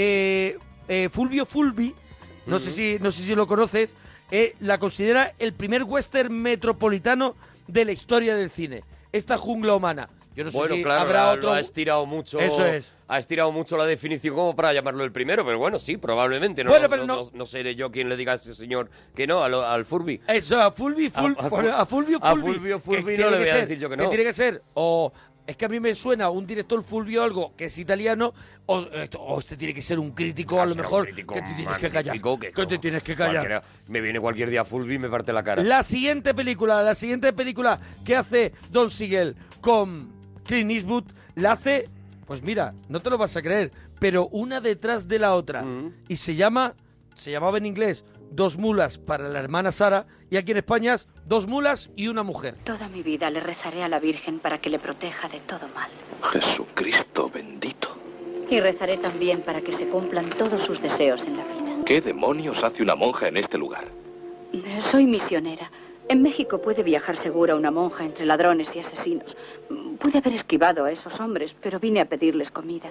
Fulvio Fulvi, no sé si lo conoces, la considera el primer western metropolitano de la historia del cine. Esta jungla humana. Yo no sé si habrá otro. Lo ha estirado mucho. Eso es. Ha estirado mucho la definición como para llamarlo el primero, pero bueno, sí, probablemente. No seré yo quien le diga a ese señor que no, al Furby. Eso, a Fulvio Fulvi. A Fulvio Fulvi no le voy a decir yo que no. Que tiene que ser, o es que a mí me suena un director Fulvio algo que es italiano, o este tiene que ser un crítico, a lo mejor, que te tienes que callar. Que te tienes que callar. Me viene cualquier día Fulvi y me parte la cara. La siguiente película que hace Don Siegel con Clint Eastwood, la hace, pues mira, no te lo vas a creer, pero una detrás de la otra. Y se llamaba en inglés Dos mulas para la hermana Sara, y aquí en España es Dos mulas y una mujer. Toda mi vida le rezaré a la Virgen para que le proteja de todo mal. Jesucristo bendito. Y rezaré también para que se cumplan todos sus deseos en la vida. ¿Qué demonios hace una monja en este lugar? Soy misionera. En México puede viajar segura una monja entre ladrones y asesinos. Pude haber esquivado a esos hombres, pero vine a pedirles comida.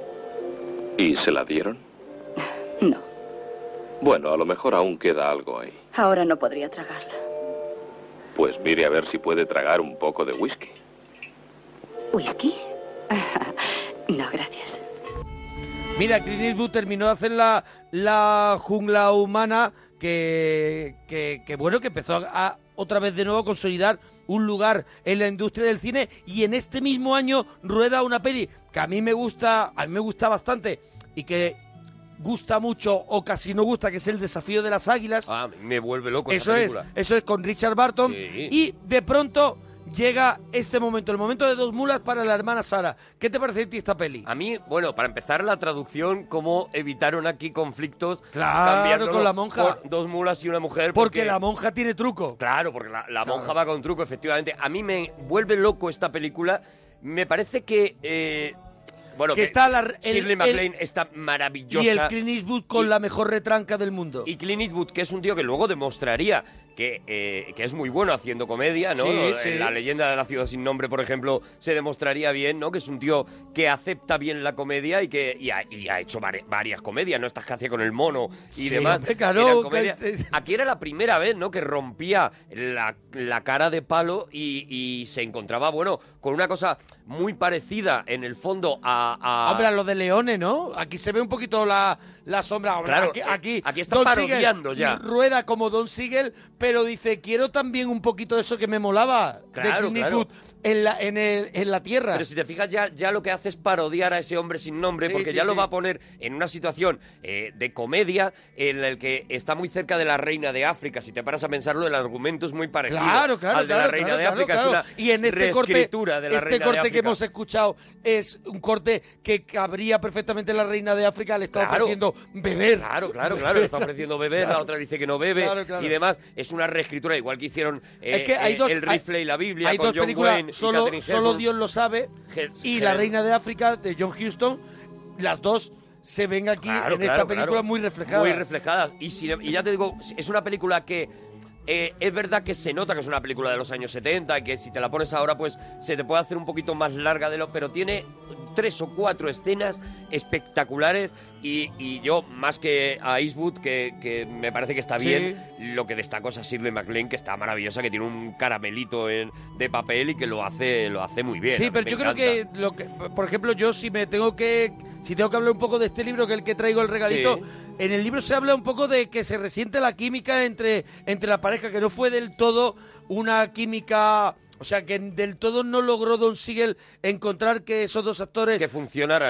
¿Y se la dieron? No. Bueno, a lo mejor aún queda algo ahí. Ahora no podría tragarla. Pues mire a ver si puede tragar un poco de whisky. ¿Whisky? No, gracias. Mira, Clint Eastwood terminó de hacer la jungla humana que bueno, que empezó a otra vez de nuevo a consolidar un lugar en la industria del cine, y en este mismo año rueda una peli que a mí me gusta bastante y que gusta mucho o casi no gusta, que es El desafío de las águilas. Me vuelve loco eso esa película. Eso es con Richard Burton. Sí. Y de pronto llega este momento, el momento de Dos mulas para la hermana Sara. ¿Qué te parece a ti esta peli? A mí, bueno, para empezar, la traducción, cómo evitaron aquí conflictos. Claro, con la monja. Por Dos mulas y una mujer. Porque la monja tiene truco. Claro, porque la monja va con truco, efectivamente. A mí me vuelve loco esta película. Me parece que... Bueno, que está Shirley MacLaine está maravillosa. Y el Clint Eastwood con la mejor retranca del mundo. Y Clint Eastwood, que es un tío que luego demostraría que es muy bueno haciendo comedia, ¿no? Sí. La leyenda de la ciudad sin nombre, por ejemplo, se demostraría bien, ¿no? Que es un tío que acepta bien la comedia y ha hecho varias comedias, ¿no? Estas que hacía con el mono y demás. Hombre, claro, Aquí era la primera vez, ¿no? Que rompía la cara de palo y se encontraba, bueno, con una cosa muy parecida en el fondo Hombre, a lo de Leone, ¿no? Aquí se ve un poquito la sombra. Hombre, claro, aquí está Don parodiando Siegel ya. Rueda como Don Siegel, pero dice, quiero también un poquito de eso que me molaba de Clint Eastwood en la tierra. Pero si te fijas, ya lo que hace es parodiar a ese hombre sin nombre, porque ya lo va a poner en una situación de comedia en el que está muy cerca de la reina de África. Si te paras a pensarlo, el argumento es muy parecido al de la reina de África. Es una y en este reescritura de la reina de África. Este corte que hemos escuchado es un corte que cabría perfectamente la reina de África. Le está ofreciendo beber. Claro, le está ofreciendo beber, la otra dice que no bebe y demás. Es una reescritura, igual que hicieron es que hay El rifle y la Biblia hay con dos John películas, Wayne solo Dios lo sabe, y La reina de África de John Huston. Las dos se ven aquí en esta película muy reflejadas. Muy reflejadas. Y ya te digo, es una película que es verdad que se nota que es una película de los años 70 y que si te la pones ahora pues se te puede hacer un poquito más larga pero tiene 3 o 4 escenas espectaculares y yo, más que a Eastwood, que me parece que está bien, lo que destaco es a Shirley MacLaine, que está maravillosa, que tiene un caramelito de papel y que lo hace muy bien. Sí, pero yo creo que, por ejemplo, yo si tengo que hablar un poco de este libro, que es el que traigo el regalito, en el libro se habla un poco de que se resiente la química entre la pareja, que no fue del todo una química... O sea, que del todo no logró Don Siegel encontrar que esos dos actores que funcionaran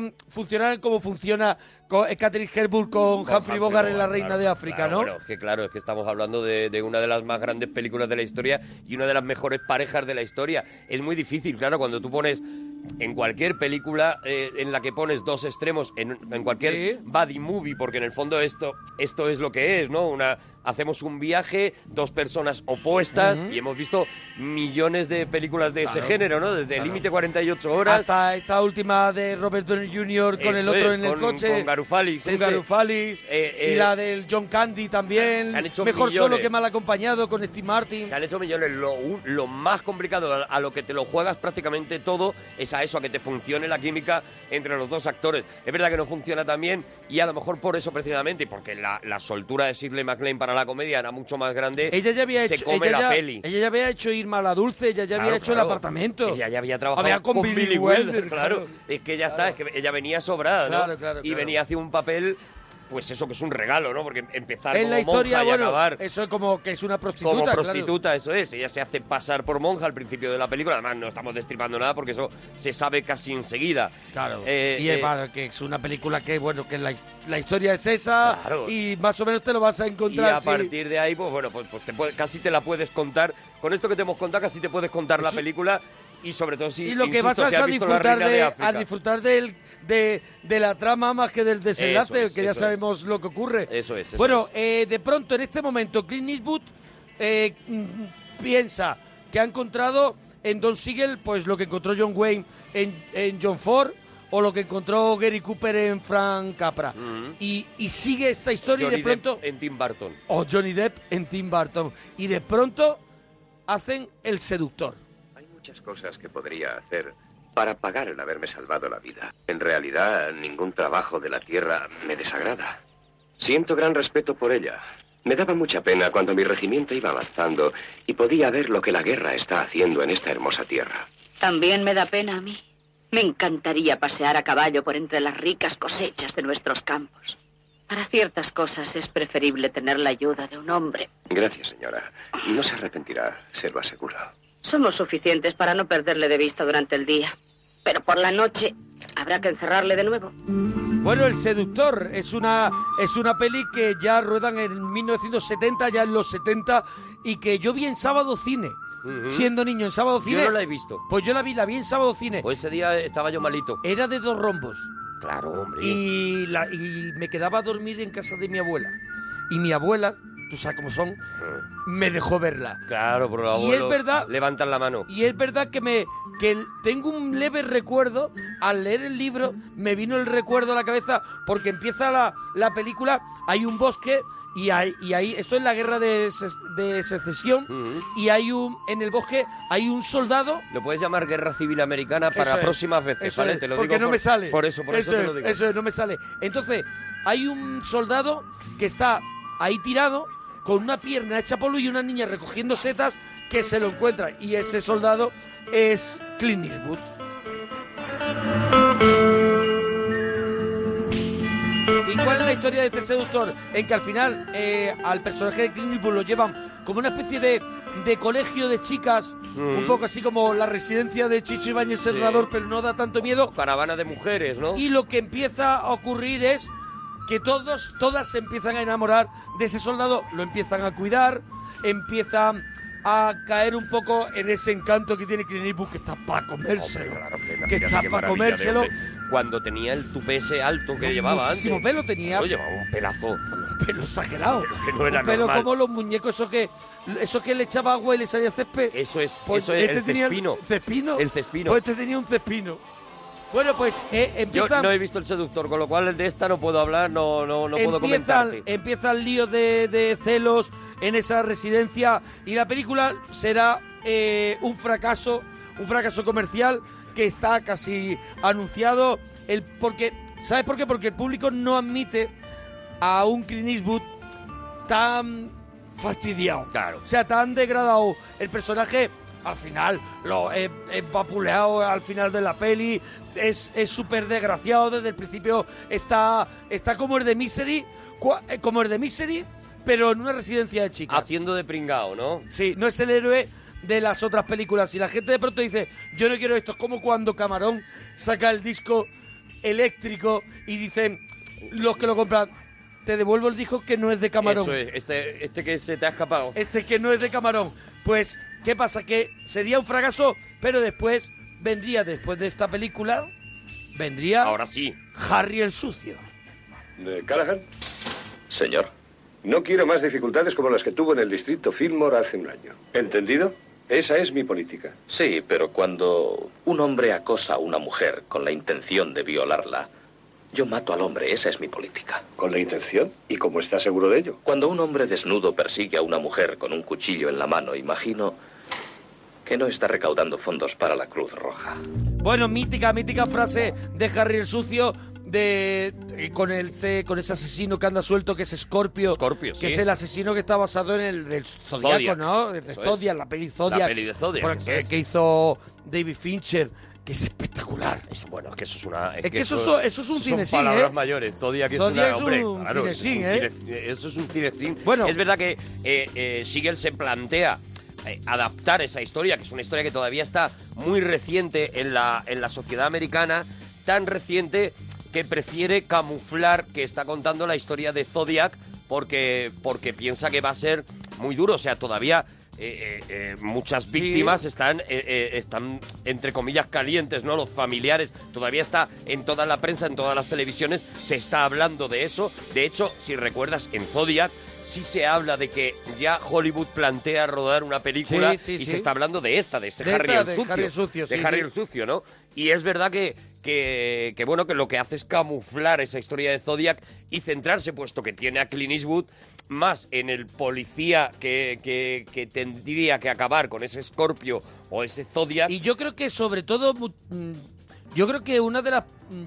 como funciona Katharine Hepburn con Humphrey Bogart en La reina de África, ¿no? Bueno, es que estamos hablando de una de las más grandes películas de la historia y una de las mejores parejas de la historia. Es muy difícil, claro, cuando tú pones en cualquier película en la que pones dos extremos, en cualquier buddy movie, porque en el fondo esto es lo que es, ¿no? hacemos un viaje, dos personas opuestas, y hemos visto millones de películas de ese género, ¿no? Desde Límite 48 horas... Hasta esta última de Robert Downey Jr. con el otro en el coche. Con Garufalis. Con Garufalis. Y la del John Candy también. Se han hecho Mejor millones. Solo que mal acompañado con Steve Martin. Se han hecho millones. Lo más complicado, a lo que te lo juegas prácticamente todo, es a eso, a que te funcione la química entre los dos actores. Es verdad que no funciona tan bien, y a lo mejor por eso precisamente, y porque la soltura de Shirley MacLaine para la comedia era mucho más grande, ella ya había se hecho, come la peli. Ella ya había hecho Irma la Dulce, ella ya había hecho El apartamento. Ella ya había trabajado con Billy Wilder, claro. Es que ya está, es que ella venía sobrada, ¿no? Claro. Y venía hacia un papel... Pues eso, que es un regalo, ¿no? Porque empezar en como la historia, monja y acabar... eso es como que es una prostituta. Como prostituta, eso es. Ella se hace pasar por monja al principio de la película. Además, no estamos destripando nada porque eso se sabe casi enseguida. Claro. Y es para que es una película que, bueno, que la historia es esa, claro, y más o menos te lo vas a encontrar. Y a partir de ahí, pues bueno, pues casi te la puedes contar. Con esto que te hemos contado, casi te puedes contar la pelíula. Y sobre todo si, y lo que insisto, vas a disfrutar a disfrutar de la trama más que del desenlace, que ya sabemos lo que ocurre. Eso es. Bueno, de pronto en este momento Clint Eastwood piensa que ha encontrado en Don Siegel pues lo que encontró John Wayne en John Ford, o lo que encontró Gary Cooper en Frank Capra. Y sigue esta historia, Johnny y de pronto... Depp en Tim Burton. O Johnny Depp en Tim Burton. Y de pronto hacen El Seductor. Muchas cosas que podría hacer para pagar el haberme salvado la vida. En realidad, ningún trabajo de la tierra me desagrada. Siento gran respeto por ella. Me daba mucha pena cuando mi regimiento iba avanzando y podía ver lo que la guerra está haciendo en esta hermosa tierra. También me da pena a mí. Me encantaría pasear a caballo por entre las ricas cosechas de nuestros campos. Para ciertas cosas es preferible tener la ayuda de un hombre. Gracias, señora. No se arrepentirá, se lo aseguro. Somos suficientes para no perderle de vista durante el día. Pero por la noche habrá que encerrarle de nuevo. Bueno, El Seductor es una peli que ya ruedan en 1970, ya en los 70, y que yo vi en Sábado Cine. Siendo niño en Sábado Cine. Yo no la he visto. Pues yo la vi en Sábado Cine. Pues ese día estaba yo malito. Era de 2 rombos. Claro, hombre. Y me quedaba a dormir en casa de mi abuela. Y mi abuela, tú sabes cómo son, me dejó verla. Claro, por los abuelos y es verdad, levantan la mano. Y es verdad que tengo un leve recuerdo, al leer el libro, me vino el recuerdo a la cabeza, porque empieza la película, hay un bosque, y ahí esto es la guerra de secesión, y en el bosque hay un soldado. Lo puedes llamar Guerra Civil Americana para próximas veces, ¿vale? Te lo porque digo no me sale. Por eso te lo digo. Eso no me sale. Entonces, hay un soldado que está ahí tirado, con una pierna hecha polvo y una niña recogiendo setas, que se lo encuentra. Y ese soldado es Clint Eastwood. ¿Y cuál es la historia de este seductor? En que al final al personaje de Clint Eastwood lo llevan como una especie de colegio de chicas, un poco así como la residencia de Chicho Ibáñez Serrador, pero no da tanto miedo. Caravana de mujeres, ¿no? Y lo que empieza a ocurrir es que todas se empiezan a enamorar de ese soldado, lo empiezan a cuidar, empiezan a caer un poco en ese encanto que tiene Clint Eastwood, que está para comérselo. Hombre, claro, que está para comérselo. Cuando tenía el tupé ese alto que llevaba muchísimo antes. Pelo tenía. Llevaba un pelazo. Un pelo exagerado. Que no era pero normal. Como los muñecos, eso que le echaba agua y le salía césped. Eso es, pues el cespino. ¿Cespino? El cespino. Pues tenía un cespino. Bueno, pues empiezan... Yo no he visto El Seductor, con lo cual de esta no puedo hablar, no puedo comentarte. Empieza el lío de celos en esa residencia, y la película será un fracaso comercial que está casi anunciado. ¿Sabes por qué? Porque el público no admite a un Clint Eastwood tan fastidiado. Claro. O sea, tan degradado. El personaje al final es vapuleado al final de la peli, es súper desgraciado desde el principio, está como el de Misery, pero en una residencia de chicas. Haciendo de pringao, ¿no? Sí, no es el héroe de las otras películas. Y la gente de pronto dice, yo no quiero esto. Es como cuando Camarón saca el disco eléctrico y dicen los que lo compran, te devuelvo el disco que no es de Camarón. Eso es, este que se te ha escapado. Este que no es de Camarón. Pues, ¿qué pasa? Que sería un fracaso, pero después de esta película, vendría... Ahora sí. Harry el Sucio. ¿Callahan? Señor. No quiero más dificultades como las que tuvo en el distrito Fillmore hace un año. ¿Entendido? Esa es mi política. Sí, pero cuando un hombre acosa a una mujer con la intención de violarla, yo mato al hombre, esa es mi política. ¿Con la intención? ¿Y cómo está seguro de ello? Cuando un hombre desnudo persigue a una mujer con un cuchillo en la mano, imagino que no está recaudando fondos para la Cruz Roja. Bueno, mítica frase de Harry el Sucio, con ese asesino que anda suelto, que es Scorpio, que sí. es el asesino que está basado en el del Zodiaco, ¿no? De Zodiac, la peli Zodiac. La peli de Zodiac. Que hizo David Fincher, que es espectacular. Bueno, es que eso es una... Es que eso es un cinesín, son palabras mayores. Zodiac es Zodiac una... Hombre, un claro, cinesín, eso es un cinesín. Bueno. Es verdad que Siegel se plantea adaptar esa historia, que es una historia que todavía está muy reciente en la sociedad americana, tan reciente que prefiere camuflar que está contando la historia de Zodiac porque piensa que va a ser muy duro. O sea, todavía muchas víctimas están entre comillas calientes, ¿no? Los familiares, todavía está en toda la prensa, en todas las televisiones, se está hablando de eso. De hecho, si recuerdas, en Zodiac sí se habla de que ya Hollywood plantea rodar una película y se está hablando de Harry el Sucio. Harry el Sucio, ¿no? Y es verdad que bueno, que lo que hace es camuflar esa historia de Zodiac y centrarse, puesto que tiene a Clint Eastwood, más en el policía que tendría que acabar con ese Scorpio o ese Zodiac. Y yo creo que sobre todo, yo creo que una de las...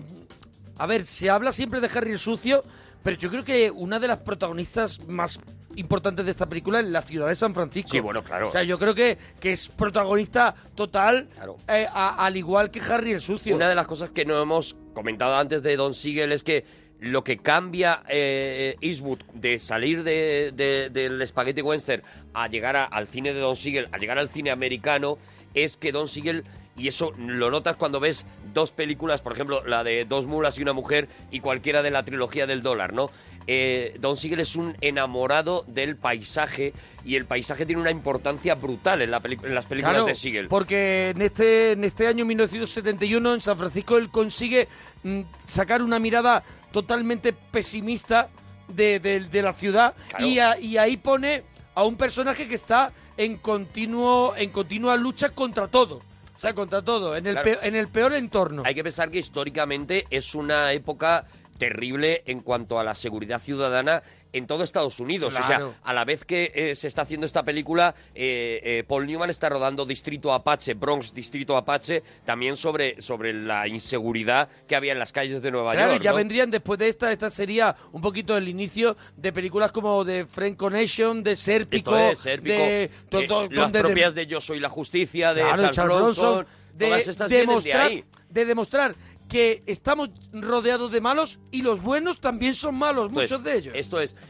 A ver, se habla siempre de Harry el Sucio, pero yo creo que una de las protagonistas más importantes de esta película es la ciudad de San Francisco. Sí, bueno, claro. O sea, yo creo que es protagonista total, claro. Al igual que Harry el Sucio. Una de las cosas que no hemos comentado antes de Don Siegel es que lo que cambia Eastwood de salir del Spaghetti Western a llegar al cine de Don Siegel, a llegar al cine americano, es que Don Siegel, y eso lo notas cuando ves dos películas, por ejemplo, la de Dos mulas y una mujer y cualquiera de la trilogía del dólar, ¿no? Don Siegel es un enamorado del paisaje y el paisaje tiene una importancia brutal en las películas claro, de Siegel. Porque en este año 1971 en San Francisco él consigue sacar una mirada totalmente pesimista de la ciudad, claro. y ahí pone a un personaje que está en continua lucha contra todo. O sea, contra todo, en el peor entorno. Hay que pensar que históricamente es una época terrible en cuanto a la seguridad ciudadana en todo Estados Unidos. Claro. O sea, a la vez que se está haciendo esta película, Paul Newman está rodando Distrito Apache, Bronx Distrito Apache, también sobre la inseguridad que había en las calles de Nueva York. Claro, ya ¿no? vendrían después de esta sería un poquito el inicio de películas como de Frank Connection, de Sérpico, de las propias de Yo Soy la Justicia, de claro, Charles Bronson, todas estas vienen de ahí. De demostrar que estamos rodeados de malos y los buenos también son malos, muchos de ellos. Esto es,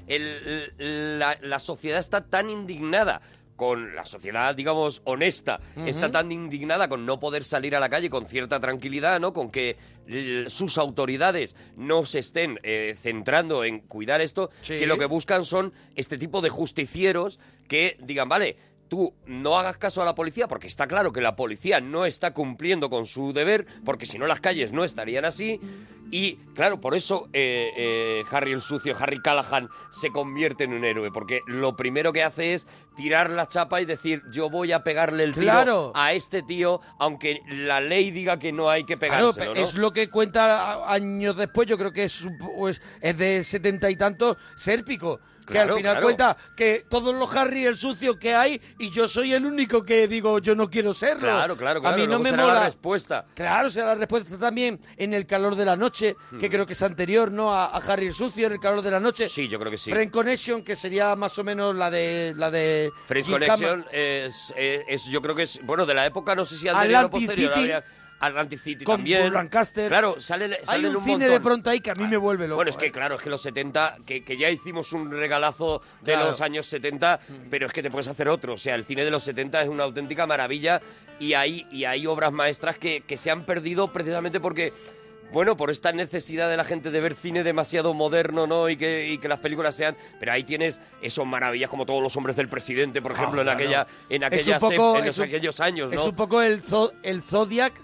la sociedad está tan indignada con la sociedad, digamos, honesta, está tan indignada con no poder salir a la calle con cierta tranquilidad, ¿no? Con que sus autoridades no se estén centrando en cuidar esto, que lo que buscan son este tipo de justicieros que digan, vale, tú no hagas caso a la policía, porque está claro que la policía no está cumpliendo con su deber, porque si no las calles no estarían así. Y claro, por eso Harry el Sucio, Harry Callahan, se convierte en un héroe, porque lo primero que hace es tirar la chapa y decir, yo voy a pegarle el tiro a este tío, aunque la ley diga que no hay que pegárselo, claro, ¿no? Es lo que cuenta años después, yo creo que es de 70 y tantos, Sérpico. Que al final cuenta que todos los Harry el Sucio que hay y yo soy el único que digo yo no quiero serlo. Claro. A mí no me será mola la respuesta. Claro, será la respuesta también en El calor de la noche, que creo que es anterior, ¿no? A Harry el Sucio, en El calor de la noche. Sí, yo creo que sí. Frank Connection, que sería más o menos la de Frank Connection es yo creo que es, bueno, de la época, no sé si anterior o posterior. Atlantic City con también. Con Lancaster. Claro, salen hay un cine montón. de pronto ahí que a mí me vuelve loco. Bueno, es que claro, es que los 70, que ya hicimos un regalazo de los años 70, pero es que te puedes hacer otro. O sea, el cine de los 70 es una auténtica maravilla y hay obras maestras que se han perdido precisamente porque, bueno, por esta necesidad de la gente de ver cine demasiado moderno, ¿no? Y que las películas sean... Pero ahí tienes esos maravillas como Todos los hombres del presidente, por ejemplo, en aquellos años, ¿no? Es un poco el Zodiac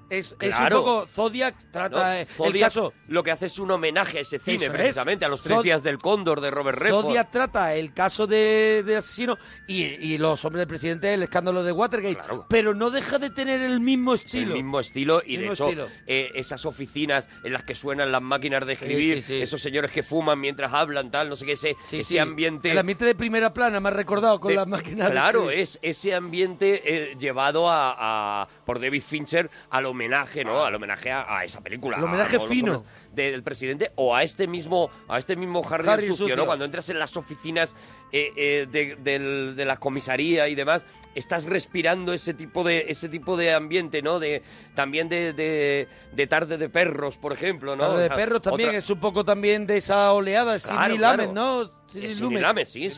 Es Claro. un poco Zodiac trata el Zodiac caso. lo que hace es un homenaje a ese cine, Eso es. precisamente, a los 3 días del Cóndor de Robert Redford. Zodiac trata el caso de asesino y los hombres del presidente, el escándalo de Watergate, pero no deja de tener el mismo estilo. El mismo estilo y de Mismo hecho estilo. esas oficinas en las que suenan las máquinas de escribir, sí. esos señores que fuman mientras hablan, tal, no sé qué, ese ambiente... El ambiente de primera plana me ha recordado con las máquinas Claro, de escribir. es ese ambiente llevado por David Fincher al homenaje, ¿no? Al homenaje a esa película. El homenaje a los fino. hombres del presidente o a este mismo Harry el sucio, ¿no? Cuando entras en las oficinas de la comisaría y demás, estás respirando ese tipo de ambiente, ¿no? También de Tarde de Perros, por ejemplo, ¿no? Tarde de O sea, Perros también otra- es un poco también de esa oleada, Claro, Sidney Lumet, claro. ¿no? Sidney Lumet, sí.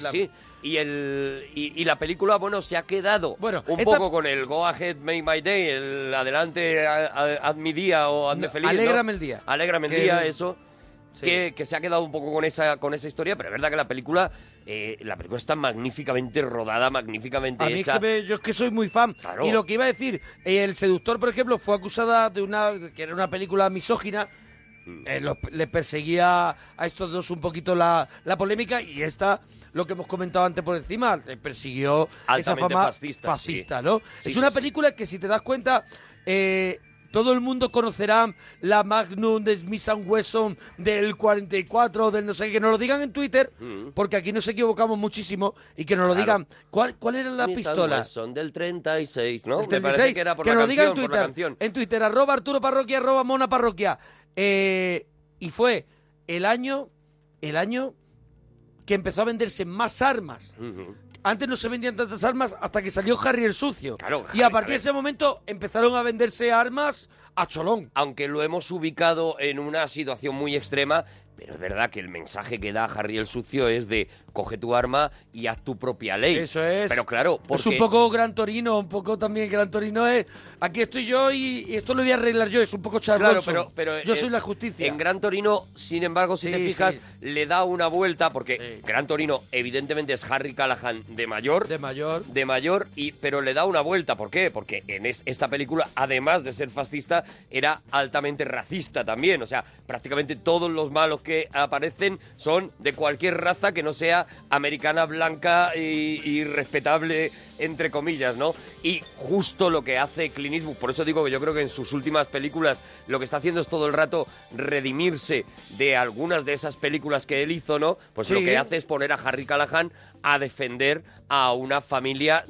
Y la película, bueno, se ha quedado un esta- poco con el Go Ahead, Make My Day, el adelante, haz mi día o hazme feliz, ¿no? Alégrame el día. Alégrame el Que- día, eso. Sí. Que se ha quedado un poco con esa historia, pero es verdad que la película está magníficamente rodada, magníficamente A mí hecha. yo es que soy muy fan. Claro. Y lo que iba a decir, El Seductor, por ejemplo, fue acusada que era una película misógina. Le perseguía a estos dos un poquito la polémica, y esta, lo que hemos comentado antes por encima, le persiguió esa Altamente fama fascista, sí. ¿no? Sí, es sí, una sí. película que, si te das cuenta, todo el mundo conocerá la Magnum de Smith & Wesson del 44, del no sé qué, que nos lo digan en Twitter, porque aquí nos equivocamos muchísimo, y que nos lo Claro. digan. ¿Cuál era la pistola? Son del 36, ¿no? El Me parece 36, que era por que la nos lo digan canción, por la canción. en Twitter, @Arturo Parroquia, @Mona Parroquia. Y fue el año que empezó a venderse más armas. Antes no se vendían tantas armas hasta que salió Harry el Sucio. Claro, y a Harry, partir a de ver. ese momento empezaron a venderse armas a cholón. Aunque lo hemos ubicado en una situación muy extrema, pero es verdad que el mensaje que da Harry el Sucio es de coge tu arma y haz tu propia ley. Eso es. Pero claro, porque... Es un poco Gran Torino, un poco también Gran Torino es... Aquí estoy yo y esto lo voy a arreglar yo, es un poco Charles Claro, Bronson. pero yo soy la justicia. En Gran Torino, sin embargo, si Sí, te fijas, sí. le da una vuelta, porque Gran Torino evidentemente es Harry Callahan de mayor. Pero le da una vuelta. ¿Por qué? Porque en esta película, además de ser fascista, era altamente racista también. O sea, prácticamente todos los malos que aparecen son de cualquier raza que no sea americana, blanca y respetable, entre comillas, ¿no? Y justo lo que hace Clint Eastwood, por eso digo que yo creo que en sus últimas películas lo que está haciendo es todo el rato redimirse de algunas de esas películas que él hizo, ¿no? Pues Sí. lo que hace es poner a Harry Callahan a defender a una familia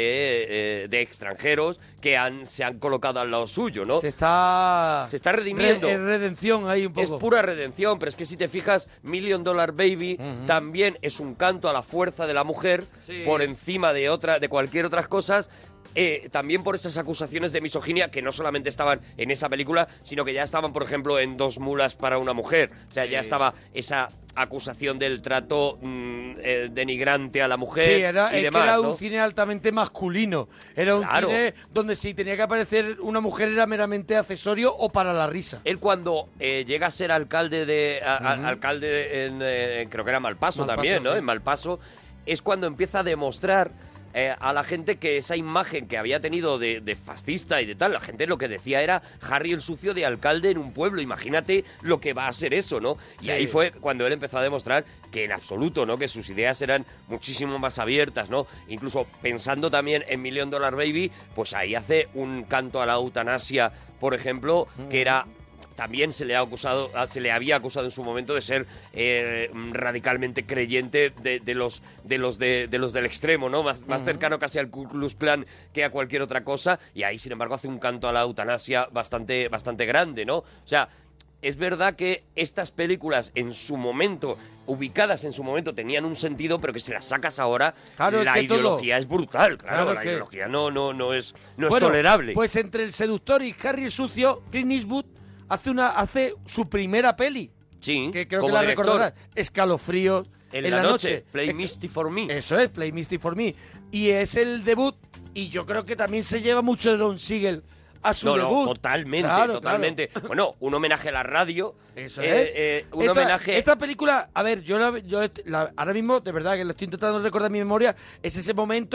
de extranjeros que se han colocado al lado suyo, ¿no? Se está redimiendo. Redención ahí un poco. Es pura redención, pero es que si te fijas, $1 Million Baby también es un canto a la fuerza de la mujer Sí. por encima de cualquier otras cosas. También por esas acusaciones de misoginia que no solamente estaban en esa película, sino que ya estaban, por ejemplo, en Dos mulas para una mujer. O sea, ya estaba esa acusación del trato denigrante a la mujer Sí, es y que demás, era ¿no? un cine altamente masculino. Era un Claro. cine donde si tenía que aparecer una mujer era meramente accesorio o para la risa. Él cuando llega a ser alcalde alcalde en creo que era Malpaso, Malpaso, también, ¿no? sí. En Malpaso es cuando empieza a demostrar a la gente que esa imagen que había tenido de fascista y de tal, la gente lo que decía era Harry el Sucio de alcalde en un pueblo. Imagínate lo que va a ser eso, ¿no? Y Sí. ahí fue cuando él empezó a demostrar que en absoluto, ¿no? Que sus ideas eran muchísimo más abiertas, ¿no? Incluso pensando también en $1 Million Baby, pues ahí hace un canto a la eutanasia, por ejemplo, que era... También se le había acusado en su momento de ser radicalmente creyente de los del extremo, ¿no? Más cercano casi al Ku Klux Klan que a cualquier otra cosa. Y ahí, sin embargo, hace un canto a la eutanasia bastante grande, ¿no? O sea, es verdad que estas películas en su momento, ubicadas en su momento, tenían un sentido, pero que si las sacas ahora, Claro, la es que todo- ideología es brutal, claro, Claro, la es que- ideología no es Bueno, tolerable. Pues entre El Seductor y Harry el Sucio, Clint Eastwood hace su primera peli. Sí, que creo como que la director. recordarás. Escalofríos En la noche, Play Misty for Me. Eso es, Play Misty for Me. Y es el debut, y yo creo que también se lleva mucho de Don Siegel a su debut. Totalmente, Claro, totalmente. Bueno, un homenaje a la radio. Eso es. Un homenaje... Esta película, a ver, ahora mismo, de verdad que lo estoy intentando recordar en mi memoria, es ese momento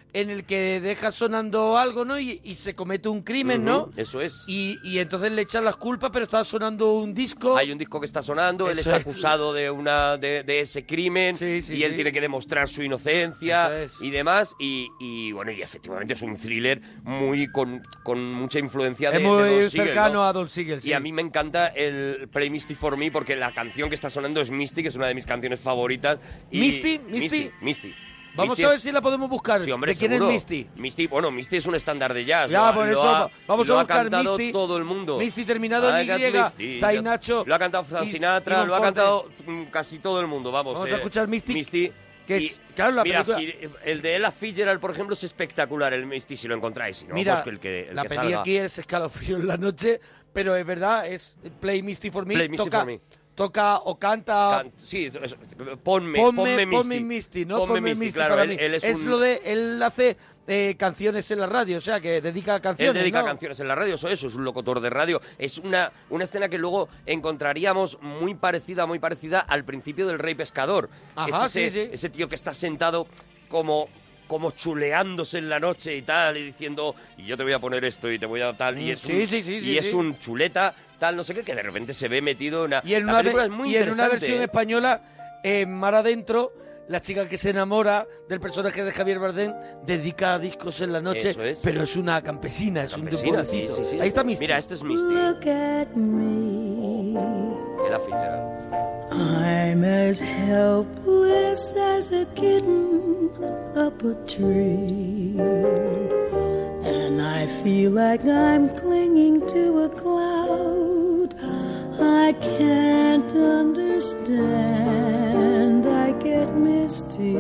en el que deja sonando algo, ¿no? Y se comete un crimen, ¿no? Eso es. Y entonces le echan las culpas, pero está sonando un disco. Hay un disco que está sonando, él es Eso acusado de ese crimen y él tiene que demostrar su inocencia y demás. Y bueno, y efectivamente es un thriller muy con mucha influencia de muy Don Siegel, cercano, ¿no? a Don Siegel, sí. Y a mí me encanta el Play Misty for Me porque la canción que está sonando es Misty, que es una de mis canciones favoritas. Y ¿Misty? Vamos Misty a ver si la podemos buscar. Sí, hombre, ¿De quién seguro. es Misty? Misty es un estándar de jazz. Ya, por eso vamos a lo ha buscar cantado Misty. todo el mundo. Misty terminado en Y, está Nacho. Lo ha cantado Frank Sinatra, lo ha cantado casi todo el mundo, vamos. Vamos a escuchar Misty. Que es, Y, claro, la mira, película... el de Ella Fitzgerald, por ejemplo, es espectacular, el Misty, si lo encontráis. Si no, Mira, pues que el la que peli salga. aquí es Escalofrío en la noche, pero es verdad, es Play Misty for Me. Play Misty for Me. Toca o canta... Sí, ponme Misty, ¿no? Ponme Misty, claro, para mí. él es un... lo de... Él hace canciones en la radio, o sea, que dedica canciones, Él dedica ¿no? canciones en la radio, eso es un locutor de radio. Es una escena que luego encontraríamos muy parecida al principio del Rey Pescador. Ajá, es ese tío que está sentado como chuleándose en la noche y tal, y diciendo, y yo te voy a poner esto y te voy a tal, y es un chuleta, tal, no sé qué, que de repente se ve metido en una... Y en la una, película es muy y en una interesante, versión española, Mar Adentro, la chica que se enamora del personaje de Javier Bardem dedica discos en la noche, Eso es. pero es una campesina, es un pueblecito. sí. Ahí está Misty. Mira, este es Misty. Look at me. Ella Fitzgerald. I'm as helpless as a kitten up a tree. And I feel like I'm clinging to a cloud. I can't understand. I get misty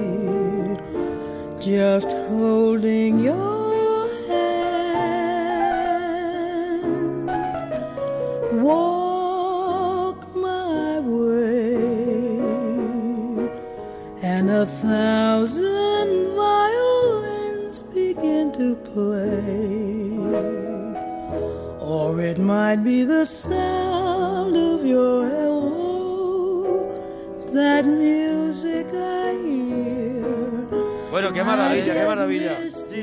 just holding your hand. Walk my way, and 1,000 violins begin to play. Or it might be the sound of your hello, that music I hear. Bueno, qué maravilla, qué maravilla.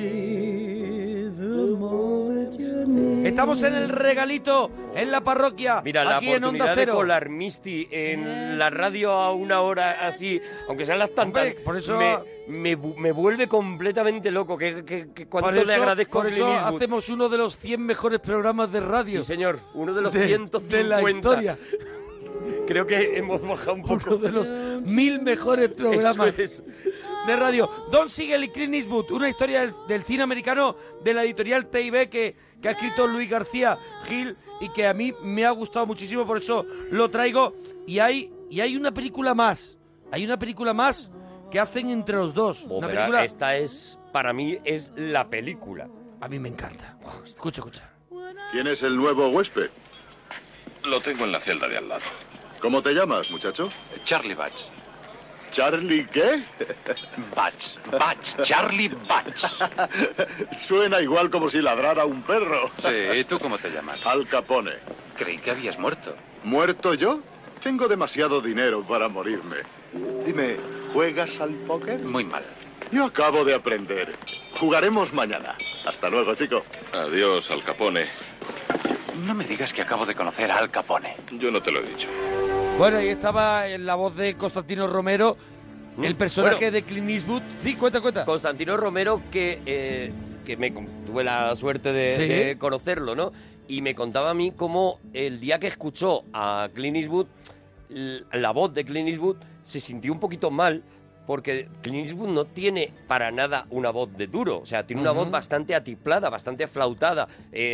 Estamos en el regalito, en la parroquia, Mira, aquí la en Onda oportunidad de Cero. colar Misty en la radio a una hora así, aunque sean las tantas, Hombre, por eso... me vuelve completamente loco. Que cuánto Por eso, le agradezco por a Clint eso Eastwood. hacemos uno de los 100 mejores programas de radio. Sí, señor, uno de los de 150. de la historia. Creo que hemos bajado un poco. Uno de los 1000 mejores programas Eso es. de radio. Don Siegel y Clint Eastwood, una historia del cine americano de la editorial TIB que ha escrito Luis García Gil y que a mí me ha gustado muchísimo, por eso lo traigo. Y hay una película más. Hay una película más que hacen entre los dos. Una Verá, película... esta es, para mí, es la película. A mí me encanta. Escucha. ¿Quién es el nuevo huésped? Lo tengo en la celda de al lado. ¿Cómo te llamas, muchacho? Charlie Batch. ¿Charlie qué? Batch. Charlie Batch. Suena igual como si ladrara un perro. Sí, ¿y tú cómo te llamas? Al Capone. Creí que habías muerto. ¿Muerto yo? Tengo demasiado dinero para morirme. Dime, ¿juegas al póker? Muy mal. Yo acabo de aprender. Jugaremos mañana. Hasta luego, chico. Adiós, Al Capone. No me digas que acabo de conocer a Al Capone. Yo no te lo he dicho. Bueno, ahí estaba en la voz de Constantino Romero, el personaje de Clint Eastwood. Sí, cuenta. Constantino Romero, que tuve la suerte de conocerlo, ¿no? Y me contaba a mí cómo el día que escuchó a Clint Eastwood, la voz de Clint Eastwood, se sintió un poquito mal, porque Clint Eastwood no tiene para nada una voz de duro, o sea, tiene una voz bastante atiplada, bastante aflautada,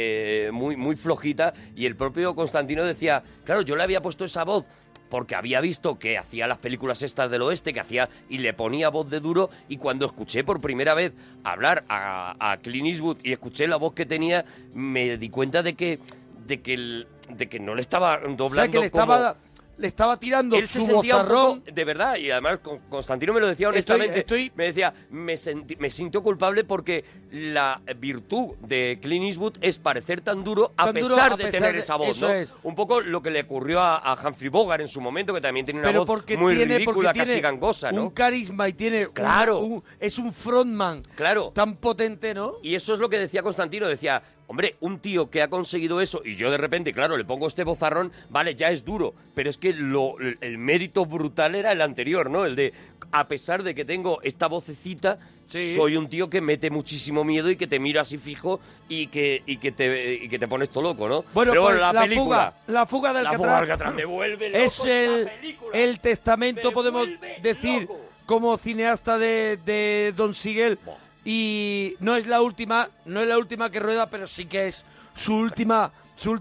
muy flojita, y el propio Constantino decía, claro, yo le había puesto esa voz porque había visto que hacía las películas estas del oeste, y le ponía voz de duro, y cuando escuché por primera vez hablar a Clint Eastwood y escuché la voz que tenía, me di cuenta de que no le estaba doblando, O sea, que le estaba le estaba tirando él se su sentía bozarrón. un poco, de verdad, y además Constantino me lo decía honestamente, me decía, me sintió culpable porque la virtud de Clint Eastwood es parecer tan duro a pesar de tener esa voz, eso ¿no? es. Un poco lo que le ocurrió a Humphrey Bogart en su momento, que también tiene una Pero voz muy ridícula, tiene casi gangosa, ¿no? un carisma y tiene es un frontman tan potente, ¿no? Y eso es lo que decía Constantino, decía, hombre, un tío que ha conseguido eso y yo de repente, claro, le pongo este bozarrón, vale, ya es duro, pero es que el mérito brutal era el anterior, ¿no? El de, a pesar de que tengo esta vocecita, soy un tío que mete muchísimo miedo y que te mira así fijo y que te pones todo loco, ¿no? Bueno, pero pues la película, la fuga de Alcatraz, La fuga de Alcatraz me vuelve loco, es el testamento, podemos decir, como cineasta de Don Siegel. Y no es la última que rueda, pero sí que es su última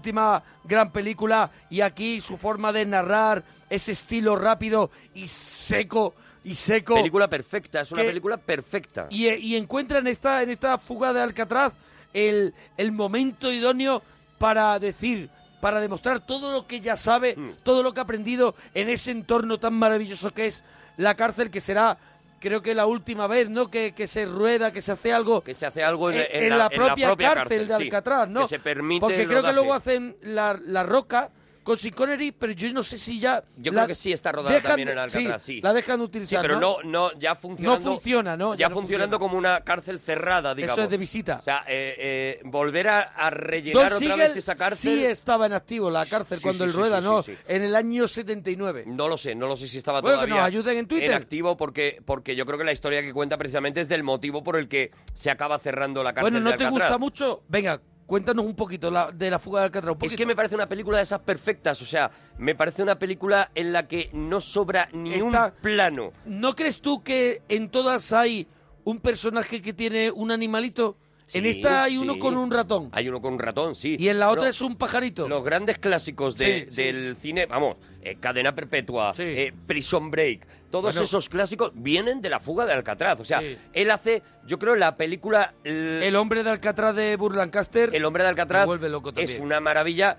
gran película. Y aquí su forma de narrar, ese estilo rápido y seco. Película perfecta, es una película perfecta. Y encuentra en esta fuga de Alcatraz el momento idóneo para demostrar todo lo que ya sabe, todo lo que ha aprendido en ese entorno tan maravilloso que es la cárcel, que será, creo que la última vez, ¿no? Que se rueda, que se hace algo. Que se hace algo en la propia cárcel de Alcatraz, sí, ¿no? que se permite. Porque el creo rodaje. que luego hacen la Roca con Sean Connery, pero yo no sé si ya. Yo creo que sí está rodada también en Alcatraz, sí. La dejan utilizar. Sí, pero no, ya funcionando. No funciona, ¿no? Ya no funcionando funciona. como una cárcel cerrada, digamos. Eso es de visita. O sea, volver a rellenar otra vez esa cárcel. Sí estaba en activo la cárcel cuando él rueda, ¿no? Sí. En el año 79. No lo sé si estaba bueno, todavía que nos ayuden en Twitter. en activo, porque yo creo que la historia que cuenta precisamente es del motivo por el que se acaba cerrando la cárcel de Bueno, ¿no te Alcatraz. gusta mucho? Venga, cuéntanos un poquito de la fuga de Alcatraz. Es que me parece una película de esas perfectas, o sea, me parece una película en la que no sobra ni un plano. ¿No crees tú que en todas hay un personaje que tiene un animalito? En esta hay uno con un ratón. Hay uno con un ratón, sí. Y en la otra es un pajarito. Los grandes clásicos del cine, vamos, Cadena Perpetua, Prison Break, todos esos clásicos vienen de la fuga de Alcatraz. O sea, él hace, yo creo, la película... El hombre de Alcatraz de Burt Lancaster. El hombre de Alcatraz me vuelve loco también. es una maravilla,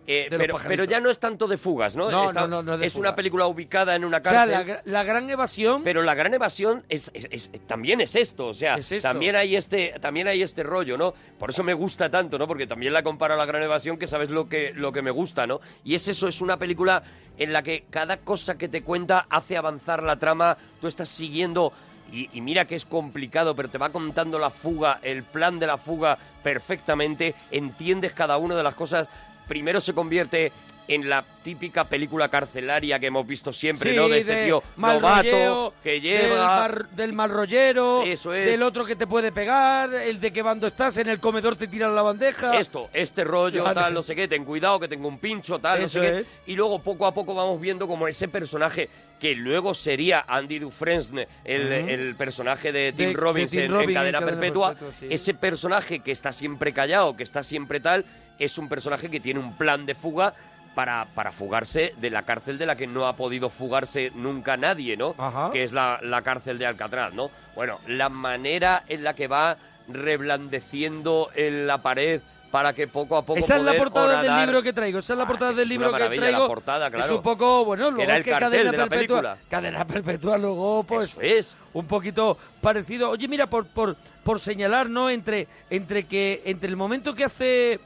pero ya no es tanto de fugas, ¿no? No es de es fuga. una película ubicada en una cárcel. O sea, la gran evasión... Pero la gran evasión también es esto, o sea, también hay este rollo, ¿no? Por eso me gusta tanto, ¿no? Porque también la comparo a la gran evasión, que sabes lo que me gusta, ¿no? Y es eso, es una película en la que cada cosa que te cuenta hace avanzar la trama, tú estás siguiendo... Y mira que es complicado, pero te va contando la fuga, el plan de la fuga perfectamente, entiendes cada una de las cosas. Primero se convierte en la típica película carcelaria que hemos visto siempre, ¿no? De este tío novato que lleva... Del mal rollero, eso es. Del otro que te puede pegar, el de qué bando estás, en el comedor te tiran la bandeja... Este rollo, tal, no sé qué, ten cuidado que tengo un pincho, tal, no sé qué. Y luego poco a poco vamos viendo como ese personaje que luego sería Andy Dufresne, el personaje de Tim Robbins en Cadena Perpetua, ese personaje que está siempre callado, que está siempre tal, es un personaje que tiene un plan de fuga para fugarse de la cárcel de la que no ha podido fugarse nunca nadie, ¿no? Ajá. Que es la cárcel de Alcatraz, ¿no? Bueno, la manera en la que va reblandeciendo en la pared para que poco a poco esa es la poder portada horadar. del libro que traigo. Esa es la portada del libro una que maravilla, traigo. la portada, claro. Es un poco, bueno, luego Era es el que cartel Cadena de la Perpetua. película. Cadena Perpetua, luego, pues. Eso es. Un poquito parecido. Oye, mira, por señalar, ¿no? Entre el momento que hace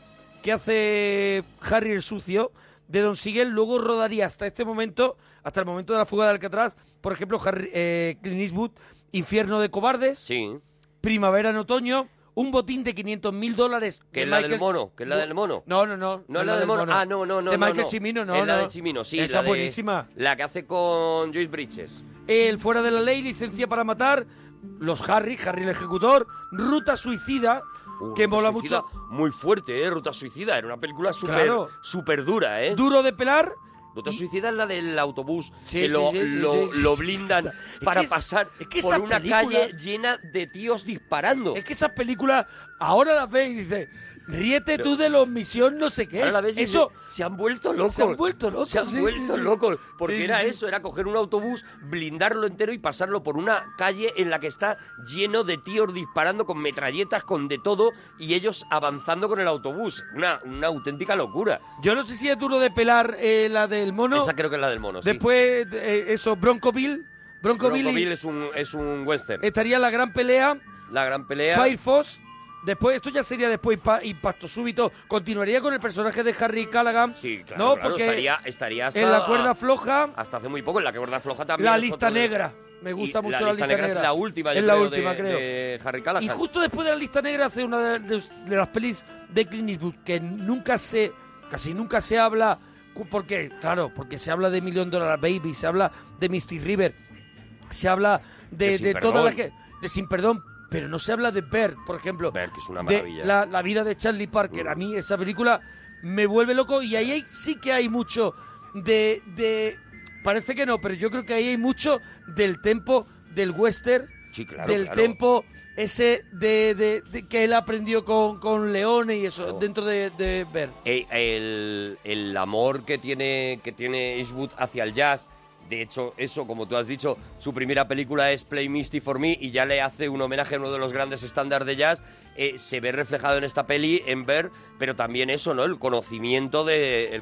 Harry el sucio de Don Siegel, luego rodaría hasta el momento de la fuga de Alcatraz, por ejemplo, Clint Eastwood, Infierno de cobardes, sí. Primavera en otoño, un botín de $500,000 Que es la del mono, que es la del mono. No. ¿No es la del mono? Ah, no. De Michael Cimino, no. Es la de Cimino, sí. Esa buenísima. La que hace con Joyce Bridges. El Fuera de la ley, Licencia para matar, Los Harry el ejecutor, Ruta suicida, que Ruta mola Suicida, mucho. Muy fuerte, Ruta Suicida. Era una película Claro. súper dura, Duro de pelar. Ruta Suicida es la del autobús, Sí, que sí. lo blindan para pasar que por esas una películas- calle llena de tíos disparando. Es que esas películas ahora las ves y dices, ríete tú de los misión no sé qué. Ahora la ves y Eso se han vuelto locos. Se han vuelto locos. Locos. Porque Sí, era sí. eso, era coger un autobús, blindarlo entero y pasarlo por una calle en la que está lleno de tíos disparando con metralletas, con de todo, y ellos avanzando con el autobús. Una auténtica locura. Yo no sé si es duro de pelar la del mono. Esa creo que es la del mono, sí. Después, eso, Bronco Bill. Bronco Bill es un western. estaría la gran pelea. La gran pelea. Fire Force. Después, esto ya sería después Impacto Súbito. Continuaría con el personaje de Harry Callaghan. Sí, claro, ¿no? claro, Porque estaría hasta... en la cuerda floja. Hasta hace muy poco, en la cuerda floja también. La es lista otro de- negra. Me gusta Y mucho la lista negra. Es la última, yo es la creo, última, creo. de Harry Callaghan. Y justo después de la lista negra hace una de las pelis de Clint Eastwood que casi nunca se habla. ¿Por qué? Claro, porque se habla de $1 Million Baby, se habla de Misty River, se habla De Sin de todas las Perdón. que... De Sin Perdón, pero no se habla de Bert, por ejemplo. Bert, que es una de maravilla. la vida de Charlie Parker. A mí esa película me vuelve loco y ahí sí que hay mucho de... Parece que no, pero yo creo que ahí hay mucho del tempo del western, Sí, claro, del claro. tempo ese de que él aprendió con Leone y eso, dentro de Bert. El amor que tiene Eastwood hacia el jazz. De hecho, eso, como tú has dicho, su primera película es Play Misty for Me y ya le hace un homenaje a uno de los grandes estándares de jazz. Se ve reflejado en esta peli, en Bert, pero también eso, ¿no? El conocimiento de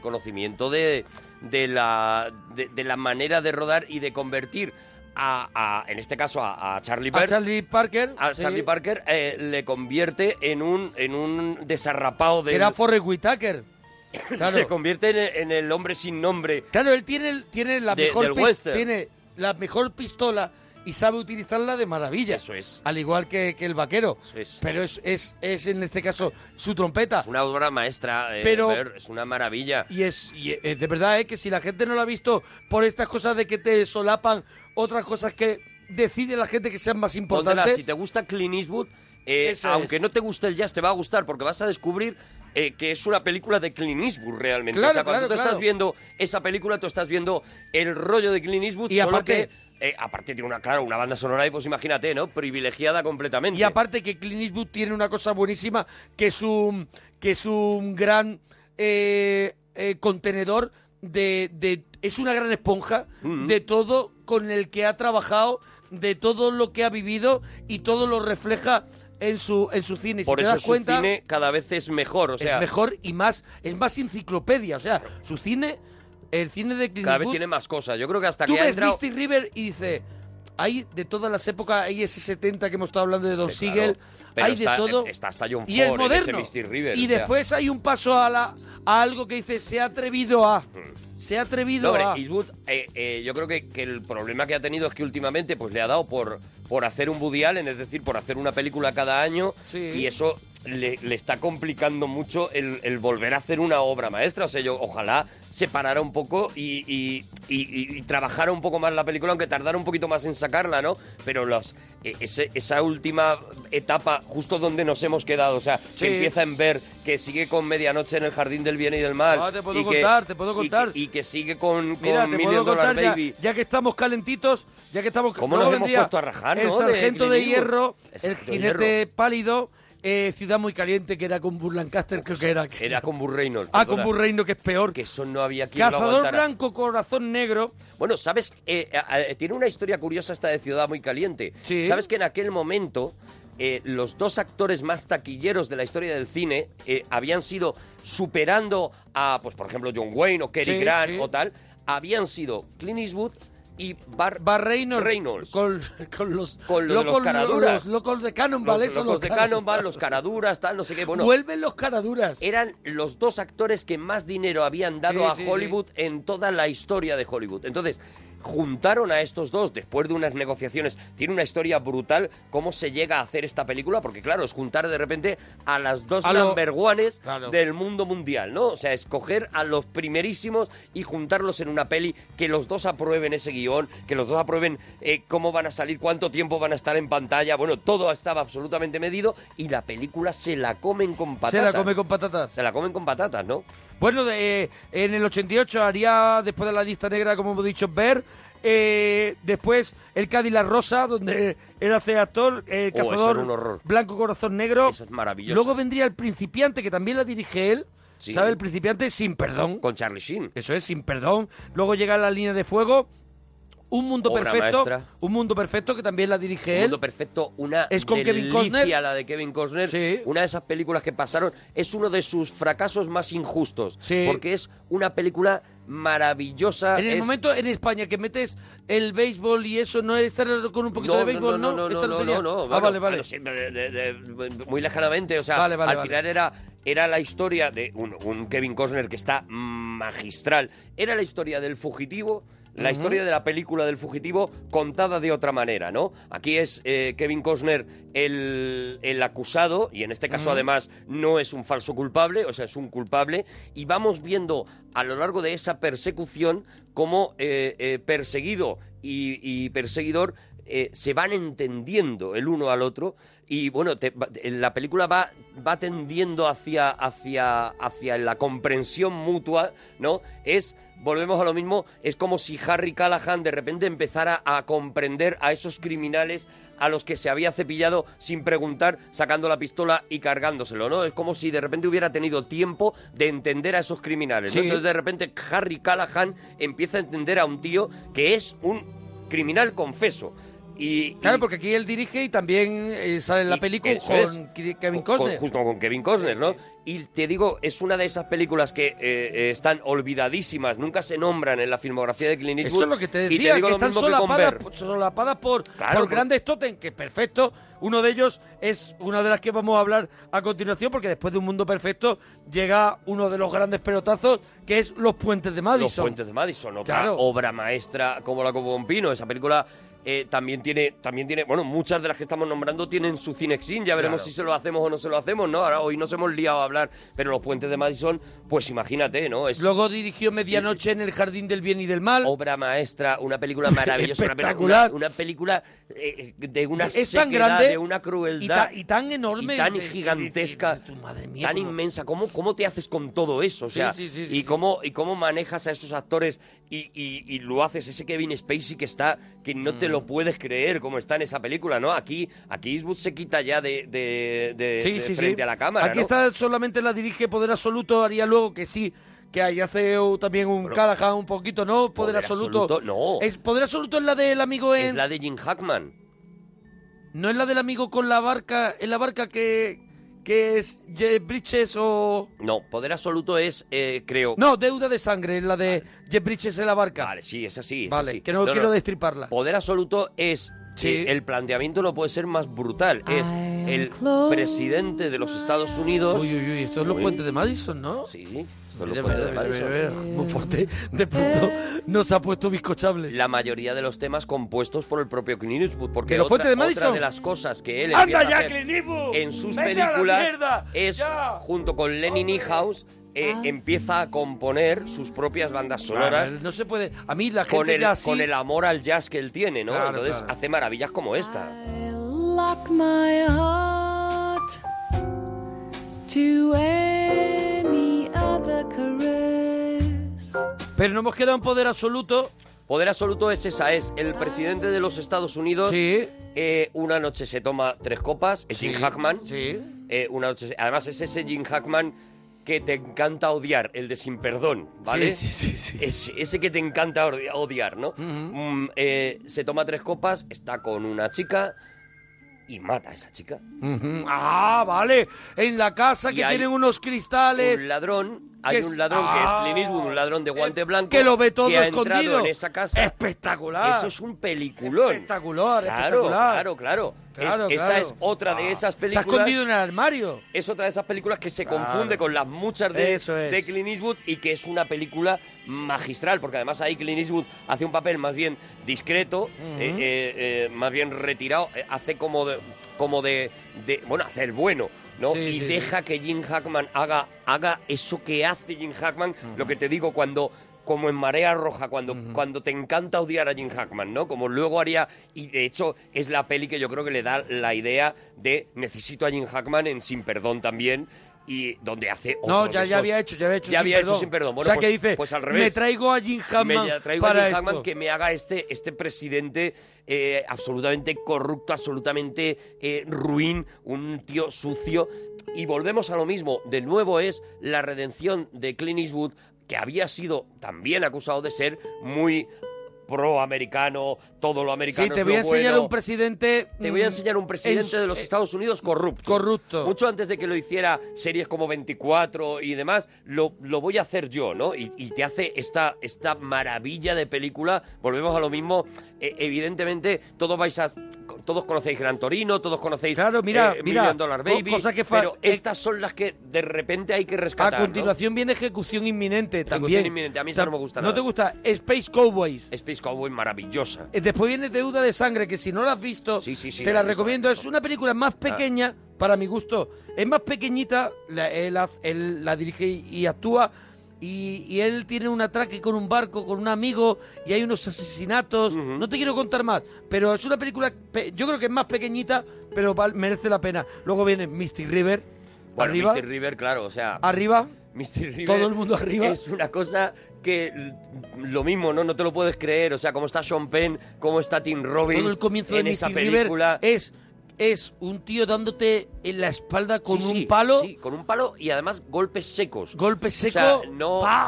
la manera de rodar y de convertir en este caso a Charlie Bert. A Charlie Parker. A sí. Charlie Parker le convierte en un desarrapado de... Que era Forrest Whitaker. Claro. Le convierte en el hombre sin nombre. Claro, él tiene la del mejor western. tiene la mejor pistola y sabe utilizarla de maravilla. Eso es. Al igual que el vaquero. Eso es. Pero es en este caso su trompeta. Una obra maestra, Pero- Bert, es una maravilla. Y es de verdad que si la gente no lo ha visto por estas cosas de que te solapan otras cosas que decide la gente que sean más Póntela, importantes. si te gusta Clint Eastwood, Eso aunque es. no te guste el jazz, te va a gustar porque vas a descubrir que es una película de Clint Eastwood realmente. Claro, o sea, cuando claro, tú estás claro. viendo esa película, tú estás viendo el rollo de Clint Eastwood, Y solo aparte- que aparte tiene una banda sonora y pues imagínate, ¿no? Privilegiada completamente. Y aparte que Clint Eastwood tiene una cosa buenísima, que es un gran contenedor es una gran esponja de todo con el que ha trabajado, de todo lo que ha vivido y todo lo refleja en su cine. Por si te eso das cuenta, su cine cada vez es mejor, o sea, es mejor y más, es más enciclopedia. O sea, su cine, el cine de Clint cada vez Eastwood, tiene más cosas. Yo creo que hasta tú que ha ves entrado... Misty River y dices, hay de todas las épocas, hay ese 70 que hemos estado hablando de Don Claro, Siegel, pero hay está- de todo. está hasta John y es Ford en ese moderno. Misty River, y o sea. después hay un paso a algo que dice, se ha atrevido a... Se ha atrevido No, a... hombre, Eastwood, yo creo que el problema que ha tenido es que últimamente pues le ha dado por hacer un Woody Allen, es decir, por hacer una película cada año, Sí. y eso le está complicando mucho el volver a hacer una obra maestra. O sea, yo ojalá se parara un poco y trabajara un poco más la película, aunque tardara un poquito más en sacarla, ¿no? Pero esa última etapa, justo donde nos hemos quedado, o sea, Sí. que empieza en Ver, que sigue con Medianoche en el Jardín del Bien y del Mal. Ah, te puedo y que- contar, te puedo y contar. que- Y que sigue con Mira, te $1 puedo Million contar Baby. ya que estamos calentitos, ya que estamos... ¿Cómo luego nos hemos vendría puesto a rajar, El no? De Sargento Clint de Eastwood. Hierro, El el Sargento de Jinete Pálido, Ciudad Muy Caliente, que era con Burt Lancaster, creo que era. Era con Burt Reynolds. Ah, perdona. con Burt Reynolds, que es peor. Que eso no había quien lo Cazador aguantara. Blanco, Corazón Negro. Bueno, ¿sabes? Tiene una historia curiosa esta de Ciudad Muy Caliente. Sí. ¿Sabes que en aquel momento los dos actores más taquilleros de la historia del cine habían sido, superando a, pues por ejemplo, John Wayne o Cary Sí, Grant sí. o tal, habían sido Clint Eastwood y Bar Reynolds. Con los de los caraduras. Los locos de Cannonball, Los eso, locos de Cannonball, los caraduras, tal, no sé qué. Bueno, Vuelven los caraduras. eran los dos actores que más dinero habían dado Sí, a sí, Hollywood en toda la historia de Hollywood. Entonces, juntaron a estos dos después de unas negociaciones. Tiene una historia brutal cómo se llega a hacer esta película, porque claro, es juntar de repente a las dos number ones Claro. del mundo mundial, ¿no? O sea, escoger a los primerísimos y juntarlos en una peli, que los dos aprueben ese guión, que los dos aprueben cómo van a salir, cuánto tiempo van a estar en pantalla. Bueno, todo estaba absolutamente medido y la película se la comen con patatas. Se la come con patatas. Se la comen con patatas, ¿no? Bueno, en el 88 haría, después de la lista negra, como hemos dicho, Ver, Después el Cadillac Rosa, donde él hace actor, eso Cazador era un horror. Blanco Corazón Negro. Eso es maravilloso. Luego vendría El Principiante, que también la dirige él. Sí. ¿Sabe? El Principiante Sin Perdón. Con Charlie Sheen. Eso es, Sin Perdón. Luego llega La Línea de Fuego. Un Mundo Obra Perfecto. maestra. Un Mundo Perfecto, que también la dirige Un él. Mundo Perfecto, una Es con Kevin delicia Costner. la de Kevin Costner. Una de esas películas que pasaron. Es uno de sus fracasos más injustos. Sí. Porque es una película maravillosa. En el momento en España que metes el béisbol y eso, ¿no es estar con un poquito de béisbol? No, Esta tenía. no. Ah, Bueno, vale. bueno, sí, muy lejanamente. O sea, Vale, al final era la historia de un Kevin Costner que está magistral. Era la historia del fugitivo. La historia de la película del fugitivo contada de otra manera, ¿no? Aquí es Kevin Costner el acusado, y en este caso además no es un falso culpable, o sea, es un culpable, y vamos viendo a lo largo de esa persecución cómo perseguido y perseguidor se van entendiendo el uno al otro, y bueno, la película va tendiendo hacia la comprensión mutua, ¿no? Volvemos a lo mismo, es como si Harry Callahan de repente empezara a comprender a esos criminales a los que se había cepillado sin preguntar, sacando la pistola y cargándoselo, ¿no? Es como si de repente hubiera tenido tiempo de entender a esos criminales, ¿no? Sí. Entonces de repente Harry Callahan empieza a entender a un tío que es un criminal confeso. Claro, porque aquí él dirige y también sale en la película con Kevin Costner. Justo con Kevin Costner, ¿no? Y te digo, es una de esas películas que están olvidadísimas, nunca se nombran en la filmografía de Clint Eastwood. Eso es lo que te y decía, digo que lo están mismo que con solapadas por Claro, grandes tótem, que perfecto. Uno de ellos es una de las que vamos a hablar a continuación, porque después de Un Mundo Perfecto llega uno de los grandes pelotazos, que es Los Puentes de Madison. Los Puentes de Madison, otra Claro. obra maestra como la Copa Pino. Esa película también tiene, bueno, muchas de las que estamos nombrando tienen su Cinexin, ya veremos Claro. si se lo hacemos o no se lo hacemos, ¿no? Ahora, hoy nos hemos liado a hablar, pero Los Puentes de Madison, pues imagínate, ¿no? Luego dirigió Medianoche en el Jardín del Bien y del Mal. Obra maestra, una película maravillosa, Espectacular. una película de una Es tan sequedad, grande de una crueldad y tan enorme, y tan de- gigantesca, mía, tan cómo- inmensa. ¿Cómo te haces con todo eso? O Sí, sea, sí, y cómo manejas a esos actores y lo haces, ese Kevin Spacey que no te lo puedes creer cómo está en esa película, ¿no? Aquí Eastwood se quita ya de frente a la cámara, Aquí ¿no? está, solamente la dirige Poder Absoluto, haría luego que sí, que ahí hace también un Callahan un poquito, ¿no? Poder Absoluto. no. Poder Absoluto es la del amigo en... Es la de Jim Hackman. No es la del amigo con la barca, en la barca que es Jeff Bridges o... No, Poder Absoluto es, creo... No, Deuda de Sangre, es la de Jeff Bridges en la barca. Vale, sí, esa sí. Vale, que no quiero destriparla. Poder Absoluto es... Sí. El planteamiento no puede ser más brutal. Es el presidente de los Estados Unidos... Uy, esto es Los Puentes de Madison, ¿no? Sí, esto es Mira, Los Puentes de mira, Madison. mira, muy fuerte. De pronto nos ha puesto bizcochable. La mayoría de los temas compuestos por el propio Clint Eastwood, porque ¿De Los Puentes de otra Madison? de las cosas que él ¡Anda empieza a ya, hacer Clint Eastwood! en sus ¡Vete a la películas mierda! es, junto con Lenny Niehaus, empieza a componer sus propias bandas sonoras. Claro, no se puede. A mí la gente con el, ya así... con el amor al jazz que él tiene, ¿no? Claro, Entonces claro. hace maravillas como esta. Lock my heart to any other caress. Pero no hemos quedado en Poder Absoluto. Poder Absoluto es esa, es el presidente de los Estados Unidos. Sí. Una noche se toma 3 copas, es Sí, Jim Hackman. sí. Una noche, además es ese Jim Hackman que te encanta odiar, el de Sin Perdón, ¿vale? Sí. Ese que te encanta odiar, ¿no? Se toma 3 copas, está con una chica y mata a esa chica. Ah, vale. En la casa Y que hay tienen unos cristales. Un ladrón, hay que es- un ladrón que es Ah, Clint Eastwood, un ladrón de guante blanco. que lo ve todo que ha escondido. entrado en esa casa. Espectacular. Eso es un peliculón. Espectacular. Claro. Claro, Esa claro. es otra de esas Está películas. escondido en el armario. Es otra de esas películas que se Claro. confunde con las muchas Eso es. de Clint Eastwood y que es una película magistral, porque además ahí Clint Eastwood hace un papel más bien discreto, más bien retirado, hace como de bueno, hacer bueno, ¿no? Sí, y sí, deja que Jim Hackman haga eso que hace Jim Hackman, lo que te digo como en Marea Roja, cuando te encanta odiar a Jim Hackman, ¿no? Como luego haría, y de hecho es la peli que yo creo que le da la idea de necesito a Jim Hackman en Sin Perdón también, y donde hace No, otro de ya había hecho Sin Perdón. Bueno, o sea, pues, que dice, pues al revés. me traigo a Jim Hammond para Jim Hammond que me haga este presidente absolutamente corrupto, absolutamente ruin, un tío sucio. Y volvemos a lo mismo. De nuevo es la redención de Clint Eastwood, que había sido también acusado de ser muy proamericano, todo lo americano. Sí, te voy a enseñar un presidente. Te voy a enseñar un presidente de los Estados Unidos corrupto. Mucho antes de que lo hiciera series como 24 y demás, lo voy a hacer yo, ¿no? Y te hace esta maravilla de película. Volvemos a lo mismo. Evidentemente, todos conocéis Gran Torino, todos conocéis Million Dollar Baby, pero estas son las que de repente hay que rescatar. A continuación viene Ejecución Inminente también. Ejecución Inminente, a mí eso no me gusta nada. ¿No te gusta? Space Cowboys. Space Cowboys, maravillosa. Después viene Deuda de Sangre, que si no la has visto, te la recomiendo. Es una película más pequeña, para mi gusto. Es más pequeñita, él la dirige y actúa. Y él tiene un atraque con un barco, con un amigo, y hay unos asesinatos. No te quiero contar más, pero es una película, yo creo que es más pequeñita, pero merece la pena. Luego viene Mystic River. Bueno, arriba. Mystic River, claro, o sea... Arriba. Mystic River, todo el mundo arriba. Es una cosa que lo mismo, ¿no? No te lo puedes creer. O sea, cómo está Sean Penn, cómo está Tim Robbins. Todo el comienzo de esa Mystic película. River es un tío dándote en la espalda con un palo. Sí, con un palo y además golpes secos. Golpes secos. O sea,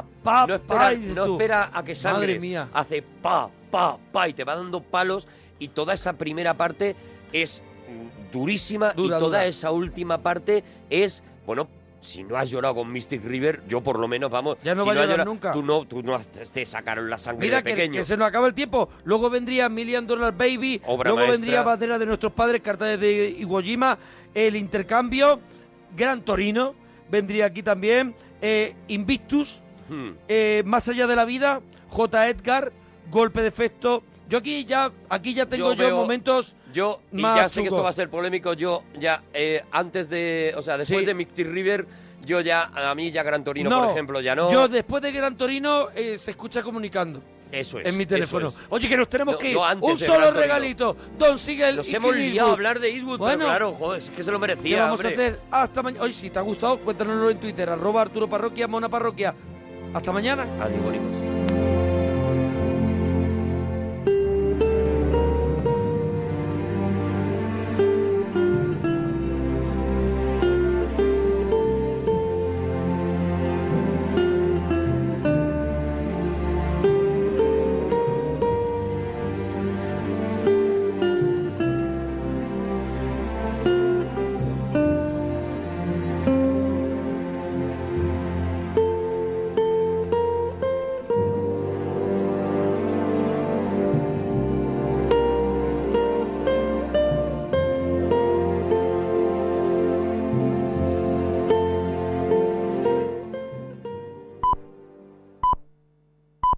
no espera a que sangres. Madre mía. Hace pa y te va dando palos y toda esa primera parte es durísima y toda esa última parte es, bueno, si no has llorado con Mystic River, yo por lo menos, vamos... Ya no si va no a llorar nunca. Tú no te sacaron la sangre de pequeño. Que se nos acaba el tiempo. Luego vendría Million Dollar Baby. Obra luego maestra. vendría Bandera de nuestros padres, Cartas de Iwo Jima, El Intercambio, Gran Torino. Vendría aquí también Invictus, Más allá de la vida, J. Edgar, Golpe de efecto. Yo aquí ya tengo yo momentos y más ya sé que chungos. esto va a ser polémico. Yo ya antes de, o sea, después de Mystic River, yo ya a mí ya Gran Torino, por ejemplo, ya no. Yo después de Gran Torino se escucha comunicando. Eso es. En mi teléfono. Eso es. Oye, que nos tenemos que ir. Antes Un de solo Gran Torino. regalito. Don Siegel Nos y hemos Clint liado a Eastwood. hablar de Eastwood, Bueno, pero claro, joder, es que se lo merecía. ¿qué vamos hombre. a hacer? Hasta mañana. Oye, si te ha gustado, cuéntanoslo en Twitter. @Arturo Parroquia, Mona Parroquia. Hasta mañana. Adiós, bonitos.